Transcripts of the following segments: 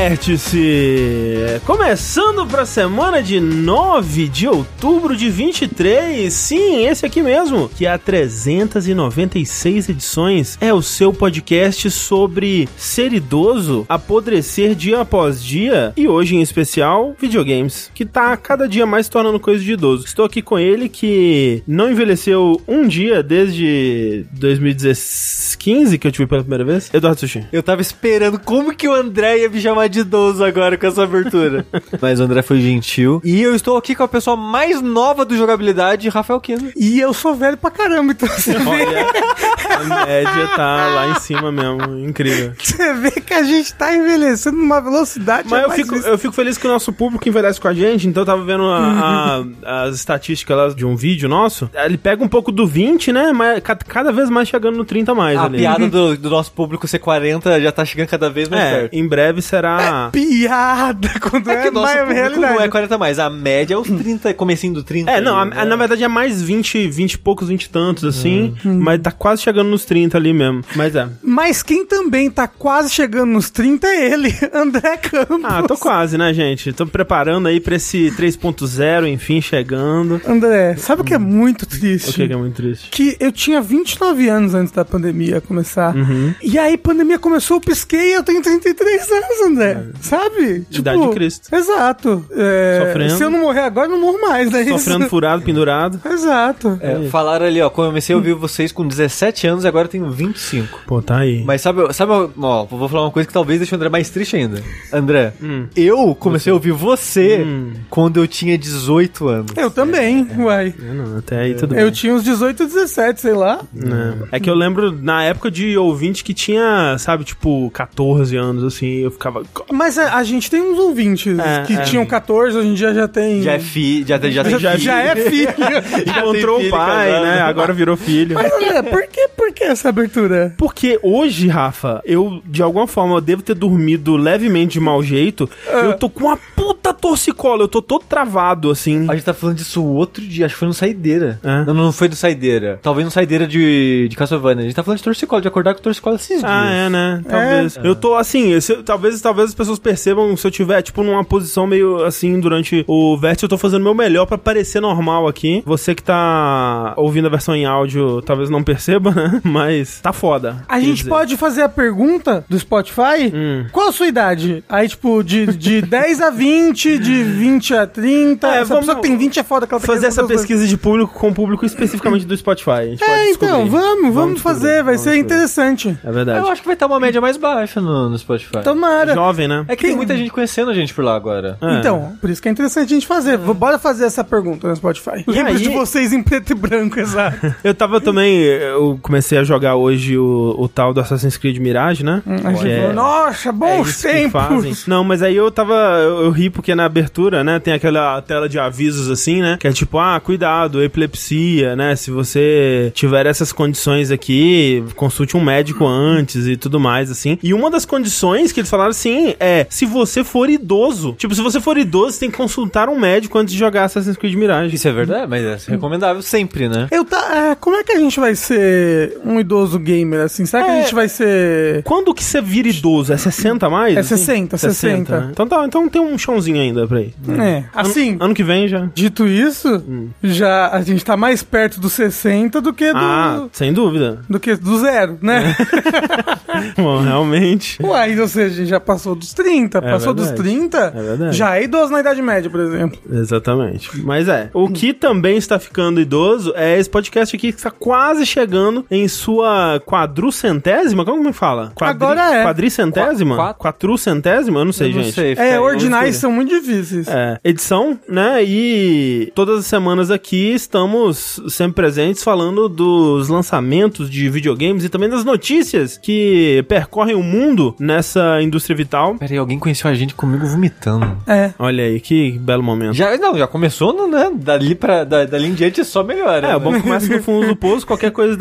Vértice! Começando pra semana de 9 de outubro de 23. Sim, esse aqui mesmo, que há 396 edições é o seu podcast sobre ser idoso, apodrecer dia após dia e hoje em especial, videogames, que tá cada dia mais se tornando coisa de idoso. Estou aqui com ele que não envelheceu um dia desde 2015, que eu te vi pela primeira vez. Eduardo Sushi. Eu tava esperando como que o André ia me chamar de idoso agora com essa abertura. Mas o André foi gentil. E eu estou aqui com a pessoa mais nova do jogabilidade, Rafael Kino. E eu sou velho pra caramba, então você Olha, a média tá lá em cima mesmo, incrível. Você vê que a gente tá envelhecendo numa velocidade. Mas eu fico feliz que o nosso público envelhece com a gente, então eu tava vendo as estatísticas lá de um vídeo nosso, ele pega um pouco do 20, né, mas cada vez mais chegando no 30 mais. A ali. piada do nosso público ser 40 já tá chegando cada vez mais perto. Em breve será... Piada, quando É que o nosso mais público realidade. não é 40 mais, a média é os 30, comecinho do 30. Na verdade é mais 20 e poucos, 20 e tantos, assim, mas tá quase chegando nos 30 ali mesmo, mas é. Mas quem também tá quase chegando nos 30 é ele, André Campos. Ah, tô quase, né, gente? Tô preparando aí pra esse 3.0, enfim, chegando. André, sabe o que é muito triste? O que é muito triste? Que eu tinha 29 anos antes da pandemia começar. E aí a pandemia começou, eu pisquei e eu tenho 33 anos, André. Sabe? Idade de Cristo. Exato. Sofrendo. Se eu não morrer agora, eu não morro mais, né? Sofrendo furado, pendurado. Exato. Falaram ali, ó, comecei a ouvir vocês com 17 anos e agora eu tenho 25. Pô, tá aí. Mas sabe, ó, vou falar uma coisa que talvez deixe o André mais triste ainda. André, eu comecei a ouvir você quando eu tinha 18 anos. Eu também, uai. Não, até aí tudo bem. Eu tinha uns 18, 17, sei lá. É que eu lembro na época de ouvinte que tinha, sabe, tipo, 14 anos, assim, eu ficava... Mas a gente tem uns ouvintes que tinham 14, hoje em dia já tem... Já é filho, já é filho. Encontrou o pai, casado. né? Agora virou filho. Mas, André, por que essa abertura? Porque hoje, Rafa, eu, de alguma forma, eu devo ter dormido levemente de mau jeito. Eu tô com uma puta torcicola, eu tô todo travado, assim. A gente tá falando disso outro dia, acho que foi no Saideira. É? Não foi do Saideira. Talvez no Saideira de Castlevania. A gente tá falando de torcicola, de acordar com torcicola esses dias. É, né? Talvez. Eu tô, assim, talvez as pessoas percebam, se eu tiver, tipo, numa posição meio, assim, durante o vértice, eu tô fazendo o meu melhor pra parecer normal aqui. Você que tá ouvindo a versão em áudio, talvez não perceba, né? Mas tá foda. A gente pode fazer a pergunta do Spotify? Qual a sua idade? Aí, tipo, de 10 a 20, de 20 a 30. Essa pessoa que tem 20 é foda. Que ela fazer essa pesquisa de público com o público especificamente do Spotify. A gente pode então, vamos fazer. Vai ser interessante. É verdade. Eu acho que vai estar uma média mais baixa no Spotify. Tomara. Jovem, né? É que tem muita gente conhecendo a gente por lá agora. Então, por isso que é interessante a gente fazer. Bora fazer essa pergunta no Spotify. Lembro de vocês em preto e branco, exato. Eu tava também... Eu comecei a jogar hoje o tal do Assassin's Creed Mirage, né? Nossa, bons tempos! Não, mas aí eu ri porque na abertura, né, tem aquela tela de avisos assim, né? Que é tipo, cuidado, epilepsia, né? Se você tiver essas condições aqui, consulte um médico antes e tudo mais, assim. E uma das condições que eles falaram assim é, se você for idoso. Tipo, se você for idoso, você tem que consultar um médico antes de jogar Assassin's Creed Mirage. Isso é verdade, mas é recomendável sempre, né? Como é que a gente vai ser um idoso gamer, assim? Será que a gente vai ser... Quando que você vira idoso? É 60 a mais? É assim? 60. Né? Então tá, então tem um chãozinho ainda pra ir. Assim... Ano que vem já. Dito isso, já a gente tá mais perto dos 60 do que do... sem dúvida. Do que do zero, né? Bom, realmente. Uai, ou seja, a gente já passou dos 30. Passou verdade. dos 30, já é idoso na Idade Média, por exemplo. Exatamente. Mas o que também está ficando idoso é esse podcast aqui que está quase chegando em sua quadrucentésima? Como fala? Agora é. Quadricentésima? Quatrucentésima? Eu não sei, gente. Ordinais são muito difíceis. Edição, né? E todas as semanas aqui estamos sempre presentes falando dos lançamentos de videogames e também das notícias que percorrem o mundo nessa indústria vital. Peraí, alguém conheceu a gente comigo vomitando. Olha aí, que belo momento. Já começou, né? Dali em diante só melhora. O bom começa no fundo do poço, qualquer coisa depois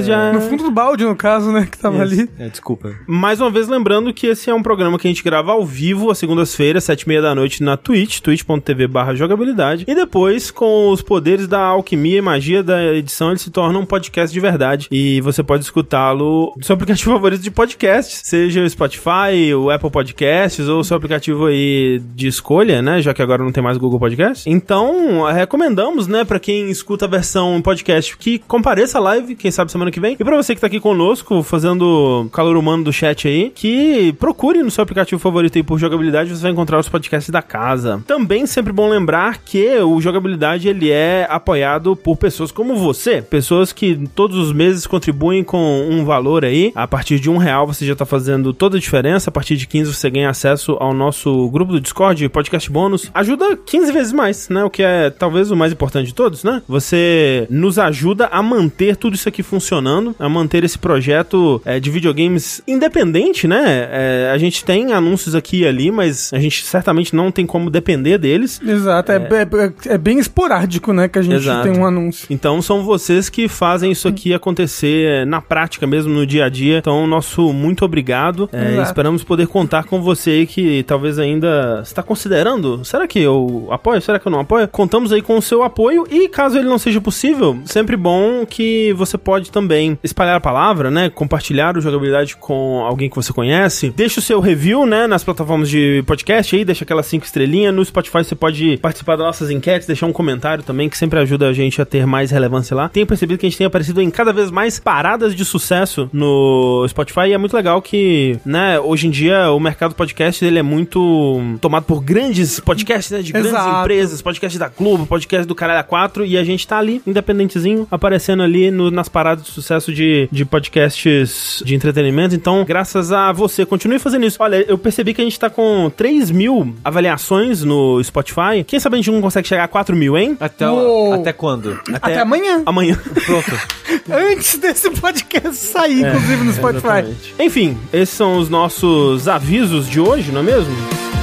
já... No fundo do balde, no caso, né, que tava ali. Desculpa. Mais uma vez, lembrando que esse é um programa que a gente grava ao vivo, às segundas-feiras, 7h30 da noite, na Twitch, twitch.tv/jogabilidade. E depois, com os poderes da alquimia e magia da edição, ele se torna um podcast de verdade. E você pode escutá-lo no seu aplicativo favorito de podcasts, seja o Spotify, o Apple Podcasts, ou o seu aplicativo aí de escolha, né, já que agora não tem mais Google Podcasts. Então, recomendamos, né, pra quem escuta a versão podcast, que compareça a live, quem sabe semana que vem. E pra você que tá aqui conosco, fazendo calor humano do chat aí, que procure no seu aplicativo favorito aí por Jogabilidade, você vai encontrar os podcasts da casa. Também sempre bom lembrar que o Jogabilidade, ele é apoiado por pessoas como você, pessoas que todos os meses contribuem com um valor aí. A partir de R$1 você já tá fazendo toda a diferença, a partir de 15 você ganha acesso ao nosso grupo do Discord, podcast bônus, ajuda 15 vezes mais, né, o que é talvez o mais importante de todos, né? Você nos ajuda a manter tudo isso aqui funcionando, a manter esse projeto de videogames independente, né? A gente tem anúncios aqui e ali, mas a gente certamente não tem como depender deles. Exato, é bem esporádico, né, que a gente tem um anúncio. Então são vocês que fazem isso aqui acontecer na prática mesmo, no dia a dia. Então nosso muito obrigado. Esperamos poder contar com você aí que talvez ainda está considerando, será que eu apoio? Será que eu não apoio? Contamos aí com o seu apoio e caso ele não seja possível, sempre bom que você pode também espalhar a palavra, né? Compartilhar o Jogabilidade com alguém que você conhece. Deixa o seu review, né? Nas plataformas de podcast aí, deixa aquelas 5 estrelinhas. No Spotify você pode participar das nossas enquetes, deixar um comentário também, que sempre ajuda a gente a ter mais relevância lá. Tenho percebido que a gente tem aparecido em cada vez mais paradas de sucesso no Spotify e é muito legal que, né, hoje em dia o mercado podcast ele é muito tomado por grandes podcasts, né? De grandes empresas, podcast da Globo, podcast do Caralho A4 e a gente tá ali, independentezinho, aparecendo ali nas paradas de sucesso de podcasts de entretenimento. Então, graças a você, continue fazendo isso. Olha, eu percebi que a gente tá com 3.000 avaliações no Spotify. Quem sabe a gente não consegue chegar a 4.000, hein? Até quando? Até amanhã. Amanhã. Pronto. Antes desse podcast sair, inclusive, no Spotify. Exatamente. Enfim, esses são os nossos avisos de hoje, não é mesmo?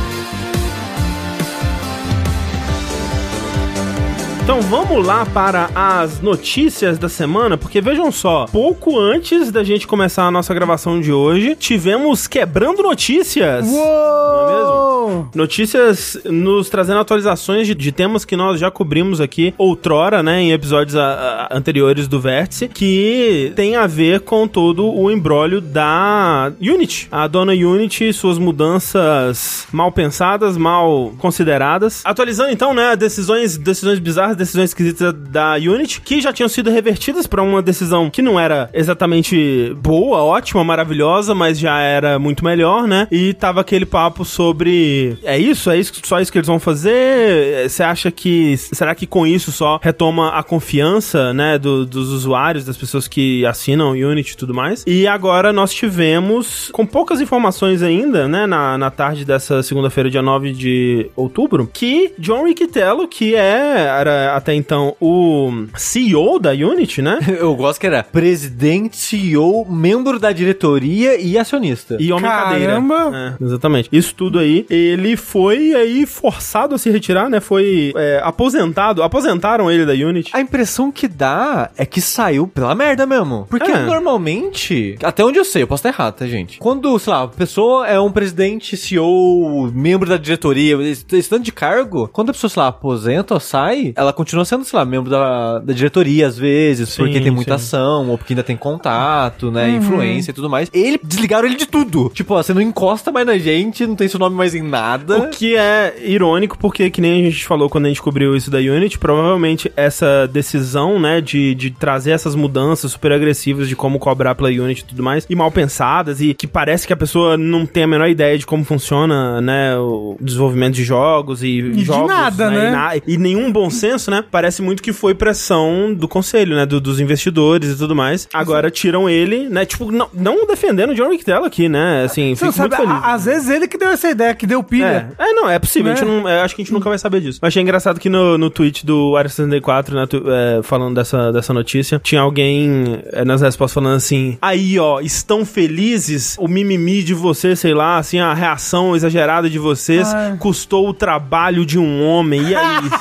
Então vamos lá para as notícias da semana, porque vejam só, pouco antes da gente começar a nossa gravação de hoje, tivemos Quebrando Notícias. Uou! Não é mesmo? Notícias nos trazendo atualizações de temas que nós já cobrimos aqui outrora, né, em episódios anteriores do Vértice, que tem a ver com todo o imbróglio da Unity. A dona Unity, suas mudanças mal pensadas, mal consideradas. Atualizando então, né, decisões bizarras, decisões esquisitas da Unity, que já tinham sido revertidas para uma decisão que não era exatamente boa, ótima, maravilhosa, mas já era muito melhor, né? E tava aquele papo sobre só isso que eles vão fazer? Você acha que, será que com isso só retoma a confiança, né, dos usuários, das pessoas que assinam Unity e tudo mais? E agora nós tivemos, com poucas informações ainda, né, na tarde dessa segunda-feira, dia 9 de outubro, que John Riccitiello, que era até então o CEO da Unity, né? Eu gosto que era presidente, CEO, membro da diretoria e acionista. E homem cadeira. Caramba! Exatamente. Isso tudo aí. Ele foi aí forçado a se retirar, né? Foi aposentado. Aposentaram ele da Unity. A impressão que dá é que saiu pela merda mesmo. Porque normalmente, até onde eu sei, eu posso estar errado, tá, gente? Quando, sei lá, a pessoa é um presidente, CEO, membro da diretoria, esse tanto de cargo, quando a pessoa, sei lá, aposenta ou sai, ela continua sendo, sei lá, membro da diretoria às vezes, porque tem muita ação, ou porque ainda tem contato, né, influência e tudo mais. Desligaram ele de tudo. Tipo, ó, você não encosta mais na gente, não tem seu nome mais em nada. O que é irônico, porque que nem a gente falou quando a gente cobriu isso da Unity, provavelmente essa decisão, né, de trazer essas mudanças super agressivas de como cobrar pela Unity e tudo mais, e mal pensadas, e que parece que a pessoa não tem a menor ideia de como funciona, né, o desenvolvimento de jogos e jogos, de nada, né? E nenhum bom senso, né? Parece muito que foi pressão do conselho, né? Dos investidores e tudo mais. Agora tiram ele, né? Tipo, não defendendo o John Riccitiello aqui, né? Assim, fico muito feliz. Às vezes ele que deu essa ideia, que deu pilha. Não, é possível. Né? Acho que a gente nunca vai saber disso. Mas achei engraçado que no tweet do Área 64, né, falando dessa notícia, tinha alguém nas respostas falando assim, aí, ó, estão felizes? O mimimi de vocês, sei lá, assim, a reação exagerada de vocês custou o trabalho de um homem. E aí?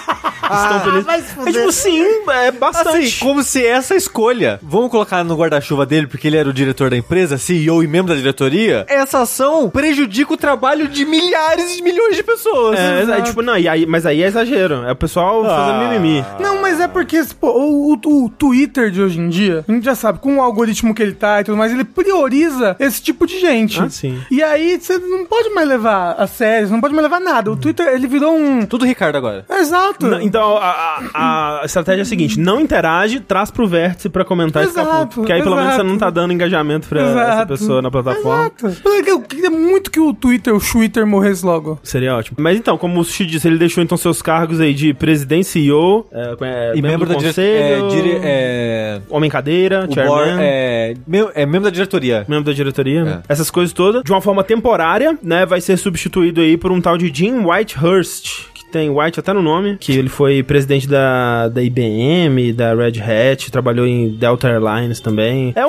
estão felizes. É tipo, sim, é bastante. Assim, como se essa escolha, vamos colocar no guarda-chuva dele, porque ele era o diretor da empresa, CEO e membro da diretoria, essa ação prejudica o trabalho de milhares de milhões de pessoas. Tipo, não, mas aí é exagero. É o pessoal fazendo mimimi. Não, mas é porque, pô, o Twitter de hoje em dia, a gente já sabe, com o algoritmo que ele tá e tudo mais, ele prioriza esse tipo de gente. Ah, sim. E aí, você não pode mais levar a sério, você não pode mais levar nada. O Twitter, ele virou um... Tudo Ricardo agora. Exato. Então, a estratégia é a seguinte, não interage, traz pro vértice pra comentar e ficar puto. Porque aí, pelo menos, você não tá dando engajamento pra essa pessoa na plataforma. Exato. Eu queria muito que o Twitter morresse logo. Seria ótimo. Mas então, como o Sushi disse, ele deixou então seus cargos aí de presidente, CEO, e membro do conselho, homem cadeira, chairman. Membro da diretoria. Membro da diretoria. Essas coisas todas. De uma forma temporária, né, vai ser substituído aí por um tal de Jim Whitehurst, tem White até no nome, que ele foi presidente da IBM, da Red Hat, trabalhou em Delta Airlines também. É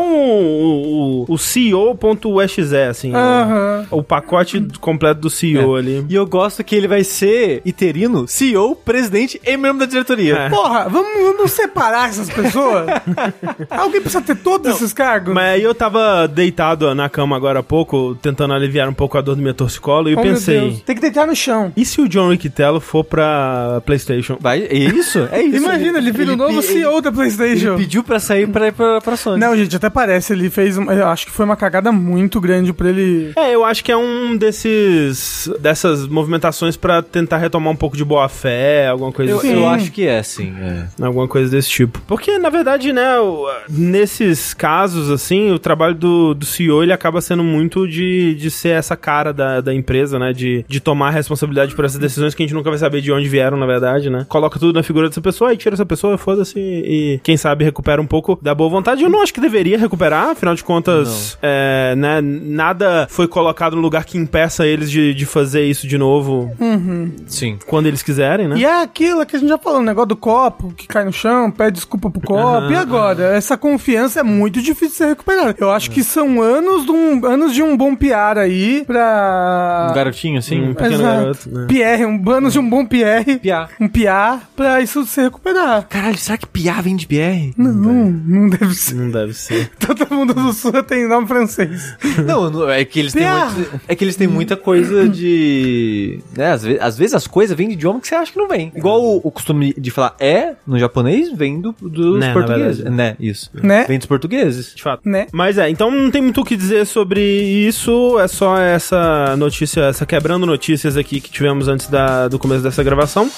o CEO.exe, assim, o pacote completo do CEO ali. E eu gosto que ele vai ser interino, CEO, presidente e membro da diretoria. Porra, vamos separar essas pessoas? Alguém precisa ter todos esses cargos? Mas aí eu tava deitado na cama agora há pouco, tentando aliviar um pouco a dor do meu torcicolo, e eu pensei... Tem que deitar no chão. E se o John Riccitiello for pra PlayStation? É isso. Imagina, ele vira o novo CEO da PlayStation. Ele pediu pra sair pra Sony. Não, gente, até parece, ele fez... Eu acho que foi uma cagada muito grande pra ele... Eu acho que é um dessas movimentações pra tentar retomar um pouco de boa-fé, alguma coisa assim. Eu acho que sim. Alguma coisa desse tipo. Porque, na verdade, né, nesses casos, assim, o trabalho do CEO, ele acaba sendo muito de ser essa cara da empresa, né, de tomar a responsabilidade por essas decisões que a gente nunca vai saber de onde vieram, na verdade, né. Coloca tudo na figura dessa pessoa e tira essa pessoa, foda-se, e quem sabe recupera um pouco da boa vontade. Eu não acho que deveria recuperar, afinal de contas, né, nada foi colocado no lugar que impeça eles de fazer isso de novo. Sim. Quando eles quiserem, né. E é aquilo que a gente já falou, o negócio do copo, que cai no chão, pede desculpa pro copo, e agora? Essa confiança é muito difícil de ser recuperada. Eu acho que são anos de um bom PR aí pra... Um garotinho, assim? Um pequeno garoto, né. PR, anos de um bom PR. PR. Um PR pra isso se recuperar. Caralho, será que PR vem de PR? Não deve ser. Não deve ser. Todo mundo do Sul tem nome francês. Não, é que eles têm é que eles têm muita coisa de... Né, às vezes as coisas vêm de idioma que você acha que não vem. Igual o costume de falar no japonês vem dos portugueses. Né, isso. Né? Vem dos portugueses. De fato. Né? Mas então não tem muito o que dizer sobre isso, é só essa notícia, essa quebrando notícias aqui que tivemos antes do começo dessa gravação.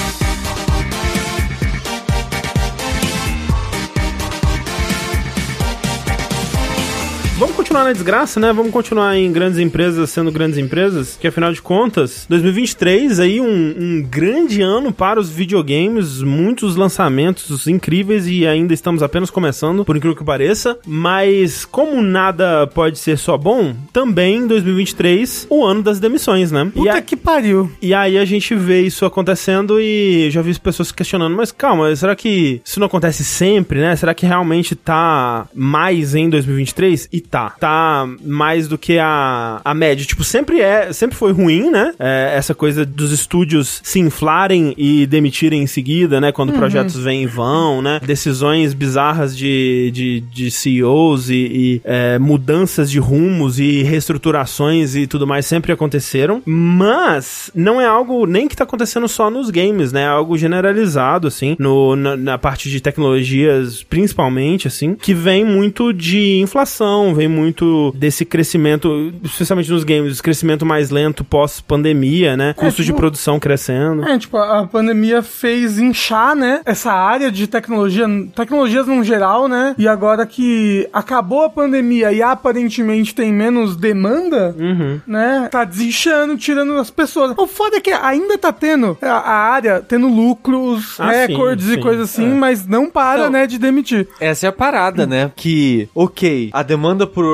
Vamos continuar na desgraça, né? Vamos continuar em grandes empresas sendo grandes empresas, que afinal de contas, 2023 aí um grande ano para os videogames, muitos lançamentos incríveis e ainda estamos apenas começando, por incrível que pareça, mas como nada pode ser só bom, também em 2023, o ano das demissões, né? Puta que pariu. E aí a gente vê isso acontecendo e já vi pessoas questionando, mas calma, será que isso não acontece sempre, né? Será que realmente tá mais em 2023? E tá mais do que a média. Tipo, sempre foi ruim, né? Essa coisa dos estúdios se inflarem e demitirem em seguida, né? Quando projetos vêm e vão, né? Decisões bizarras de CEOs e mudanças de rumos e reestruturações e tudo mais sempre aconteceram. Mas não é algo nem que tá acontecendo só nos games, né? É algo generalizado, assim, na parte de tecnologias, principalmente, assim, que vem muito de inflação, vem muito desse crescimento, especialmente nos games, esse crescimento mais lento pós-pandemia, né? Custos de produção crescendo. A pandemia fez inchar, né? Essa área de tecnologias no geral, né? E agora que acabou a pandemia e aparentemente tem menos demanda, né? Tá desinchando, tirando as pessoas. O foda é que ainda tá tendo a área, tendo lucros, recordes e coisas assim, mas não para, né, de demitir. Essa é a parada, né? Que, a demanda por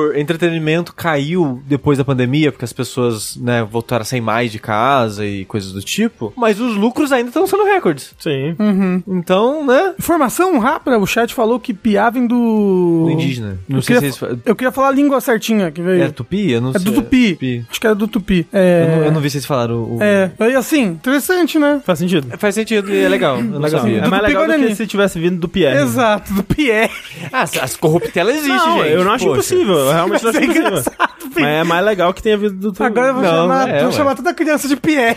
setor entretenimento caiu depois da pandemia, porque as pessoas, né, voltaram a sair mais de casa e coisas do tipo, mas os lucros ainda estão sendo recordes. Sim. Então, né? Informação rápida, o chat falou que Piá vem do indígena. Não sei se eu queria falar a língua certinha que veio. É Tupi? Eu não sei. É do Tupi. Acho que era do Tupi. Eu não vi se vocês falaram e assim, interessante, né? Faz sentido. Faz sentido e é legal. É mais legal do que se tivesse vindo do Pierre. Exato, do Pierre. As corruptelas existem, não, gente. Eu não acho impossível. Eu realmente não acho impossível. Mas é mais legal que tenha vindo do Tupi. Agora eu vou chamar toda criança de Pierre.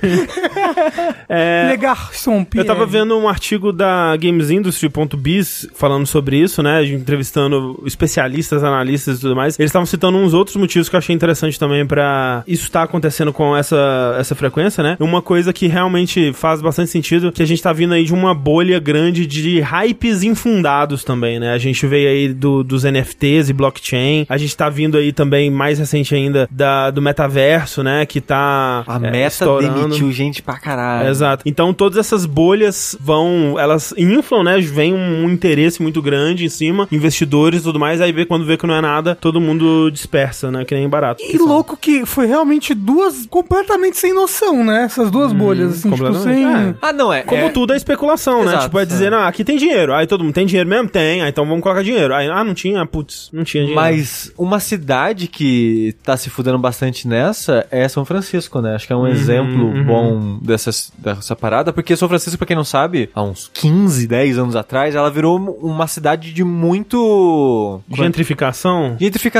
Legarson Pierre. Eu tava vendo um artigo da GamesIndustry.biz falando sobre isso, né? Entrevistando especialistas, analistas e tudo mais. Eles estavam citando uns outros motivos que eu achei interessante também pra isso tá acontecendo com essa frequência, né? Uma coisa que realmente faz bastante sentido, que a gente tá vindo aí de uma bolha grande de hypes infundados também, né? A gente veio aí dos NFTs e blockchain. A gente tá vindo aí também, mais recente ainda, do metaverso, né? Que tá a Meta demitiu gente pra caralho. Exato. Então todas essas bolhas elas inflam, né? Vem um interesse muito grande em cima, investidores e tudo mais, aí quando vê que não é nada, todo mundo dispersa, né? Que nem barato. E louco que foi realmente duas completamente sem noção, né? Essas duas bolhas, assim, tipo, sem... não, como tudo é especulação, exato, né? Tipo, dizer, aqui tem dinheiro. Aí todo mundo tem dinheiro mesmo? Tem. Aí então vamos colocar dinheiro. Aí, não tinha, não tinha dinheiro. Mas uma cidade que tá se fudendo bastante nessa é São Francisco, né? Acho que é um exemplo bom dessa parada, porque São Francisco, pra quem não sabe, há uns 15, 10 anos atrás, ela virou uma cidade de muito... Gentrificação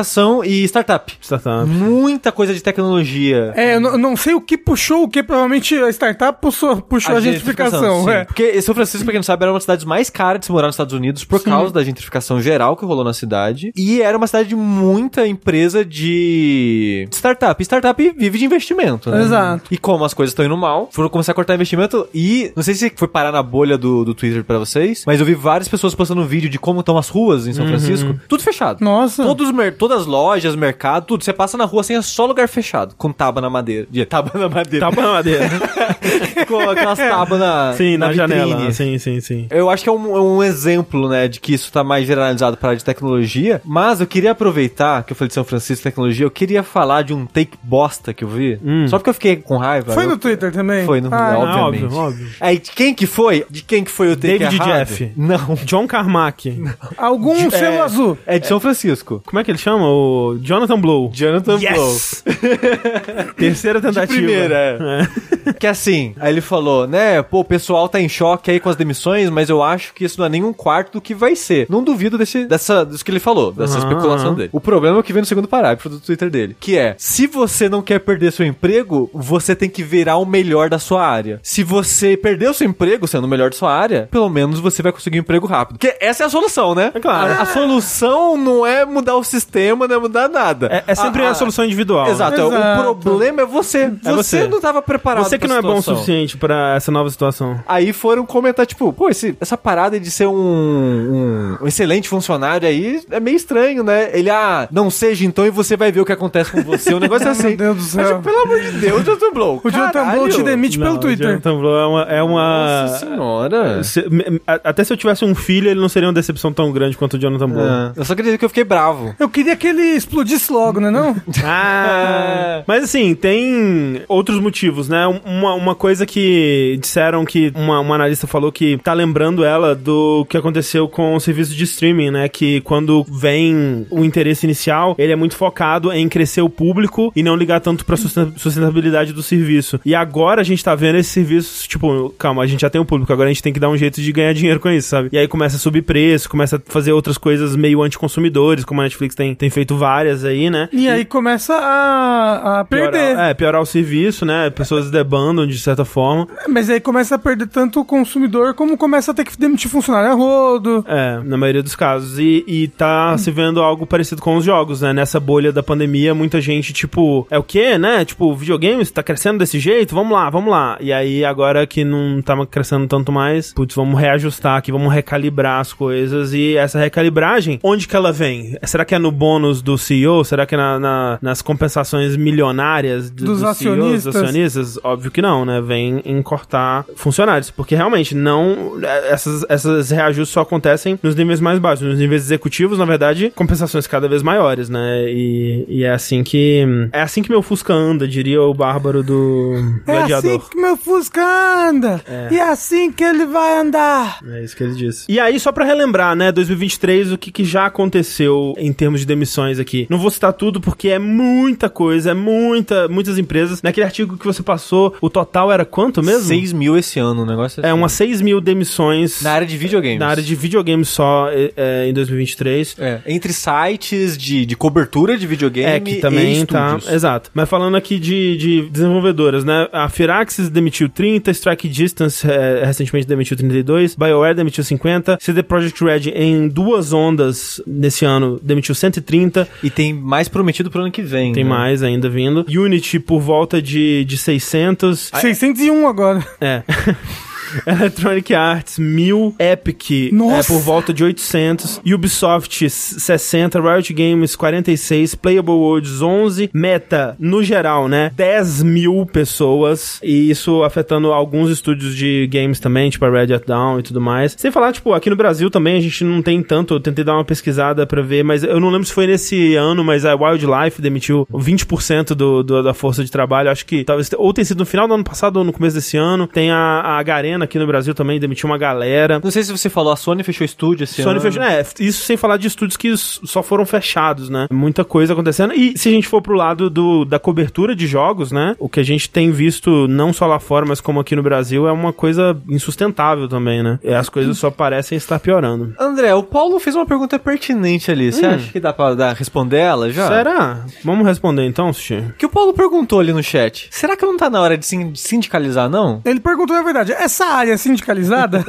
e startup. Muita coisa de tecnologia. Eu não sei o que puxou o que, provavelmente a startup puxou a gentrificação. Porque São Francisco, pra quem não sabe, era uma das cidades mais caras de se morar nos Estados Unidos por causa da gentrificação geral que rolou na cidade. E era uma cidade de muita empresa de startup. Startup vive de investimento, né? Exato. E como as coisas estão indo mal, foram começar a cortar investimento e... Não sei se foi parar na bolha do Twitter pra vocês, mas eu vi várias pessoas postando vídeo de como estão as ruas em São Francisco. Tudo fechado. Nossa. Todas as lojas, mercado, tudo. Você passa na rua assim, é só lugar fechado. Com tábua na madeira. Tábua na madeira. Com aquelas tábuas na janela. Sim. Eu acho que é um exemplo, né, de que isso tá mais generalizado para a área de tecnologia, mas eu queria aproveitar que eu falei de São Francisco tecnologia, eu queria falar de um take bosta que eu vi, só porque eu fiquei com raiva. Foi no Twitter também? Foi, obviamente. Óbvio. Aí, de quem que foi o take David errado? Jeff. Não. John Carmack. Algum selo azul. É de São Francisco. Como é que ele chama? O Jonathan Blow. Blow. Terceira tentativa. De primeira, Que assim, aí ele falou, né, o pessoal tá em choque aí com as demissões, mas eu acho que isso não é nem um quarto do que vai ser. Não duvido disso que ele falou, dessa especulação dele. O problema é o que vem no segundo parágrafo do Twitter dele, que é, se você não quer perder seu emprego, você tem que virar o melhor da sua área. Se você perder o seu emprego sendo o melhor da sua área, pelo menos você vai conseguir um emprego rápido. Porque essa é a solução, né? É claro. A solução não é mudar o sistema, não é mudar nada. É sempre a solução individual. Exato. Exato. O problema é você. Você não estava preparado. Você que não é bom o suficiente pra essa nova situação. Aí foram comentar, tipo, essa parada de ser um excelente funcionário aí é meio estranho, né? Ele, não seja então e você vai ver o que acontece com você. Um negócio assim. Meu Deus do céu. Mas, pelo amor de Deus, Jonathan Blow. O Jonathan Blow te demite pelo Twitter. O Jonathan Blow é uma... Nossa senhora. Até se eu tivesse um filho, ele não seria uma decepção tão grande quanto o Jonathan Blow. Eu só queria dizer que eu fiquei bravo. Eu queria que ele explodisse logo, né não? Mas assim, tem outros motivos, né? Uma coisa que disseram que uma analista falou que tá lembrando ela do que aconteceu com o serviço de streaming, né? Que quando vem o interesse inicial, ele é muito focado em crescer o público e não ligar tanto pra sustentabilidade do serviço. E agora a gente tá vendo esse serviço, tipo, calma, a gente já tem o público, agora a gente tem que dar um jeito de ganhar dinheiro com isso, sabe? E aí começa a subir preço, começa a fazer outras coisas meio anticonsumidores, como a Netflix tem feito várias aí, né? E aí começa a perder. Piorar o serviço, né? Pessoas debandam de certa forma. Mas aí começa a perder tanto o consumidor como começa a ter que demitir funcionário a rodo. Na maioria dos casos. E tá se vendo algo parecido com os jogos, né? Nessa bolha da pandemia, muita gente, tipo, é o quê, né? Tipo, videogames tá crescendo desse jeito? Vamos lá. E aí, agora que não tava crescendo tanto mais, vamos reajustar aqui, vamos recalibrar as coisas. E essa recalibragem, onde que ela vem? Será que é no bônus do CEO? Será que é nas compensações milionárias dos acionistas? CEOs, dos acionistas? Óbvio que não, né? Vem em cortar funcionários, porque realmente não... Essas reajustes só acontecem nos níveis mais baixos. Nos níveis executivos, na verdade, compensações cada vez maiores, né? E é assim que meu Fusca anda, diria o Bárbaro do Gladiador. É assim que meu Fusca anda! E é assim que ele vai andar! É isso que ele disse. E aí, só pra relembrar, né, 2023, o que já aconteceu em termos de demissões aqui. Não vou citar tudo, porque é muita coisa, muitas empresas. Naquele artigo que você passou, o total era quanto mesmo? 6 mil esse ano, o negócio assim. Umas 6 mil demissões. Na área de videogames. Na área de videogames só, em 2023. Entre sites de cobertura de videogame que também e estúdios. Exato. Mas falando aqui de desenvolvedoras, né, a Firaxis demitiu 30, Strike Distance recentemente demitiu 32, BioWare demitiu 50, CD Projekt Red em 2 ondas nesse ano demitiu 130. E tem mais prometido pro ano que vem. Tem mais ainda vindo. Unity por volta de 600. 601 agora. Electronic Arts, 1000, Epic, por volta de 800, Ubisoft, 60, Riot Games, 46, Playable Worlds, 11, Meta, no geral, né, 10 mil pessoas, e isso afetando alguns estúdios de games também, tipo a Red Hat Down e tudo mais. Sem falar, tipo, aqui no Brasil também a gente não tem tanto, eu tentei dar uma pesquisada pra ver, mas eu não lembro se foi nesse ano, mas a Wildlife demitiu 20% da força de trabalho, acho que talvez, ou tem sido no final do ano passado ou no começo desse ano. Tem a Garena aqui no Brasil também, demitiu uma galera. Não sei se você falou, a Sony fechou estúdio esse ano. Fechou, isso sem falar de estúdios que só foram fechados, né? Muita coisa acontecendo. E se a gente for pro lado da cobertura de jogos, né? O que a gente tem visto, não só lá fora, mas como aqui no Brasil, é uma coisa insustentável também, né? E as coisas só parecem estar piorando. André, o Paulo fez uma pergunta pertinente ali. Você acha que dá pra responder ela já? Será? Vamos responder então, Sushi? Que o Paulo perguntou ali no chat. Será que não tá na hora de sindicalizar, não? Ele perguntou, na verdade, essa área é sindicalizada?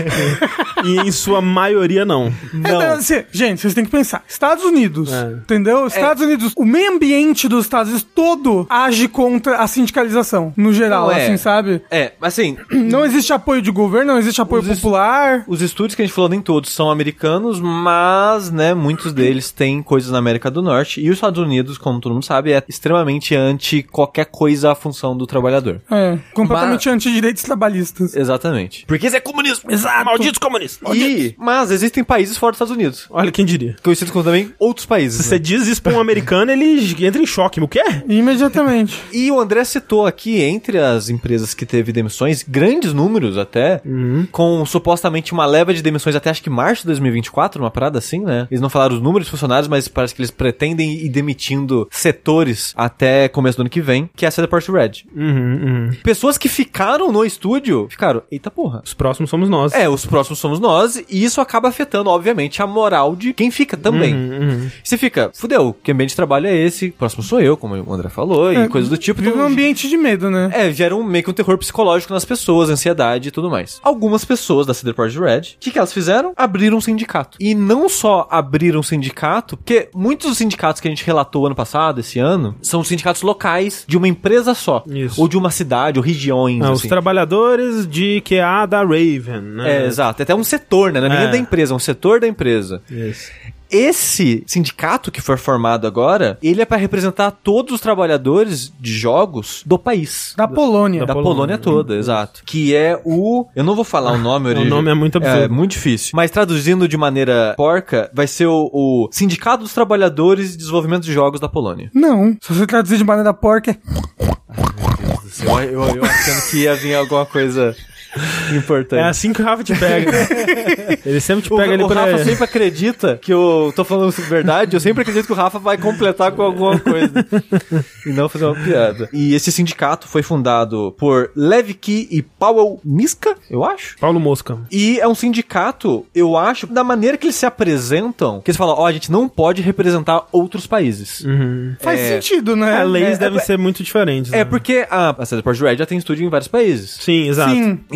E em sua maioria, não. Gente, vocês têm que pensar. Estados Unidos, entendeu? Estados Unidos, o meio ambiente dos Estados Unidos todo age contra a sindicalização, no geral, assim, sabe? Assim... Não existe apoio de governo, não existe apoio popular. Os estúdios que a gente falou, nem todos são americanos, mas, né, muitos deles têm coisas na América do Norte, e os Estados Unidos, como todo mundo sabe, é extremamente anti qualquer coisa à função do trabalhador. Completamente anti-direitos trabalhistas. Exatamente. Porque isso é comunismo. Exato. Malditos comunistas. Mas existem países fora dos Estados Unidos. Olha, quem diria. Conhecidos como também outros países. Se você diz isso pra um americano, ele entra em choque. O quê? Imediatamente. E o André citou aqui, entre as empresas que teve demissões, grandes números até, com supostamente uma leva de demissões até acho que março de 2024, uma parada assim, né? Eles não falaram os números de funcionários, mas parece que eles pretendem ir demitindo setores até começo do ano que vem, que é a CD Projekt Red. Pessoas que ficaram no estúdio, eita porra. Os próximos somos nós. Os próximos somos nós, e isso acaba afetando, obviamente, a moral de quem fica também. Você fica, fudeu, que ambiente de trabalho é esse? O próximo sou eu, como o André falou, e coisas do tipo. Vive um ambiente de medo, né? Gera meio que um terror psicológico nas pessoas, ansiedade e tudo mais. Algumas pessoas da CD Projekt Red, o que elas fizeram? Abriram um sindicato. E não só abriram um sindicato, porque muitos dos sindicatos que a gente relatou ano passado, esse ano, são sindicatos locais de uma empresa só. Isso. Ou de uma cidade, ou regiões, assim. Os trabalhadores de QA da Raven, né? Exato. Até um setor, né? Não é nem da empresa, é um setor da empresa. Isso. Esse sindicato que foi formado agora, ele é para representar todos os trabalhadores de jogos do país. Da Polônia. Da Polônia toda, exato. Que é o... Eu não vou falar o nome original. O nome é muito absurdo. É muito difícil. Mas traduzindo de maneira porca, vai ser o Sindicato dos Trabalhadores de Desenvolvimento de Jogos da Polônia. Não. Se você traduzir de maneira porca... Meu Deus do céu. Eu achando que ia vir alguma coisa... importante. É assim que o Rafa te pega. Ele sempre te pega ali pra... O Rafa sempre acredita que eu tô falando verdade, eu sempre acredito que o Rafa vai completar com alguma coisa. E não fazer uma piada. E esse sindicato foi fundado por Levki e Paweł Miska, eu acho. Paulo Mosca. E é um sindicato, eu acho, da maneira que eles se apresentam, que eles falam, a gente não pode representar outros países. Faz sentido, né? As leis devem ser muito diferentes. Porque a CD Projekt Red já tem estúdio em vários países. Sim, exato. Sim. Então,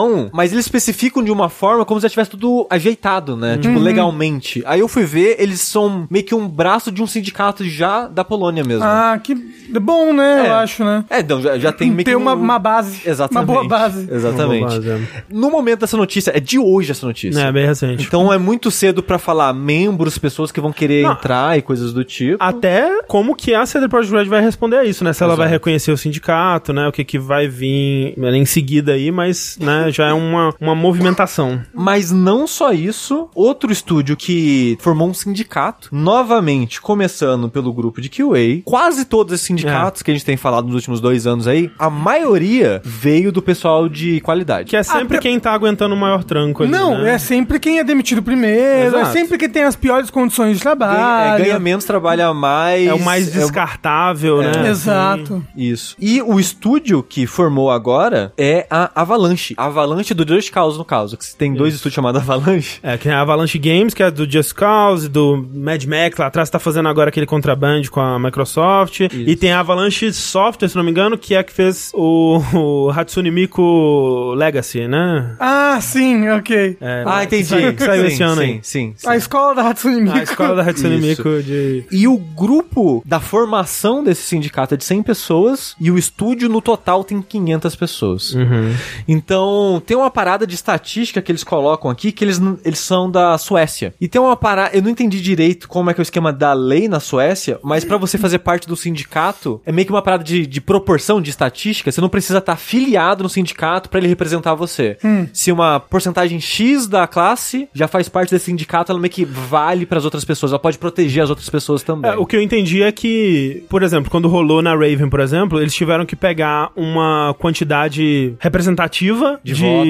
Então, mas eles especificam de uma forma como se já tivesse tudo ajeitado, né? Tipo, legalmente. Aí eu fui ver, eles são meio que um braço de um sindicato já da Polônia mesmo. Ah, que bom, né? Eu acho, né? Então já tem meio que uma base. Exatamente. Uma boa base. Exatamente. Uma boa base, No momento dessa notícia, é de hoje essa notícia. É, bem recente. Então é muito cedo pra falar membros, pessoas que vão querer entrar e coisas do tipo. Até como que a CD Projekt Red vai responder a isso, né? Se ela vai reconhecer o sindicato, né? O que vai vir em seguida aí, mas, né, já é uma movimentação. Mas não só isso, outro estúdio que formou um sindicato, novamente, começando pelo grupo de QA, quase todos esses sindicatos que a gente tem falado nos últimos 2 anos aí, a maioria veio do pessoal de qualidade. Que é sempre quem tá aguentando o maior tranco ali, Não, né? é sempre quem é demitido primeiro, é sempre quem tem as piores condições de trabalho. Ganha menos, trabalha mais. É o mais descartável, né? Exato. Isso. E o estúdio que formou agora é a Avalanche. A Avalanche do Just Cause, no caso. Que tem 2 estúdios chamados Avalanche. É, que é a Avalanche Games, que é do Just Cause, do Mad Max, lá atrás tá fazendo agora aquele Contraband com a Microsoft. Isso. E tem a Avalanche Software, se não me engano, que é a que fez o Hatsune Miku Legacy, né? Ah, sim, ok. Entendi. Que saiu esse ano aí. Sim. A escola da Hatsune Miku. A escola da Hatsune Miku de... E o grupo da formação desse sindicato é de 100 pessoas e o estúdio no total tem 500 pessoas. Então, tem uma parada de estatística que eles colocam aqui, que eles são da Suécia. E tem uma parada, eu não entendi direito como é que é o esquema da lei na Suécia, mas pra você fazer parte do sindicato, é meio que uma parada de proporção de estatística, você não precisa estar afiliado no sindicato pra ele representar você. Se uma porcentagem X da classe já faz parte desse sindicato, ela meio que vale pras outras pessoas, ela pode proteger as outras pessoas também. O que eu entendi é que, por exemplo, quando rolou na Raven, por exemplo, eles tiveram que pegar uma quantidade representativa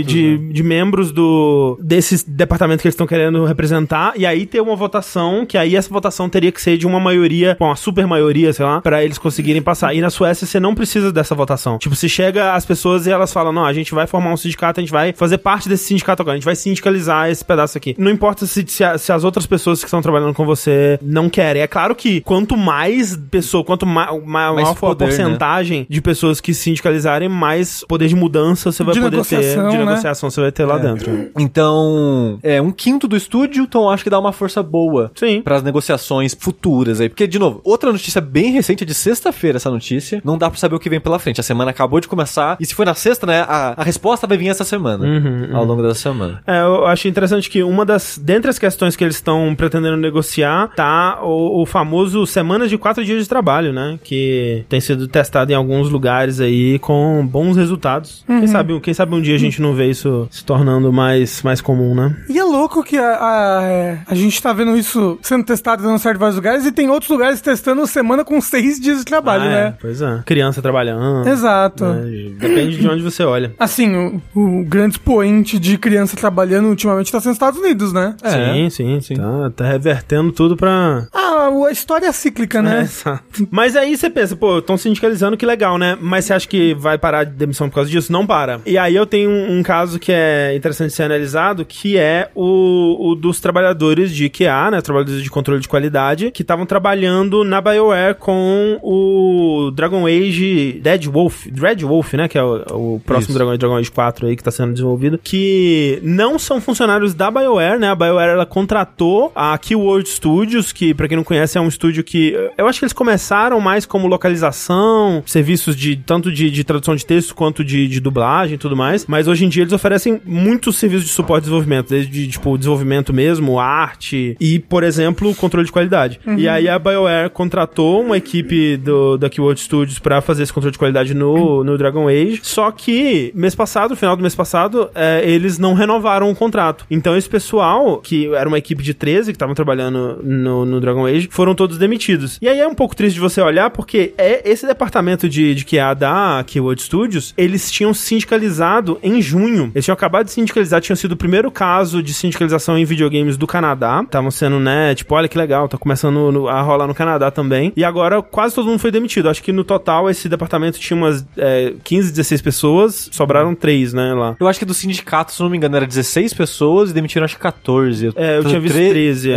de membros desse departamento que eles estão querendo representar, e aí ter uma votação, que aí essa votação teria que ser de uma maioria, uma super maioria, sei lá, pra eles conseguirem passar. E na Suécia você não precisa dessa votação. Tipo, se chega as pessoas e elas falam, não, a gente vai formar um sindicato, a gente vai fazer parte desse sindicato agora, a gente vai sindicalizar esse pedaço aqui. Não importa se as outras pessoas que estão trabalhando com você não querem. É claro que quanto mais pessoa, quanto maior for a porcentagem, né, de pessoas que sindicalizarem, mais poder de mudança você vai poder ter, de negociação você vai ter lá dentro. Então, 1/5 do estúdio, então acho que dá uma força boa para as negociações futuras aí. Porque, de novo, outra notícia bem recente, é de sexta-feira essa notícia, não dá pra saber o que vem pela frente. A semana acabou de começar, e se for na sexta, né, a resposta vai vir essa semana, ao longo dessa semana. Eu acho interessante que dentre as questões que eles estão pretendendo negociar, tá o famoso semanas de 4 dias de trabalho, né, que tem sido testado em alguns lugares aí com bons resultados. Quem sabe um dia a gente não vê isso se tornando mais comum, né? E é louco que a gente tá vendo isso sendo testado dando certo em vários lugares, e tem outros lugares testando semana com 6 dias de trabalho, né? Pois é. Criança trabalhando. Exato. Né? Depende de onde você olha. Assim, o grande expoente de criança trabalhando ultimamente tá sendo os Estados Unidos, né? Sim. Tá revertendo tudo pra... A história é cíclica, né? Exato. Mas aí você pensa, estão sindicalizando, que legal, né? Mas você acha que vai parar de demissão por causa disso? Não para. E aí eu tenho um caso que é interessante ser analisado, que é o dos trabalhadores de QA, né? Trabalhadores de controle de qualidade, que estavam trabalhando na BioWare com o Dragon Age Dreadwolf, né? Que é o próximo Dragon Age 4 aí que tá sendo desenvolvido, que não são funcionários da BioWare, né? A BioWare, ela contratou a Keyworld Studios, que, pra quem não conhece, é um estúdio que eu acho que eles começaram mais como localização, serviços tanto de tradução de texto quanto de dublagem e tudo mais, mas hoje em dia eles oferecem muitos serviços de suporte e desenvolvimento, desde, tipo, desenvolvimento mesmo, arte e, por exemplo, controle de qualidade. E aí a BioWare contratou uma equipe da Keyworld Studios pra fazer esse controle de qualidade no Dragon Age, só que no final do mês passado, eles não renovaram o contrato. Então esse pessoal, que era uma equipe de 13 que estavam trabalhando no Dragon Age, foram todos demitidos. E aí é um pouco triste de você olhar, porque esse departamento de QA da Keyworld Studios, eles tinham sindicalizado em junho. Eles tinham acabado de sindicalizar, tinha sido o primeiro caso de sindicalização em videogames do Canadá. Estavam sendo, né, tipo, olha que legal, tá começando a rolar no Canadá também. E agora quase todo mundo foi demitido. Acho que no total esse departamento tinha umas 15, 16 pessoas, sobraram 3, né, lá. Eu acho que do sindicato, se não me engano, era 16 pessoas e demitiram acho que 14. Eu tinha visto 13.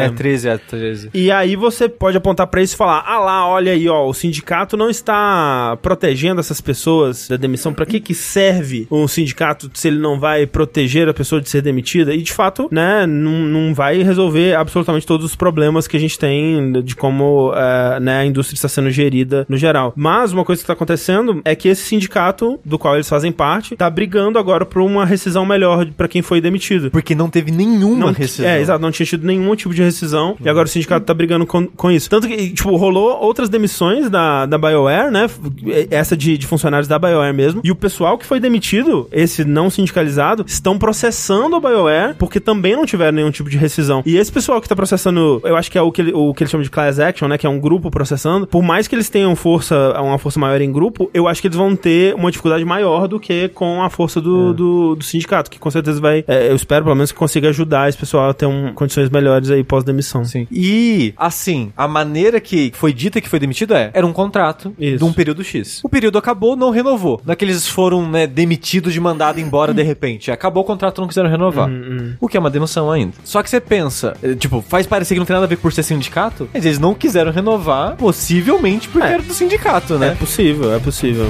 13. E aí você pode apontar pra isso e falar, olha aí, o sindicato não está protegendo essas pessoas da demissão. Pra que serve um sindicato? se ele não vai proteger a pessoa de ser demitida, e de fato, né, não vai resolver absolutamente todos os problemas que a gente tem de como né, a indústria está sendo gerida no geral. Mas uma coisa que está acontecendo é que esse sindicato, do qual eles fazem parte, tá brigando agora por uma rescisão melhor pra quem foi demitido. Porque não teve nenhuma rescisão. Exato, não tinha tido nenhum tipo de rescisão, e agora o sindicato tá brigando com isso. Tanto que, tipo, rolou outras demissões da BioWare, né, essa de funcionários da BioWare mesmo, e o pessoal que foi demitido, esse não sindicalizado, estão processando a BioWare, porque também não tiveram nenhum tipo de rescisão. E esse pessoal que tá processando, eu acho que é o que eles chamam de class action, né, que é um grupo processando, por mais que eles tenham uma força maior em grupo, eu acho que eles vão ter uma dificuldade maior do que com a força do sindicato, que com certeza vai, eu espero pelo menos que consiga ajudar esse pessoal a ter condições melhores aí pós-demissão. Sim. E, assim, a maneira que foi dita que foi demitido era um contrato de um período X. O período acabou, não renovou. Não é que eles foram, né, demitidos de mandado embora de repente. Acabou o contrato, não quiseram renovar. O que é uma demissão ainda. Só que você pensa, tipo, faz parecer que não tem nada a ver por ser sindicato, mas eles não quiseram renovar, possivelmente porque era do sindicato, né? É possível, é possível.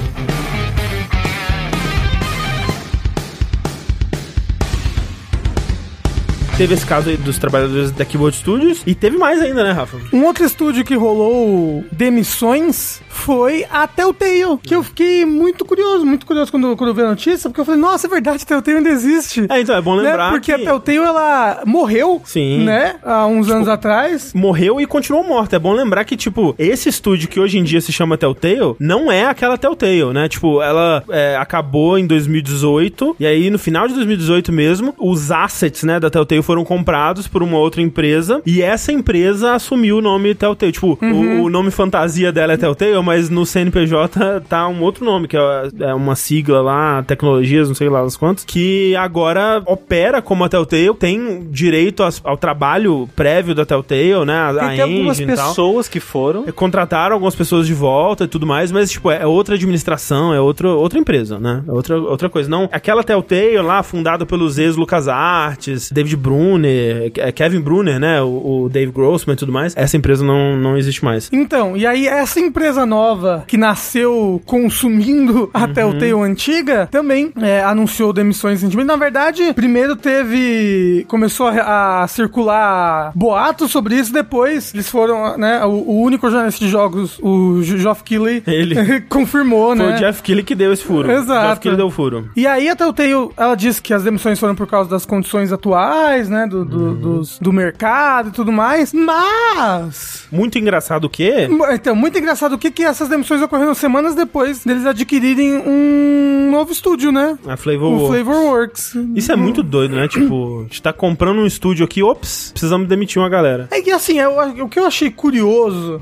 Teve esse caso aí dos trabalhadores da Keyboard Studios, e teve mais ainda, né, Rafa? Um outro estúdio que rolou demissões foi a Telltale, que eu fiquei muito curioso quando eu vi a notícia, porque eu falei, nossa, é verdade, a Telltale ainda existe. Então, é bom lembrar, né? Porque a Telltale, ela morreu, né, há uns anos atrás. Morreu e continuou morta. É bom lembrar que, tipo, esse estúdio que hoje em dia se chama Telltale, não é aquela Telltale, né? Tipo, ela acabou em 2018, e aí no final de 2018 mesmo, os assets, né, da Telltale foram comprados por uma outra empresa, e essa empresa assumiu o nome Telltale. Tipo, o nome fantasia dela é Telltale, mas no CNPJ tá um outro nome, que é uma sigla lá, tecnologias, não sei lá das quantas, que agora opera como a Telltale, tem direito ao trabalho prévio da Telltale, né? Tem algumas pessoas que foram. Contrataram algumas pessoas de volta e tudo mais, mas, tipo, é outra administração, é outra empresa, né? É outra coisa. Não, aquela Telltale lá, fundada pelos ex-LucasArts, David Brunner, Kevin Brunner, né? O Dave Grossman e tudo mais, essa empresa não existe mais. Então, e aí essa empresa nova, que nasceu consumindo a Telltale antiga, também anunciou demissões recentemente. Na verdade, primeiro começou a circular boatos sobre isso, depois eles foram, né, o único jornalista de jogos, o Geoff Keighley, ele confirmou, né? Foi o Geoff Keighley que deu esse furo. Exato. O Geoff Keighley deu o furo. E aí a Telltale, ela disse que as demissões foram por causa das condições atuais, né, do mercado e tudo mais, mas... Muito engraçado o quê? Então, muito engraçado o quê? Que essas demissões ocorreram semanas depois deles adquirirem um novo estúdio, né? A Flavorworks. O Flavorworks. Isso é muito doido, né? Tipo, a gente tá comprando um estúdio aqui, precisamos demitir uma galera. É que assim, o que eu achei curioso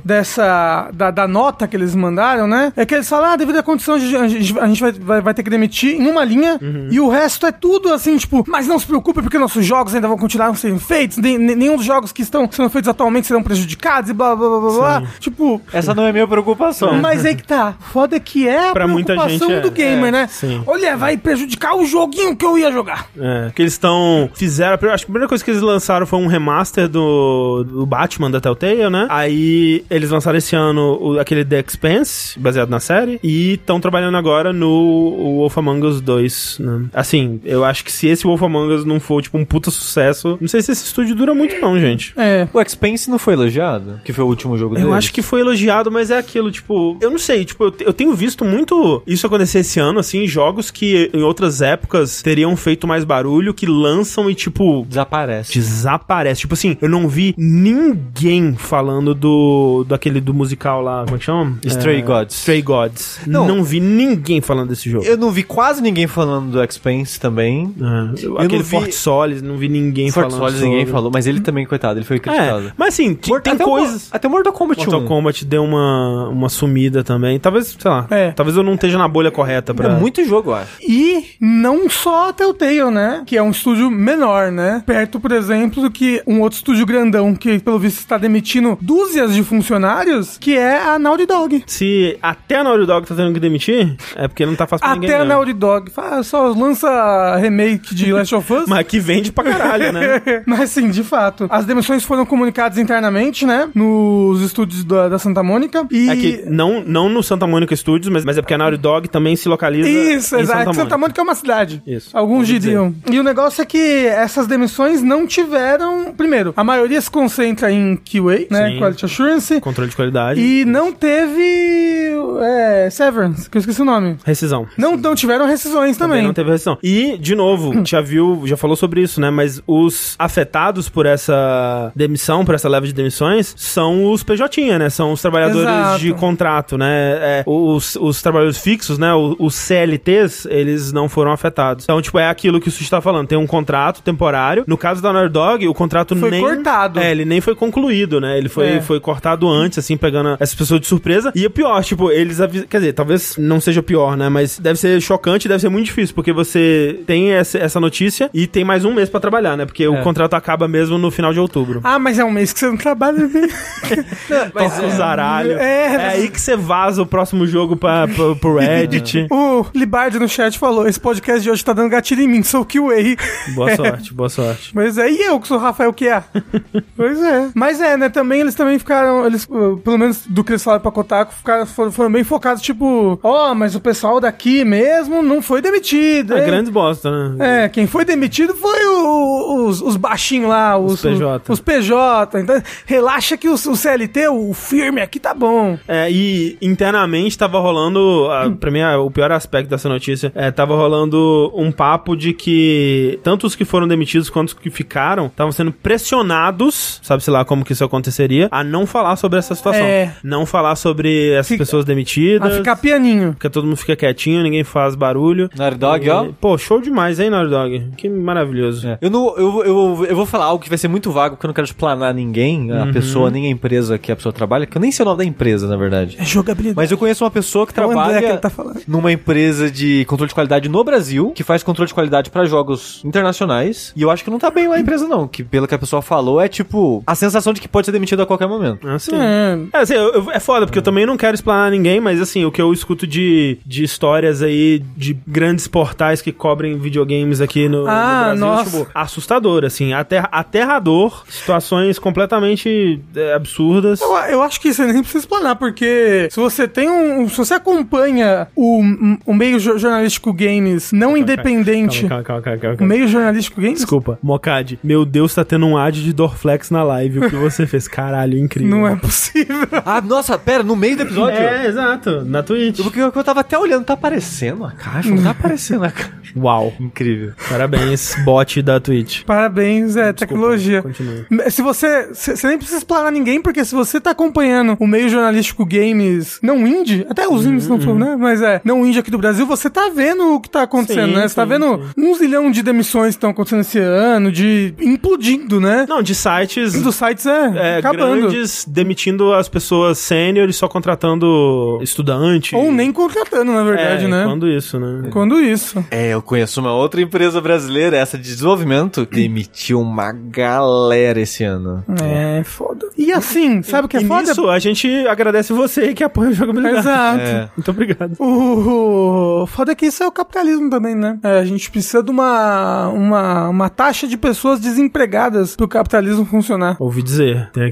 da nota que eles mandaram, né? É que eles falam, devido à condição, a gente vai ter que demitir em uma linha, e o resto é tudo assim, tipo, mas não se preocupe porque nossos jogos ainda vão continuar sendo feitos, nenhum dos jogos que estão sendo feitos atualmente serão prejudicados e blá blá blá blá blá. Tipo, essa não é a minha preocupação. Mas aí que tá, foda que é a pra preocupação muita gente do gamer, né? Sim. Olha, vai prejudicar o joguinho que eu ia jogar. Que eles fizeram, acho que a primeira coisa que eles lançaram foi um remaster do Batman da Telltale, né? Aí eles lançaram esse ano aquele The Expanse, baseado na série, e estão trabalhando agora no Wolf Among Us 2, né? Assim, eu acho que se esse Wolf Among Us não for, tipo, um puta sucesso, não sei se esse estúdio dura muito não, gente. O Expanse não foi elogiado? Que foi o último jogo deles? Eu acho que foi elogiado, mas é aquilo, tipo, eu não sei, tipo, eu tenho visto muito isso acontecer esse ano, assim, jogos que em outras épocas teriam feito mais barulho, que lançam e, tipo... Desaparece. Tipo assim, eu não vi ninguém falando daquele do musical lá, como é que chama? Stray Gods. Não vi ninguém falando desse jogo. Eu não vi quase ninguém falando do Expanse também. Aquele Fort Solis, não vi ninguém falando. Fort Solis ninguém falou, mas ele também, coitado, ele foi criticado. Mas assim, tem coisas... Até o Mortal Kombat 1. Mortal Kombat deu uma sumida também. Talvez, sei lá, talvez eu não esteja na bolha correta pra... É muito jogo, eu acho. E não só a Telltale, né? Que é um estúdio menor, né? Perto, por exemplo, do que um outro estúdio grandão que, pelo visto, está demitindo dúzias de funcionários, que é a Naughty Dog. Se até a Naughty Dog tá tendo que demitir, é porque não tá fácil pra ninguém. Até a Naughty Dog. Só lança remake de Last of Us. Mas que vende pra caralho, né? Mas sim, de fato. As demissões foram comunicadas internamente, né? Nos estúdios da Santa Mônica. E... Não no Santa Mônica Studios, mas é porque a Naughty Dog também se localiza Isso, em exato. Santa Mônica é uma cidade. Isso. Alguns diriam. E o negócio é que essas demissões não tiveram... Primeiro, a maioria se concentra em QA, né? Sim. Quality Assurance. Controle de qualidade. E não teve... severance, que eu esqueci o nome. Rescisão. Não tiveram rescisões também. Não teve rescisão. E, de novo, já falou sobre isso, né? Mas os afetados por essa demissão, por essa leva de demissões, são os PJ, né? São os trabalhadores Exato. de contrato, né? Os trabalhadores fixos, né? Os CLTs, eles não foram afetados. Então, tipo, é aquilo que o Sushi tá falando. Tem um contrato temporário. No caso da Naughty Dog, o contrato foi cortado. Ele nem foi concluído, né? Ele foi cortado antes, assim, pegando essas pessoas de surpresa. E o pior, tipo, eles quer dizer, talvez não seja o pior, né? Mas deve ser chocante, deve ser muito difícil, porque você tem essa notícia e tem mais um mês pra trabalhar, né? Porque o contrato acaba mesmo no final de outubro. Ah, mas é um mês que você não trabalha bem. Mas o zaralho. É aí que você vaza o próximo jogo pro Reddit. O Libardi no chat falou, esse podcast de hoje tá dando gatilho em mim, sou o QA. Boa sorte. Mas e eu que sou o Rafael QA? Pois é. Mas né, também eles também ficaram, pelo menos do que eles falaram pra Kotaku, foram bem focados, tipo, mas o pessoal daqui mesmo não foi demitido. É grandes bosta, né? Quem foi demitido foi os baixinhos lá, os PJ. Os PJ. Então, relaxa que o CLT, o firme aqui tá bom. E internamente tava rolando, pra mim, o pior aspecto dessa notícia, tava rolando um papo de que tanto os que foram demitidos quanto os que ficaram estavam sendo pressionados, sabe-se lá como que isso aconteceria, a não falar sobre essa situação. Não falar sobre essas pessoas demitidas. A ficar pianinho. Porque todo mundo fica quietinho, ninguém faz barulho. Naughty Dog, ó. Pô, show demais, hein, Naughty Dog? Que maravilhoso. Eu vou falar algo que vai ser muito vago, porque eu não quero explanar ninguém, a pessoa, nem a empresa que a pessoa trabalha, que eu nem sei o nome da empresa, na verdade. É jogabilidade. Mas eu conheço uma pessoa que trabalha que ele tá falando. numa empresa de controle de qualidade no Brasil, que faz controle de qualidade pra jogos internacionais, e eu acho que não tá bem lá a empresa não, que pelo que a pessoa falou é tipo, a sensação de que pode ser demitido a qualquer momento. Assim. Assim, é foda, porque eu também não quero explanar ninguém, mas assim, o que eu escuto de histórias aí, de grandes portais que cobrem videogames aqui no Brasil, nossa. tipo, assustador, assim, aterrador, situações completamente absurdas. Eu acho que você nem precisa explanar, porque se você tem se você acompanha o meio jornalístico games não independente... Calma. O meio jornalístico games? Desculpa. Mocad, meu Deus, tá tendo um ad de Dorflex na live. O que você fez? Caralho, incrível. Não é possível. Nossa, pera, no meio do episódio? Exato. Na Twitch. Porque eu tava até olhando, tá aparecendo a caixa? Não tá aparecendo a caixa. Uau. Incrível. Parabéns, bot da Twitch. Parabéns, tecnologia. Continue. Se você nem precisa explanar ninguém, porque se você tá acompanhando o meio jornalístico games, não indie, até os indies não foram, né? Mas não indie aqui do Brasil, você tá vendo o que tá acontecendo, né? Você tá vendo 1 zilhão de demissões que estão acontecendo esse ano, de implodindo, né? Não, de sites... Dos sites acabando. Grandes, demitindo as pessoas sênior e só contratando estudante. Ou nem contratando, na verdade, né? Quando isso, né? Quando isso. Eu conheço uma outra empresa brasileira, essa de desenvolvimento, que demitiu uma galera esse ano. Foda. E assim, sabe o que é foda? Nisso, a gente agradece você que apoia a jogabilidade. Exato. Muito obrigado. O foda é que isso é o capitalismo também, né? A gente precisa de uma taxa de pessoas desempregadas pro capitalismo funcionar. Ouvi dizer. Tem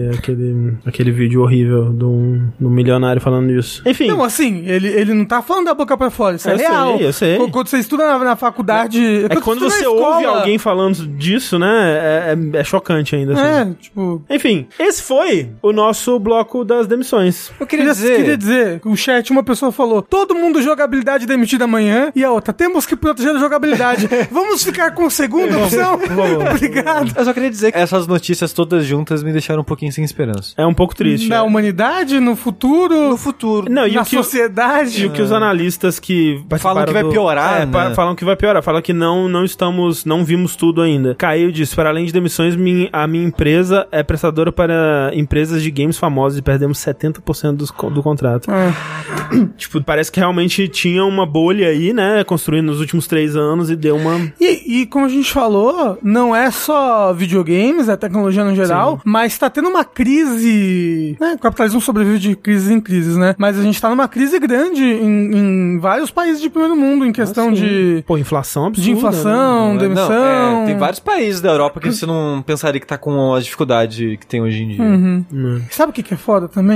aquele vídeo horrível de um milionário falando isso. Enfim. Não, assim, ele não tá falando da boca pra fora, isso é real. Eu sei. Quando você estuda na faculdade... Quando você ouve alguém falando disso, né, é chocante ainda. Assim. Tipo... Enfim, esse foi o nosso bloco das demissões. Eu queria dizer, o chat, uma pessoa falou, todo mundo jogabilidade demitido amanhã, e a outra, temos que proteger a jogabilidade. Vamos ficar com a segunda opção? Obrigado. Eu só queria dizer que essas notícias todas juntas me deixaram um pouquinho sem esperança. É um pouco triste. Na humanidade, no futuro... No futuro. Não, na sociedade. E o que os analistas que falam que vai piorar, né? Falam que vai piorar. Falam que não vimos tudo ainda. Caio disse, para além de demissões, a minha empresa é prestadora para empresas de games famosas e perdemos 70% do contrato. Tipo, parece que realmente tinha uma bolha aí, né, construindo nos últimos 3 anos e deu uma... E como a gente falou, não é só videogames, é tecnologia no geral, mas tá tendo uma crise, né, o capitalismo sobrevive de crises em crises, né, mas a gente tá numa crise grande em vários países de primeiro mundo, em questão de... Pô, inflação absurda. De inflação, né? demissão... tem vários países da Europa que você não pensaria que tá com a dificuldade que tem hoje em dia. Sabe o que é foda também? Desculpa.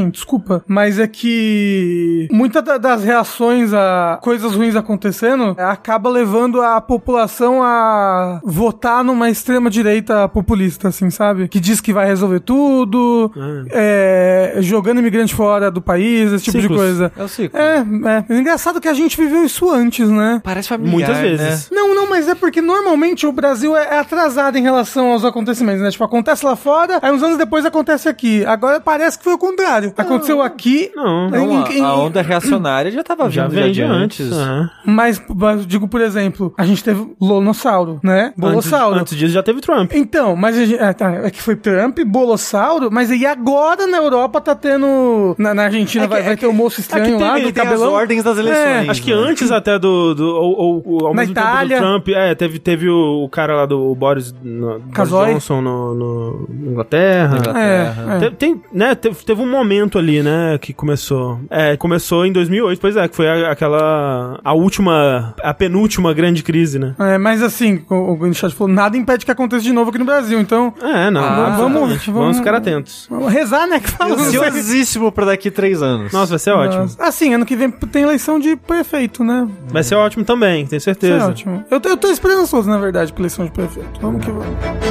desculpa, mas é que muitas das reações a coisas ruins acontecendo acaba levando a população a votar numa extrema-direita populista, assim, sabe? Que diz que vai resolver tudo, jogando imigrante fora do país, esse tipo de coisa. É o ciclo. É engraçado que a gente viveu isso antes, né? Parece familiar, muitas vezes. Né? Não, mas é porque normalmente o Brasil é atrasado em relação aos acontecimentos, né? Tipo, acontece lá fora, aí uns anos depois acontece aqui. Agora parece que foi o contrário. Aconteceu aqui... Não, a onda reacionária já tava vindo vem de antes. Mas, digo, por exemplo, a gente teve Bolossauro, né? Bolossauro. Antes disso já teve Trump. Então, mas a gente, é que foi Trump, Bolossauro, mas aí agora na Europa tá tendo... Na Argentina vai ter um moço estranho lá, do cabelão. As ordens das eleições. Acho que antes até ou ao na mesmo Itália. tempo do Trump, teve o cara lá do Boris Johnson no Inglaterra. Teve um momento ali, né, que começou. Começou em 2008, pois que foi a penúltima grande crise, né? Mas assim, o Guinchard falou, nada impede que aconteça de novo aqui no Brasil, então... Vamos ficar atentos. Vamos rezar, né, que fala. Ansiosíssimo pra daqui 3 anos. Nossa, vai ser ótimo. Assim, ano que vem tem eleição de prefeito, né? Vai ser ótimo também, tenho certeza. Vai ser ótimo. Eu tô esperançoso, na verdade, pra eleição de prefeito. Vamos que vamos.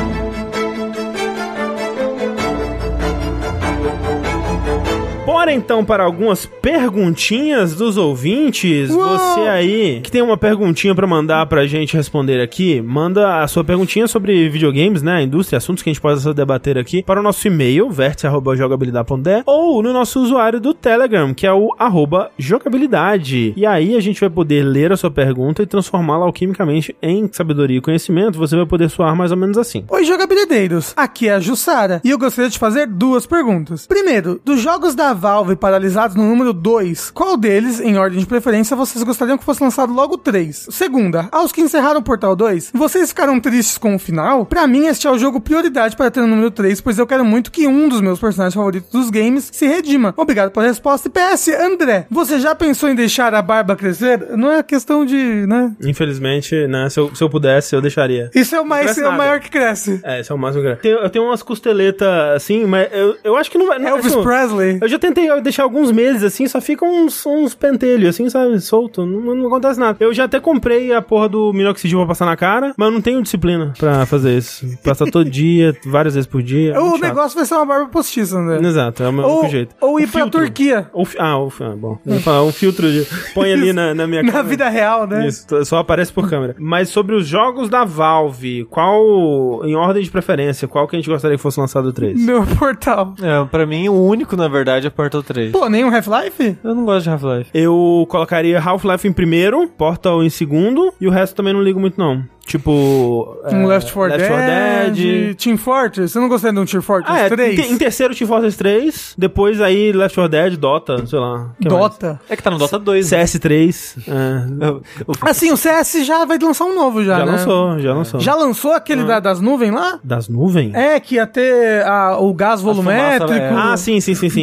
Bora então para algumas perguntinhas dos ouvintes. Uou! Você aí que tem uma perguntinha pra mandar pra gente responder aqui, manda a sua perguntinha sobre videogames, né, a indústria, assuntos que a gente possa debater aqui, para o nosso e-mail, vértice@jogabilidade.de, ou no nosso usuário do Telegram, que é o @jogabilidade. E aí a gente vai poder ler a sua pergunta e transformá-la alquimicamente em sabedoria e conhecimento. Você vai poder soar mais ou menos assim. Oi, jogabilideiros, aqui é a Jussara, e eu gostaria de fazer 2 perguntas. Primeiro, dos jogos da Valve paralisados no número 2, qual deles, em ordem de preferência, vocês gostariam que fosse lançado logo 3? Segunda, aos que encerraram o Portal 2, vocês ficaram tristes com o final? Pra mim, este é o jogo prioridade para ter no número 3, pois eu quero muito que um dos meus personagens favoritos dos games se redima. Obrigado pela resposta. E PS, André, você já pensou em deixar a barba crescer? Não é questão de, né? Infelizmente, né, se eu pudesse, eu deixaria. Isso é o maior que cresce. Isso é o máximo que cresce. Eu tenho umas costeletas assim, mas eu acho que não vai... Elvis Presley. Eu já tentei deixar alguns meses assim, só ficam uns pentelhos assim, sabe, solto, não acontece nada. Eu já até comprei a porra do minoxidil pra passar na cara, mas eu não tenho disciplina pra fazer isso. Passar todo dia, várias vezes por dia. O negócio vai ser uma barba postiça, né? Exato, é o único jeito. Ou ir pra Turquia. Bom. Eu ia falar, um filtro põe ali na minha câmera. Na vida real, né? Isso, só aparece por câmera. Mas sobre os jogos da Valve, qual, em ordem de preferência, qual que a gente gostaria que fosse lançado o 3? Meu Portal. Pra mim, o único, na verdade, é Portal 3. Pô, nem um Half-Life? Eu não gosto de Half-Life. Eu colocaria Half-Life em primeiro, Portal em segundo, e o resto também não ligo muito, não. Tipo... Left 4 Dead, Team Fortress. Você não gostaria de um Team Fortress 3? Em terceiro, Team Fortress 3. Depois aí, Left 4 Dead, Dota, sei lá. Dota? Mais? É que tá no Dota 2. CS3. Assim, o CS já vai lançar um novo já, né? Já lançou. Já lançou aquele das nuvens lá? Das nuvens? Que ia ter o gás volumétrico. Sim.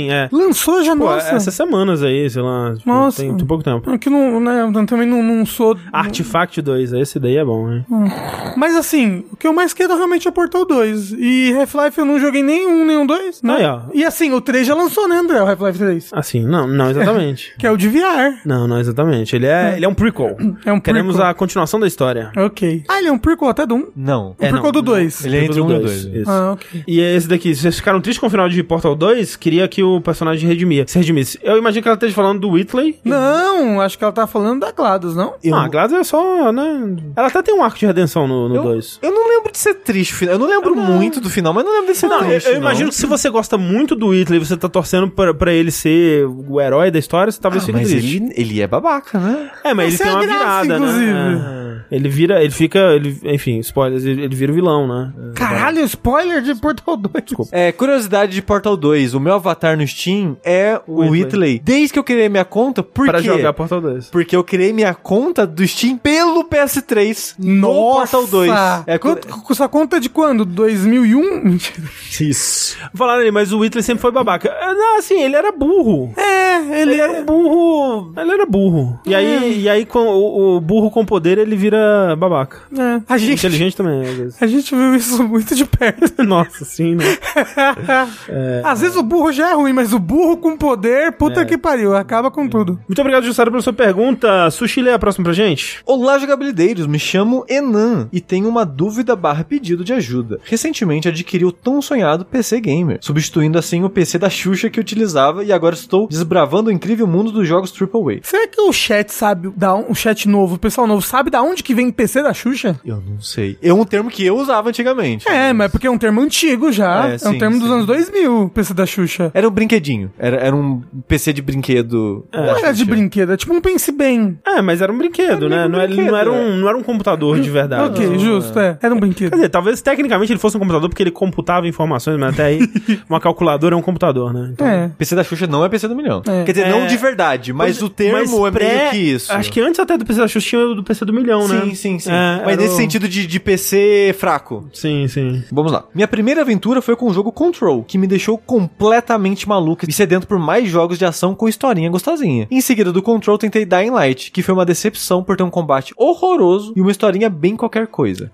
Lançou já, nossa. Essas semanas aí, sei lá. Tipo, nossa. Tem pouco tempo. É que também não sou... Artifact 2, esse daí é bom, hein? Mas assim, o que eu mais quero realmente é Portal 2. E Half-Life eu não joguei nenhum 2, né? E assim, o 3 já lançou, né, André? O Half-Life 3. Assim, não exatamente. Que é o de VR. Não exatamente. Ele é um prequel. Queremos a continuação da história. Ok. Ele é um prequel até do 1? Não. O prequel do 2. Ele é entre 1 e 2. Isso. Ok. E esse daqui, se vocês ficaram tristes com o final de Portal 2, queria que o personagem se redimisse. Eu imagino que ela esteja falando do Whitley. Não, acho que ela tá falando da GLaDOS, não? A GLaDOS é só, né? Ela até tem um arco de redenção no 2. Eu não lembro de ser triste o final. Eu não lembro muito do final, mas não lembro de ser triste. Eu imagino que se você gosta muito do Whitley e você tá torcendo pra ele ser o herói da história, você talvez fique triste. Mas ele é babaca, né? Mas ele tem uma virada, inclusive. Né? Enfim, spoilers, ele vira o vilão, né? Caralho, spoiler de Portal 2. Desculpa. Curiosidade de Portal 2. O meu avatar no Steam é o Whitley. Desde que eu criei minha conta, pra jogar Portal 2. Porque eu criei minha conta do Steam pelo PS3 no Portal 2. Sua conta de quando? 2001? Isso. Falaram ali, mas o Whitley sempre foi babaca. Não, assim, ele era burro. Ele era burro. Ele era burro. E aí com o burro com poder, ele vira vira babaca. A gente, inteligente também, às vezes. A gente viu isso muito de perto. Nossa, sim, né? Às vezes o burro já é ruim, mas o burro com poder, puta que pariu, acaba com tudo. Muito obrigado, Jussara, pela sua pergunta. Sushi, lê a próxima pra gente. Olá, jogabilideiros, me chamo Enan e tenho uma dúvida / pedido de ajuda. Recentemente adquiri o tão sonhado PC Gamer, substituindo assim o PC da Xuxa que eu utilizava e agora estou desbravando o incrível mundo dos jogos AAA. Será que o chat sabe, o chat novo, o pessoal novo, sabe da onde que vem PC da Xuxa? Eu não sei. É um termo que eu usava antigamente. Mas é porque é um termo antigo já. É um termo dos anos 2000, PC da Xuxa. Era um brinquedinho. Era um PC de brinquedo. Não era de brinquedo, é tipo um Pense Bem. Mas era um brinquedo, né? Não era um computador de verdade. Ok, justo, era um brinquedo. Quer dizer, talvez tecnicamente ele fosse um computador porque ele computava informações, mas até aí uma calculadora é um computador, né? Então, PC da Xuxa não é PC do milhão. Quer dizer, não de verdade, mas o termo é meio que isso. Acho que antes até do PC da Xuxa tinha o do PC do milhão, né? Sim. Mas nesse sentido de PC fraco. Sim. Vamos lá. Minha primeira aventura foi com o jogo Control, que me deixou completamente maluco e sedento por mais jogos de ação com historinha gostosinha. Em seguida do Control, tentei Dying Light, que foi uma decepção por ter um combate horroroso e uma historinha bem qualquer coisa.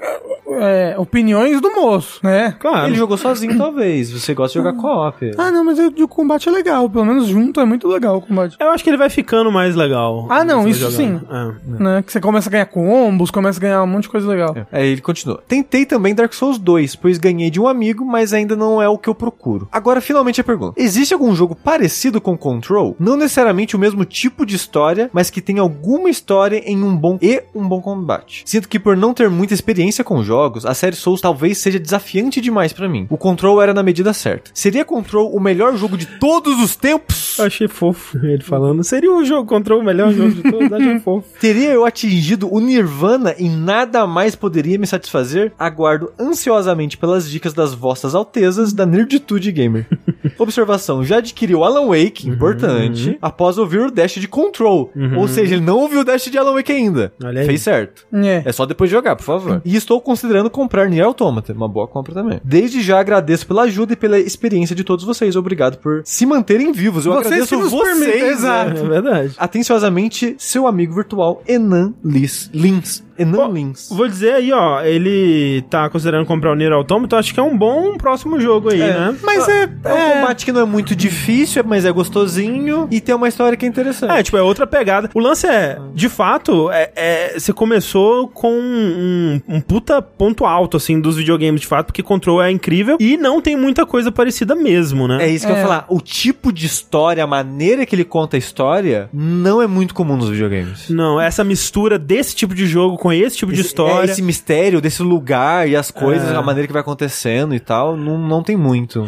Opiniões do moço, né? Claro. Ele jogou sozinho, talvez. Você gosta de jogar co-op. Não, mas o combate é legal. Pelo menos junto é muito legal o combate. Eu acho que ele vai ficando mais legal. Não, isso sim. Né? Que você começa a ganhar combos, começa a ganhar um monte de coisa legal. Aí ele continua. Tentei também Dark Souls 2, pois ganhei de um amigo, mas ainda não é o que eu procuro. Agora, finalmente a pergunta. Existe algum jogo parecido com Control? Não necessariamente o mesmo tipo de história, mas que tem alguma história em um bom combate. Sinto que por não ter muita experiência com jogos, a série Souls talvez seja desafiante demais pra mim. O Control era na medida certa. Seria Control o melhor jogo de todos os tempos? Eu achei fofo ele falando. Seria o jogo Control o melhor jogo de todos? Achei fofo. Teria eu atingido o Nirvana e nada mais poderia me satisfazer? Aguardo ansiosamente pelas dicas das vossas altezas da Nerditude Gamer. Observação, já adquiriu Alan Wake, importante, após ouvir o Dash de Control. Ou seja, ele não ouviu o Dash de Alan Wake ainda. Fez certo. É só depois de jogar, por favor. E estou considerando comprar Nier Automata, uma boa compra também. Desde já agradeço pela ajuda e pela experiência de todos vocês. Obrigado por se manterem vivos. Eu agradeço vocês. Exato. É verdade. Atenciosamente, seu amigo virtual, Enan Lins. Enan Lins. Vou dizer aí, ó, ele tá considerando comprar o Nier Automata, acho que é um bom próximo jogo aí, né? Mas é um combate que não é muito difícil, mas é gostosinho e tem uma história que é interessante. É outra pegada. O lance de fato, você começou com um puta ponto alto, assim, dos videogames, de fato, porque Control é incrível e não tem muita coisa parecida mesmo, né? É isso que eu ia falar. O tipo de história, a maneira que ele conta a história, não é muito comum nos videogames. Não, essa mistura desse tipo de jogo com esse tipo de história. Esse mistério desse lugar e as coisas, a maneira que vai acontecendo e tal, não tem muito.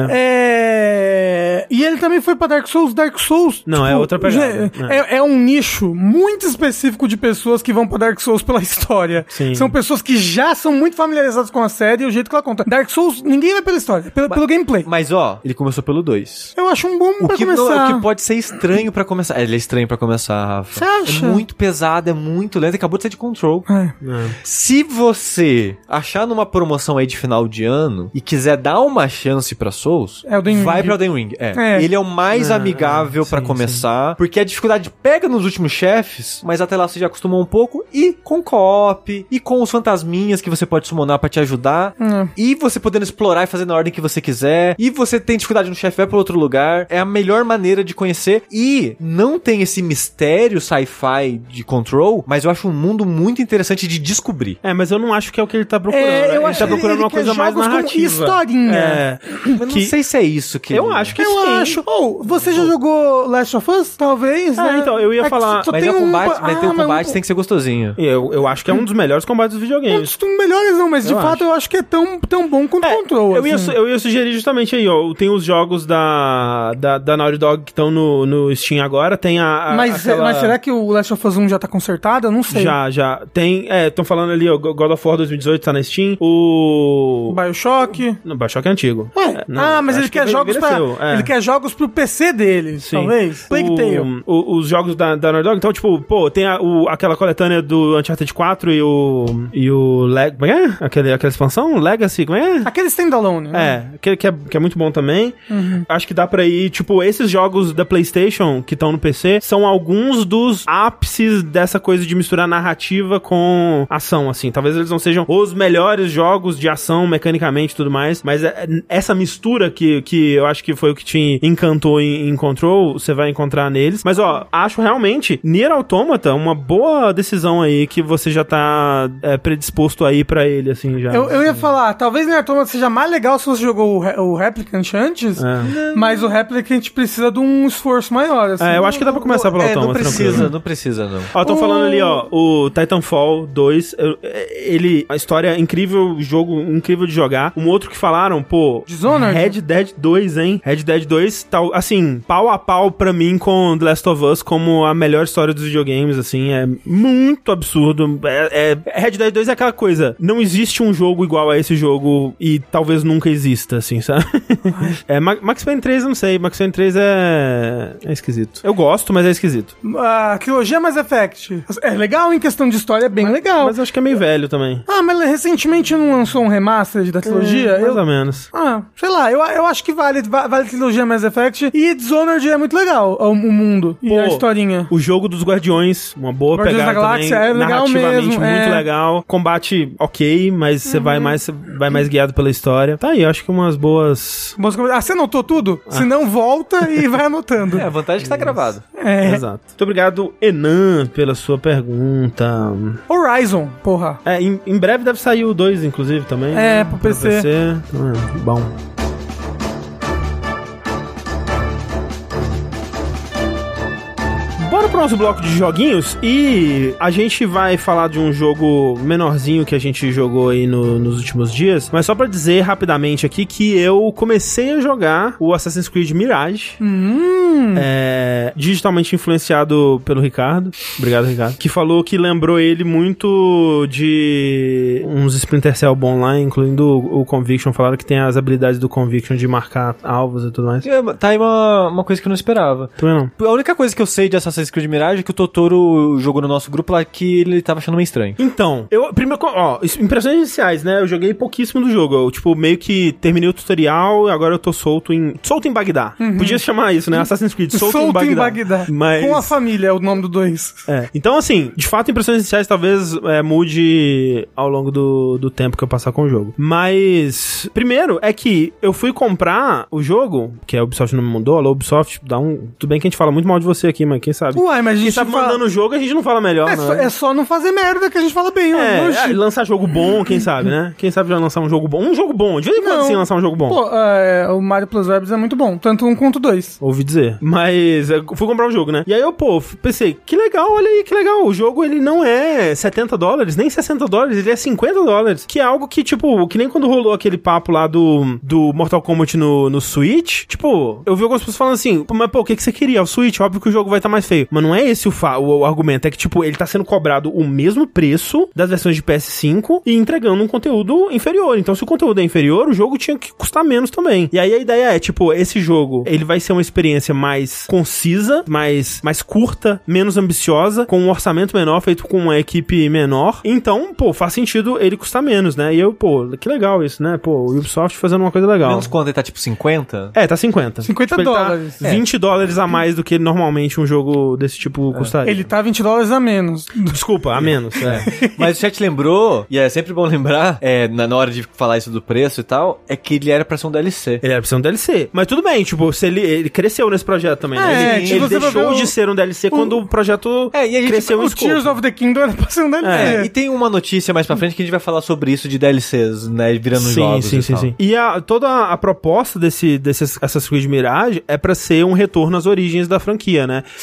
E ele também foi pra Dark Souls. Não, é outra pegada. É um nicho muito específico de pessoas que vão pra Dark Souls pela história. Sim. São pessoas que já são muito familiarizadas com a série e o jeito que ela conta. Dark Souls, ninguém vai pela história, pelo gameplay. Mas, ele começou pelo 2. Eu acho um bom pra começar. O que pode ser estranho pra começar. Ele é estranho pra começar, Rafa. Você acha? É muito pesado, é muito lento. Acabou de sair de Control. Se você achar numa promoção aí de final de ano e quiser dar uma chance pra Souls, vai pra Elden Ring. Ele é o mais amigável pra começar, porque a dificuldade pega nos últimos chefes, mas até lá você já acostumou um pouco, e com co-op, e com os fantasminhas que você pode summonar pra te ajudar, e você podendo explorar e fazer na ordem que você quiser, e você tem dificuldade no chefe, vai pra outro lugar. É a melhor maneira de conhecer, e não tem esse mistério sci-fi de Control, mas eu acho um mundo muito interessante de descobrir. Mas eu não acho que é o que ele tá procurando. Eu acho que ele tá procurando uma coisa mais narrativa. Historinha. Mas não sei se é isso que eu acho que sim. Acho. Você já jogou Last of Us? Talvez, né? Então, eu ia falar... Mas tem um combate tem que ser gostosinho. Eu acho que é um dos melhores combates dos videogames. Não melhores não, mas de fato eu acho que é tão bom quanto Control. Eu ia sugerir justamente aí, ó. Tem os jogos da Naughty Dog que estão no Steam agora. Tem mas será que o Last of Us 1 já tá consertado? Eu não sei. Já. Tem... Estão falando ali, ó, God of War 2018 tá na Steam. O... BioShock. Não, BioShock é antigo. Mas ele quer jogos jogos pro PC deles, talvez. Plague Tale. Os jogos da Naughty Dog, então, tipo, pô, tem aquela coletânea do Uncharted 4 e o como é? Aquela expansão? Legacy, como é? Aquele standalone, né? Aquele que é muito bom também. Acho que dá pra ir, tipo, esses jogos da PlayStation que estão no PC são alguns dos ápices dessa coisa de misturar narrativa com ação, assim. Talvez eles não sejam os melhores jogos de ação, mecanicamente e tudo mais, mas essa mistura que eu acho que foi o que te encantou em Control, você vai encontrar neles. Mas, ó, acho realmente Nier Automata uma boa decisão aí que você já tá predisposto aí pra ele, assim, já. Eu ia falar, talvez Nier Automata seja mais legal se você jogou o Replicant antes, mas o Replicant precisa de um esforço maior, assim. Eu acho que dá pra começar pelo Automata. Não precisa, não. Ó, tão falando ali, ó, o Titanfall 2, a história incrível, jogo incrível de jogar. Um outro que falaram, pô, Dishonored? Red Dead 2, hein? Red Dead 2, tal, assim, pau a pau pra mim com The Last of Us como a melhor história dos videogames, assim, é muito absurdo. Red Dead 2 é aquela coisa, não existe um jogo igual a esse jogo e talvez nunca exista, assim, sabe? Max Payne 3 eu não sei, Max Payne 3 é esquisito. Eu gosto, mas é esquisito. A trilogia Mass Effect é legal em questão de história, é bem legal. Mas eu acho que é meio velho também. Mas recentemente não lançou um remaster da trilogia? Mais ou menos. Sei lá, eu acho que vale a trilogia Mass Effect, e Dishonored é muito legal, o mundo e a historinha. O jogo dos Guardiões, uma boa Guardiões pegada da Galáxia, também, é legal narrativamente mesmo, muito legal, combate ok, mas você vai mais guiado pela história. Tá aí, eu acho que umas boas... Você anotou tudo? Se não, volta e vai anotando. A vantagem é que tá gravado. Exato. Muito obrigado, Enan, pela sua pergunta. Horizon, porra. Em breve deve sair o 2, inclusive, também. Pro PC. Bom. Bora pro nosso bloco de joguinhos e a gente vai falar de um jogo menorzinho que a gente jogou aí nos últimos dias, mas só pra dizer rapidamente aqui que eu comecei a jogar o Assassin's Creed Mirage, digitalmente influenciado pelo Ricardo. Obrigado, Ricardo. Que falou que lembrou ele muito de uns Splinter Cell bom lá, incluindo o Conviction. Falaram que tem as habilidades do Conviction de marcar alvos e tudo mais. Tá aí uma coisa que eu não esperava. Também não. A única coisa que eu sei de Assassin's Creed Mirage é que o Totoro jogou no nosso grupo lá que ele tava achando meio estranho. Então, primeiro, impressões iniciais, né? Eu joguei pouquíssimo do jogo. Eu, tipo, meio que terminei o tutorial e agora eu tô solto em Bagdá. Podia se chamar isso, né? Assassin's Creed, solto em Bagdá. Mas... Com a família é o nome do 2. Então, assim, de fato, impressões iniciais talvez mude ao longo do tempo que eu passar com o jogo. Mas, primeiro, é que eu fui comprar o jogo, que a Ubisoft não me mandou, alô Ubisoft, tudo bem que a gente fala muito mal de você aqui, mas quem sabe? Mas a gente quem sabe mandando o jogo, a gente não fala melhor, É só não fazer merda que a gente fala bem. Lançar jogo bom, quem sabe, né? Quem sabe já lançar um jogo bom. Um jogo bom, de vez em quando sim lançar um jogo bom. O Mario Plus Rabbids é muito bom, tanto 1 quanto 2. Ouvi dizer. Mas eu fui comprar um jogo, né? E aí eu, pensei, que legal, olha aí, que legal. O jogo, ele não é $70, nem $60, ele é $50. Que é algo que, tipo, que nem quando rolou aquele papo lá do Mortal Kombat no Switch. Tipo, eu vi algumas pessoas falando assim, mas o que você queria? O Switch, óbvio que o jogo vai estar mais feio. Mas não é esse o argumento, é que, tipo, ele tá sendo cobrado o mesmo preço das versões de PS5 e entregando um conteúdo inferior. Então, se o conteúdo é inferior, o jogo tinha que custar menos também. E aí a ideia é, tipo, esse jogo, ele vai ser uma experiência mais concisa, mais curta, menos ambiciosa, com um orçamento menor, feito com uma equipe menor. Então, faz sentido ele custar menos, né? E eu, que legal isso, né? O Ubisoft fazendo uma coisa legal. Menos quanto? Ele tá, tipo, 50? Tá 50. $50. Tá $20 a mais do que normalmente um jogo desse tipo custaria. Ele tá $20 a menos. Desculpa, a menos. Mas o chat lembrou, e é sempre bom lembrar, na hora de falar isso do preço e tal, é que ele era pra ser um DLC. Ele era pra ser um DLC. Mas tudo bem, tipo, se ele cresceu nesse projeto também, né? Ele deixou de ser um DLC quando o projeto cresceu em escopo. O Tears of the Kingdom era pra ser um DLC. E tem uma notícia mais pra frente que a gente vai falar sobre isso de DLCs, né? Virando jogos sim. E toda a proposta desse Assassin's Creed Mirage é pra ser um retorno às origens da franquia, né? Sim. E aí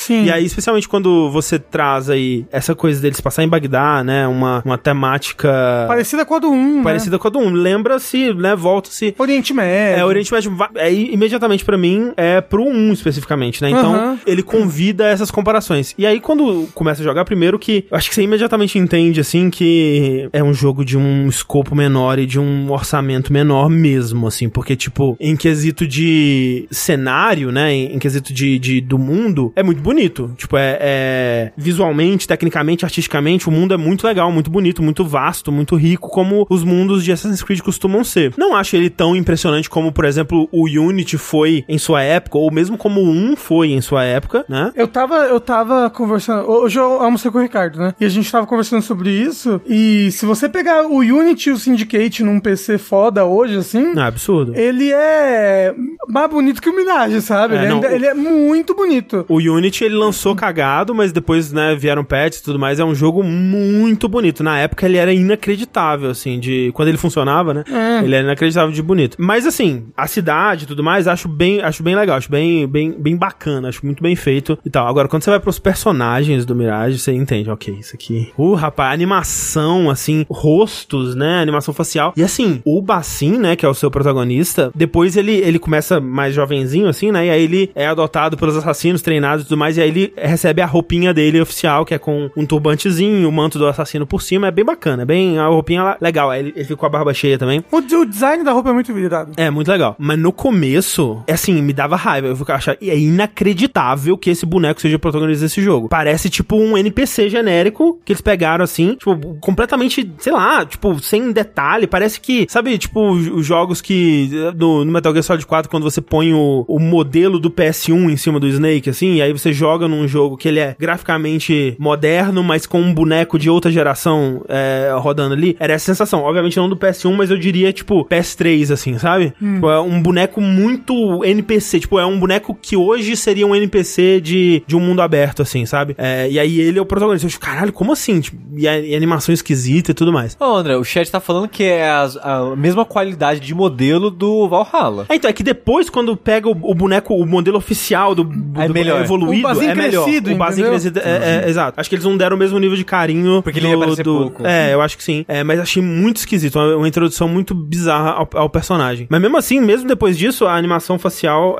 especialmente quando você traz aí essa coisa deles passar em Bagdá, né? Uma temática... Parecida com a do 1, Parecida com a do 1. Lembra-se, né? Volta-se... Oriente Médio. Oriente Médio. Imediatamente pra mim, pro 1 especificamente, né? Então, ele convida essas comparações. E aí, quando começa a jogar, primeiro que... Acho que você imediatamente entende, assim, que é um jogo de um escopo menor e de um orçamento menor mesmo, assim. Porque, tipo, em quesito de cenário, né? Em quesito do mundo, é muito bonito. Tipo, visualmente, tecnicamente, artisticamente, o mundo é muito legal, muito bonito, muito vasto, muito rico, como os mundos de Assassin's Creed costumam ser. Não acho ele tão impressionante como, por exemplo, o Unity foi em sua época, ou mesmo como o 1 foi em sua época, né? Eu tava conversando... Hoje eu almocei com o Ricardo, né? E a gente tava conversando sobre isso, e se você pegar o Unity e o Syndicate num PC foda hoje, assim... É absurdo. Ele é mais bonito que o Mirage, sabe? Ele é muito bonito. O Unity, ele lançou cagado, mas depois, né, vieram patches e tudo mais. É um jogo muito bonito. Na época, ele era inacreditável, assim, quando ele funcionava, né? Ele era inacreditável de bonito. Mas, assim, a cidade e tudo mais, acho bem legal. Acho bem bacana. Acho muito bem feito e tal. Agora, quando você vai pros personagens do Mirage, você entende, ok, isso aqui... rapaz, animação, assim, rostos, né? Animação facial. E, assim, o Bassin, né, que é o seu protagonista, depois ele começa mais jovenzinho, assim, né? E aí ele é adotado pelos assassinos, treinados e tudo mais, e aí ele recebe a roupinha dele oficial, que é com um turbantezinho, o manto do assassino por cima. É bem bacana, a roupinha legal. Aí ele fica com a barba cheia também. O design da roupa é muito virado. É, muito legal. Mas no começo, assim, me dava raiva. Eu achava, é inacreditável que esse boneco seja o protagonista desse jogo. Parece, tipo, um NPC genérico que eles pegaram, assim, tipo, completamente, sei lá, tipo, sem detalhe. Parece que, sabe, tipo, os jogos que no Metal Gear Solid 4, quando você põe o modelo do PS1 em cima do Snake, assim, e aí você joga num jogo que ele é graficamente moderno, mas com um boneco de outra geração rodando ali, era essa sensação. Obviamente não do PS1, mas eu diria, tipo, PS3, assim, sabe? Tipo, é um boneco muito NPC, tipo, é um boneco que hoje seria um NPC de um mundo aberto, assim, sabe? E aí ele é o protagonista. Eu acho, caralho, como assim? Tipo, e a animação esquisita e tudo mais. Ô, André, o chat tá falando que é a mesma qualidade de modelo do Valhalla. Então, é que depois, quando pega o boneco, o modelo oficial do melhor. Evoluído, é melhor. O basinho crescido, exato. Acho que eles não deram o mesmo nível de carinho. Porque ele ia aparecer pouco. Eu acho que sim. Mas achei muito esquisito, uma introdução muito bizarra ao personagem. Mas mesmo assim, mesmo depois disso, a animação facial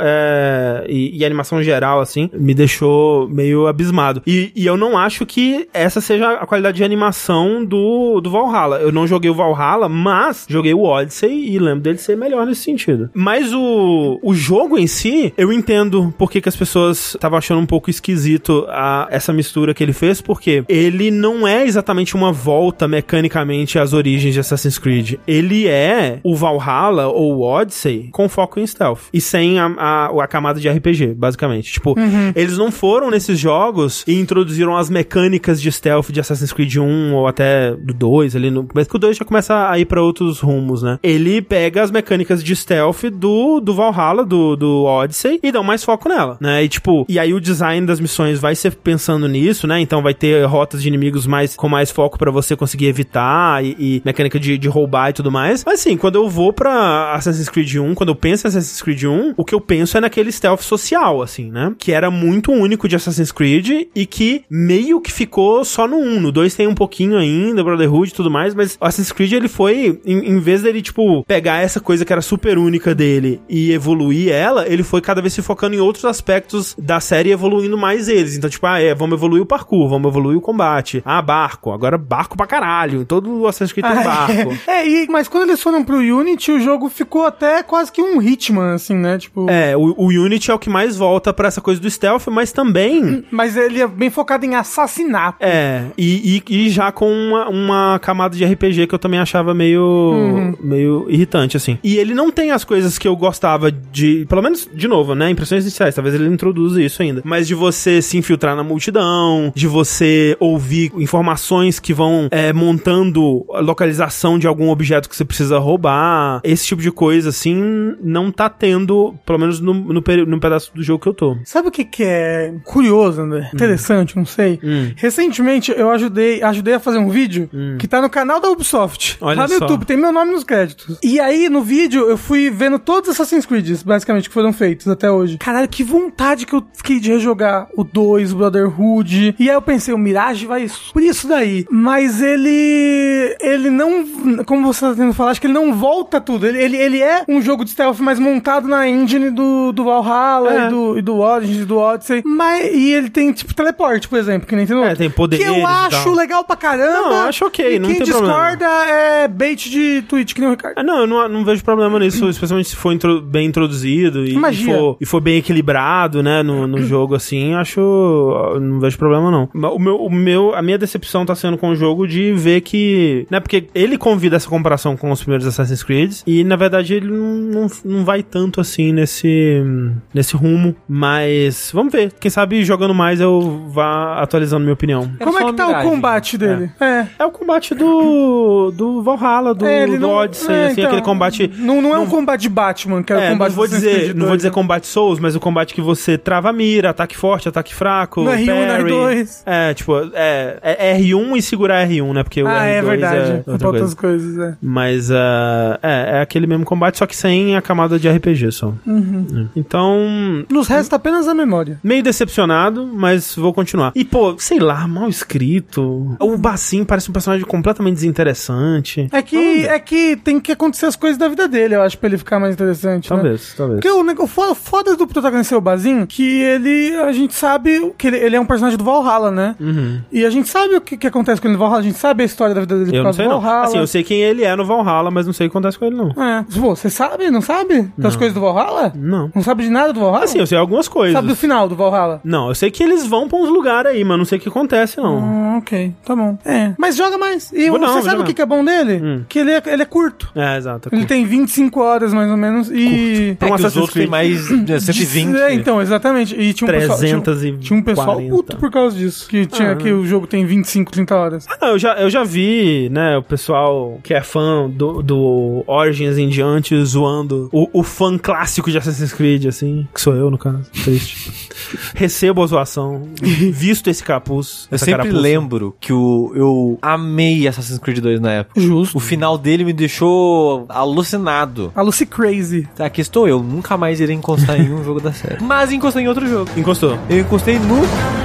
e a animação geral, assim, me deixou meio abismado. E eu não acho que essa seja a qualidade de animação do Valhalla. Eu não joguei o Valhalla, mas joguei o Odyssey e lembro dele ser melhor nesse sentido. Mas o jogo em si, eu entendo por que as pessoas estavam achando um pouco esquisito essa mistura que ele fez, porque ele não é exatamente uma volta mecanicamente às origens de Assassin's Creed. Ele é o Valhalla ou o Odyssey com foco em stealth e sem a camada de RPG, basicamente. Tipo, eles não foram nesses jogos e introduziram as mecânicas de stealth de Assassin's Creed 1 ou até do 2 ali no começo, que o 2 já começa a ir pra outros rumos, né? Ele pega as mecânicas de stealth do Valhalla, do Odyssey, e dá mais foco nela, né? E tipo, e aí o design das missões vai ser pensando nisso, né? Então vai ter rotas de inimigos com mais foco pra você conseguir evitar e mecânica de roubar e tudo mais. Mas assim, quando eu vou pra Assassin's Creed 1, quando eu penso em Assassin's Creed 1, o que eu penso é naquele stealth social, assim, né? Que era muito único de Assassin's Creed e que meio que ficou só no 1. No 2 tem um pouquinho ainda, Brotherhood e tudo mais, mas o Assassin's Creed, ele foi, em vez dele, tipo, pegar essa coisa que era super única dele e evoluir ela, ele foi cada vez se focando em outros aspectos da série e evoluindo mais eles. Então, tipo, vamos evoluir o parkour, vamos evoluir o combate. Barco. Agora barco pra caralho. Todo o Assassin's Creed tem barco. Mas quando eles foram pro Unity, o jogo ficou até quase que um Hitman, assim, né? Tipo... O Unity é o que mais volta pra essa coisa do stealth, mas também... Mas ele é bem focado em assassinato. E já com uma camada de RPG que eu também achava meio irritante, assim. E ele não tem as coisas que eu gostava de... Pelo menos, de novo, né? Impressões iniciais. Talvez ele introduza isso ainda. Mas de você se infiltrar na multidão, de você ouvir informações que vão montando a localização de algum objeto que você precisa roubar. Esse tipo de coisa, assim, não tá tendo, pelo menos no pedaço do jogo que eu tô. Sabe o que é curioso, André? Interessante, não sei. Recentemente, eu ajudei a fazer um vídeo que tá no canal da Ubisoft. Olha lá no só. YouTube, tem meu nome nos créditos. E aí, no vídeo, eu fui vendo todos os Assassin's Creed. Creed, basicamente, que foram feitos até hoje. Caralho, que vontade que eu fiquei de rejogar o 2, o Brotherhood. E aí eu pensei, o Mirage vai por isso daí. Mas ele não, como você tá tentando falar, acho que ele não volta tudo. Ele é um jogo de stealth mais montado na engine do Valhalla e do Origins, do Odyssey. E ele tem, tipo, teleporte, por exemplo, que nem tem tem poderes. Que eu acho legal pra caramba. Não, acho ok, não tem problema. Quem discorda é bait de Twitch, que nem o Ricardo. Não, eu não vejo problema nisso, especialmente se for bem introduzido e for bem equilibrado, né, no jogo, assim, não vejo problema, não. A minha decepção tá sendo com o jogo de ver que, né, porque ele convida essa comparação com os primeiros Assassin's Creed e, na verdade, ele não vai tanto, assim, nesse rumo, mas vamos ver. Quem sabe, jogando mais, eu vá atualizando minha opinião. Como é que tá o combate dele? É o combate do Valhalla, do Odyssey, assim, então, aquele combate... Não é um combate de Batman, que é o combate não vou dizer combate Souls, mas o combate que você trava a mira, ataque forte, ataque fraco, no R1 e R2. É R1 e segurar R1, né? Porque o R2 é verdade. outra outras coisas, Mas é aquele mesmo combate, só que sem a camada de RPG só. Então... Nos resta apenas a memória. Meio decepcionado, mas vou continuar. E, pô, sei lá, mal escrito. O Basim parece um personagem completamente desinteressante. É que tem que acontecer as coisas da vida dele, eu acho, pra ele ficar mais interessante, talvez. Porque o foda do protagonista ser o Basim, que a gente sabe que ele é um personagem do Valhalla, né? E a gente sabe o que acontece com ele no Valhalla, a gente sabe a história da vida dele por causa do Valhalla. Assim, eu sei quem ele é no Valhalla, mas não sei o que acontece com ele, não. Você sabe? Não sabe? Das coisas do Valhalla? Não. Não sabe de nada do Valhalla? Assim, eu sei algumas coisas. Sabe do final do Valhalla? Não, eu sei que eles vão pra uns lugares aí, mas não sei o que acontece, não. Ok, tá bom. Mas joga mais. E você sabe o que é bom dele? Que ele é curto. Exato. Ele tem 25 horas, mais ou menos, e... Curto. Os outros tem mais 120. Então, exatamente. E tinha um pessoal puto por causa disso. Que o jogo tem 25, 30 horas. Eu já vi, né, o pessoal que é fã do Origins em diante zoando o fã clássico de Assassin's Creed, assim, que sou eu, no caso. Triste. Recebo a zoação. Visto esse capuz. Eu sempre lembro que eu amei Assassin's Creed 2 na época. Justo. O final dele me deixou alucinado. Crazy. Aqui estou eu. Nunca mais irei encostar em um jogo da série. Mas encostei em outro jogo. Encostou. Eu encostei no...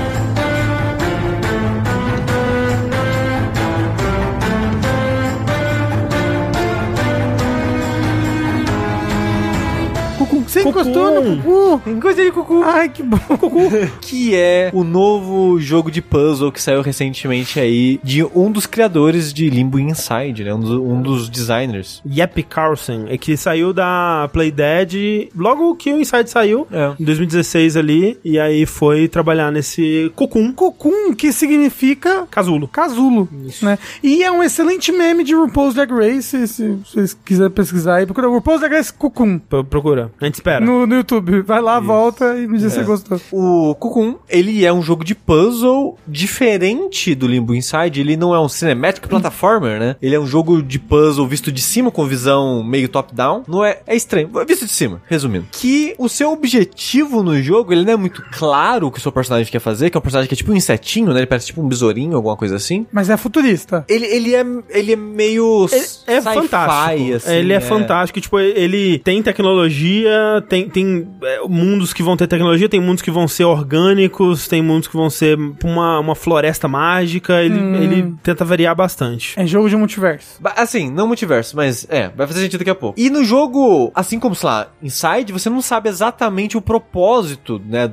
Você encostou no Cucu? Encostei no Cucu. Ai, que bom. Cucu. Que é o novo jogo de puzzle que saiu recentemente aí de um dos criadores de Limbo Inside, né? Um dos designers. Jeppe Carlsen, que saiu da Playdead logo que o Inside saiu, em 2016 ali, e aí foi trabalhar nesse Cocoon. Cocoon, que significa... Casulo. Isso. Né? E é um excelente meme de RuPaul's Drag Race, se vocês quiserem pesquisar aí, procura RuPaul's Drag Race Cocoon. Procura. A gente espera. No YouTube. Vai lá, volta e me diz se você gostou. O Cocoon, ele é um jogo de puzzle diferente do Limbo Inside. Ele não é um cinematic platformer, né? Ele é um jogo de puzzle visto de cima, com visão meio top-down. Não é... É estranho. Visto de cima, resumindo. Que o seu objetivo no jogo, ele não é muito claro o que o seu personagem quer fazer, que é um personagem que é tipo um insetinho, né? Ele parece tipo um besourinho, alguma coisa assim. Mas é futurista. Ele é meio... É fantástico. Assim, ele é fantástico. Tipo, ele tem tecnologia, tem mundos que vão ter tecnologia, tem mundos que vão ser orgânicos, tem mundos que vão ser uma floresta mágica. Ele tenta variar bastante. É jogo de multiverso. Assim, não multiverso, mas vai fazer sentido daqui a pouco. E no jogo, assim como, sei lá, Inside, você não sabe exatamente o propósito, né,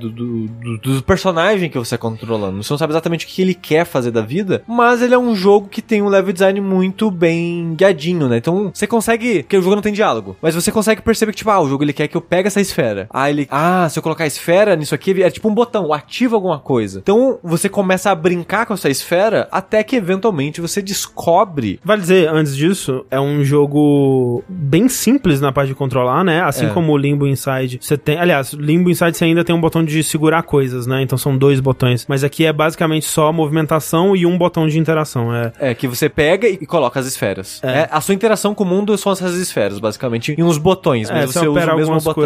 do personagem que você é controlando. Você não sabe exatamente o que ele quer fazer da vida, mas ele é um jogo que tem um level design muito bem guiadinho, né? Então, você consegue... Porque o jogo não tem diálogo, mas você consegue perceber que, tipo, o jogo ele quer que eu pegue essa esfera. Se eu colocar a esfera nisso aqui, é tipo um botão, ativa alguma coisa. Então, você começa a brincar com essa esfera até que, eventualmente, você descobre... Vale dizer, antes disso, é um jogo bem simples na parte de controlar, né? Assim como o Limbo Inside, você tem... Aliás, Limbo Inside você ainda tem um botão de segurar coisas, né? Então, são 2 botões. Mas aqui é basicamente só movimentação e um botão de interação. Que você pega e coloca as esferas. A sua interação com o mundo são essas esferas, basicamente, e uns botões, mas você usa o mesmo botão.